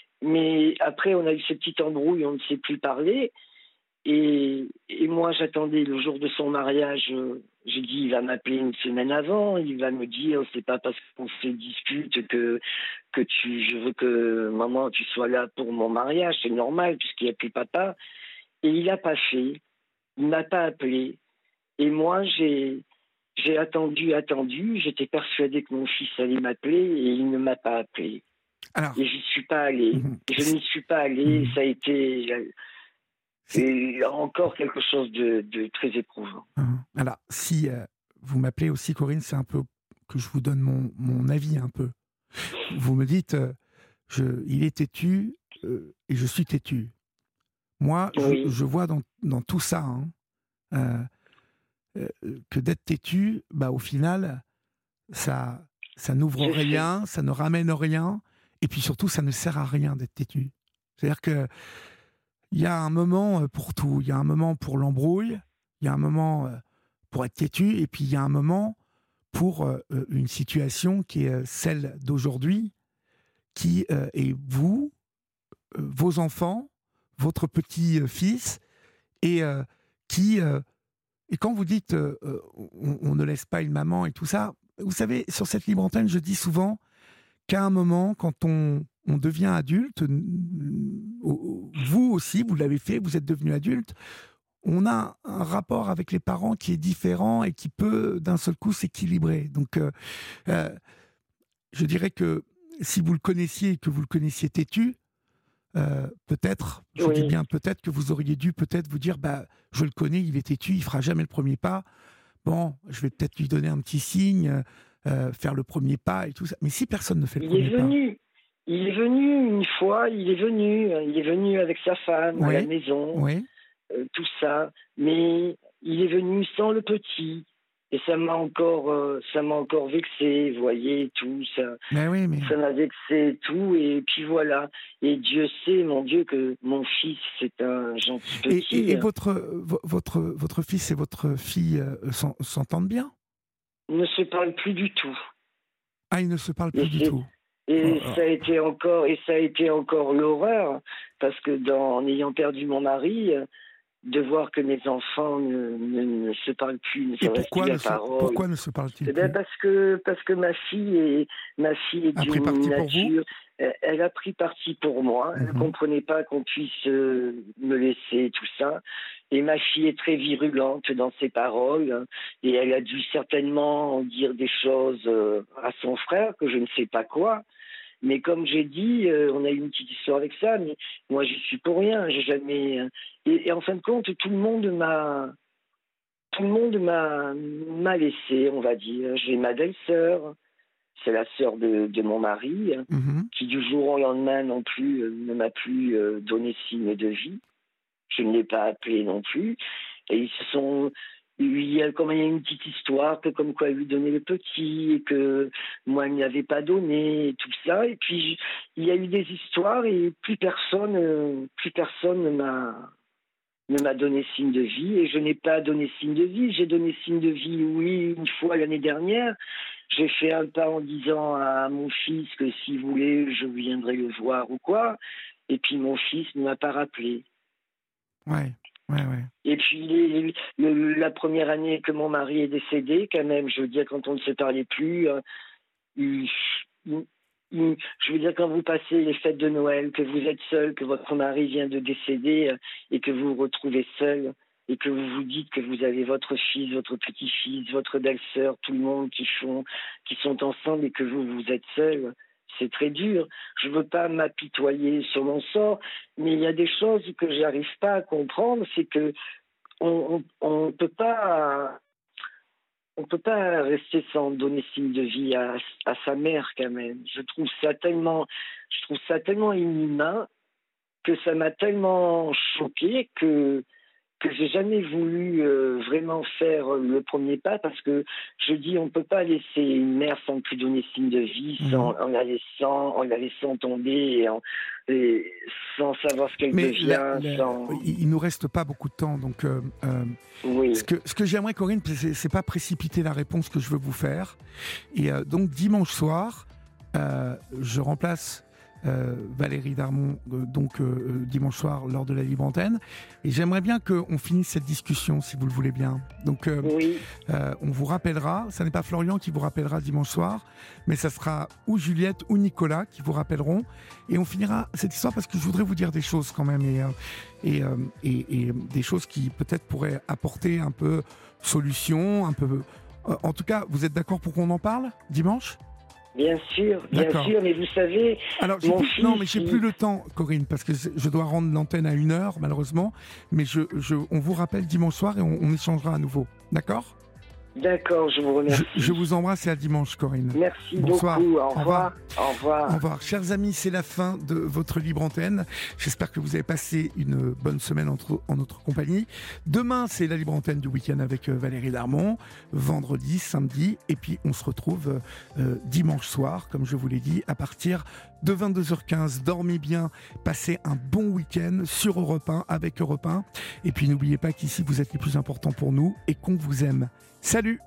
mais après, on a eu ce petit embrouille, on ne s'est plus parler. Et, et moi, j'attendais le jour de son mariage, J'ai dit, il va m'appeler une semaine avant, il va me dire, c'est pas parce qu'on se dispute que, que tu, je veux que, maman, tu sois là pour mon mariage, c'est normal, puisqu'il n'y a plus papa. Et il n'a pas fait, il m'a pas appelé. Et moi, j'ai, j'ai attendu, attendu, j'étais persuadée que mon fils allait m'appeler et il ne m'a pas appelé. Alors, et j'y suis pas allée, mmh, je n'y suis pas allée, mmh. ça a été... C'est encore quelque chose de, de très éprouvant. Alors, si euh, vous m'appelez aussi, Corinne, c'est un peu que je vous donne mon, mon avis un peu. Vous me dites, euh, je, il est têtu euh, et je suis têtu. Moi, Oui. je, je vois dans, dans tout ça hein, euh, euh, que d'être têtu, bah, au final, ça, ça n'ouvre Je rien, sais. Ça ne ramène rien, et puis surtout, ça ne sert à rien d'être têtu. C'est-à-dire que il y a un moment pour tout. Il y a un moment pour l'embrouille, il y a un moment pour être têtu, et puis il y a un moment pour une situation qui est celle d'aujourd'hui, qui est vous, vos enfants, votre petit-fils, et qui... Et quand vous dites on, on ne laisse pas une maman et tout ça, vous savez, sur cette libre antenne, je dis souvent qu'à un moment, quand on... on devient adulte, vous aussi, vous l'avez fait, vous êtes devenu adulte, on a un rapport avec les parents qui est différent et qui peut d'un seul coup s'équilibrer. Donc, euh, euh, je dirais que si vous le connaissiez et que vous le connaissiez têtu, euh, peut-être, je oui. dis bien peut-être que vous auriez dû peut-être vous dire, bah, je le connais, il est têtu, il fera jamais le premier pas. Bon, je vais peut-être lui donner un petit signe, euh, faire le premier pas et tout ça. Mais si personne ne fait le il premier est venu. Pas... Il est venu une fois, il est venu, il est venu avec sa femme oui. à la maison, oui. euh, tout ça, mais il est venu sans le petit, et ça m'a encore, euh, ça m'a encore vexé, vous voyez, tout ça, mais oui, mais... ça m'a vexé tout, et puis voilà, et Dieu sait, mon Dieu, que mon fils c'est un gentil petit. Et, et, et votre, votre, votre fils et votre fille euh, s'entendent bien? Ils ne se parlent plus du tout. Ah, ils ne se parlent plus et du tout. Et oh, ça a été encore, et ça a été encore l'horreur, parce que dans, en ayant perdu mon mari, de voir que mes enfants ne, ne, ne se parlent plus, ne s'adressent plus la parole. Pourquoi ne se parlent-ils plus? Parce que parce que ma fille est ma fille est d'une nature, elle, elle a pris parti pour moi. Elle ne mm-hmm. comprenait pas qu'on puisse euh, me laisser tout ça. Et ma fille est très virulente dans ses paroles, et elle a dû certainement dire des choses euh, à son frère que je ne sais pas quoi. Mais comme j'ai dit, euh, on a eu une petite histoire avec ça, mais moi j'y suis pour rien, j'ai jamais... Et, et en fin de compte, tout le monde m'a... Tout le monde m'a, m'a laissé, on va dire. J'ai ma belle-sœur, c'est la sœur de, de mon mari, mm-hmm. qui du jour au lendemain non plus euh, ne m'a plus euh, donné signe de vie. Je ne l'ai pas appelé non plus. Et ils se sont... Il y a comme il y a une petite histoire que comme quoi il lui donnait le petit et que moi il ne l'avais pas donné et tout ça. Et puis il y a eu des histoires et plus personne, plus personne ne m'a, ne m'a donné signe de vie. Et je n'ai pas donné signe de vie. J'ai donné signe de vie, oui, une fois l'année dernière. J'ai fait un pas en disant à mon fils que s'il voulait, je viendrais le voir ou quoi. Et puis mon fils ne m'a pas rappelé. Ouais. Ouais, ouais. Et puis les, le, la première année que mon mari est décédé, quand même, je veux dire, quand on ne se parlait plus, euh, il, il, il, je veux dire, quand vous passez les fêtes de Noël, que vous êtes seul, que votre mari vient de décéder euh, et que vous vous retrouvez seul et que vous vous dites que vous avez votre fils, votre petit-fils, votre belle-sœur, tout le monde qui, font, qui sont ensemble et que vous, vous êtes seul. C'est très dur. Je ne veux pas m'apitoyer sur mon sort, mais il y a des choses que je n'arrive pas à comprendre. C'est que on ne peut pas, on peut pas rester sans donner signe de vie à, à sa mère quand même. Je trouve ça tellement, je trouve ça tellement inhumain que ça m'a tellement choqué que que j'ai jamais voulu euh, vraiment faire le premier pas, parce que je dis on peut pas laisser une mère sans plus donner signe de vie, mmh. sans, en la laissant en la laissant tomber et, en, et sans savoir ce qu'elle Mais devient. La, la, sans... Il nous reste pas beaucoup de temps, donc euh, euh, oui. ce que ce que j'aimerais, Corinne, c'est, c'est pas précipiter la réponse que je veux vous faire. Et euh, donc dimanche soir, euh, je remplace euh, Valérie Darmon, euh, donc euh, dimanche soir lors de la Libre Antenne. Et j'aimerais bien qu'on finisse cette discussion, si vous le voulez bien. Donc, euh, Oui. euh, on vous rappellera. Ce n'est pas Florian qui vous rappellera dimanche soir, mais ça sera ou Juliette ou Nicolas qui vous rappelleront. Et on finira cette histoire parce que je voudrais vous dire des choses quand même et, euh, et, euh, et, et des choses qui peut-être pourraient apporter un peu solution, un peu. Euh, en tout cas, vous êtes d'accord pour qu'on en parle dimanche ? Bien sûr, bien D'accord. sûr, mais vous savez, Alors, j'ai mon plus, fils, non, mais j'ai il- plus le temps, Corinne, parce que je dois rendre l'antenne à une heure, malheureusement. Mais je, je, on vous rappelle dimanche soir et on, on échangera à nouveau. D'accord ? D'accord, je vous je, remercie. je vous embrasse et à dimanche, Corinne. Merci Bonsoir. beaucoup, au Au revoir. Au Au revoir. revoir. Chers amis, c'est la fin de votre Libre Antenne. J'espère que vous avez passé une bonne semaine entre, en notre compagnie. Demain, c'est la Libre Antenne du week-end avec Valérie Darmon. Vendredi, samedi. Et puis, on se retrouve euh, dimanche soir, comme je vous l'ai dit, à partir de vingt-deux heures quinze. Dormez bien. Passez un bon week-end sur Europe un, avec Europe un. Et puis, n'oubliez pas qu'ici, vous êtes les plus importants pour nous et qu'on vous aime. Salut!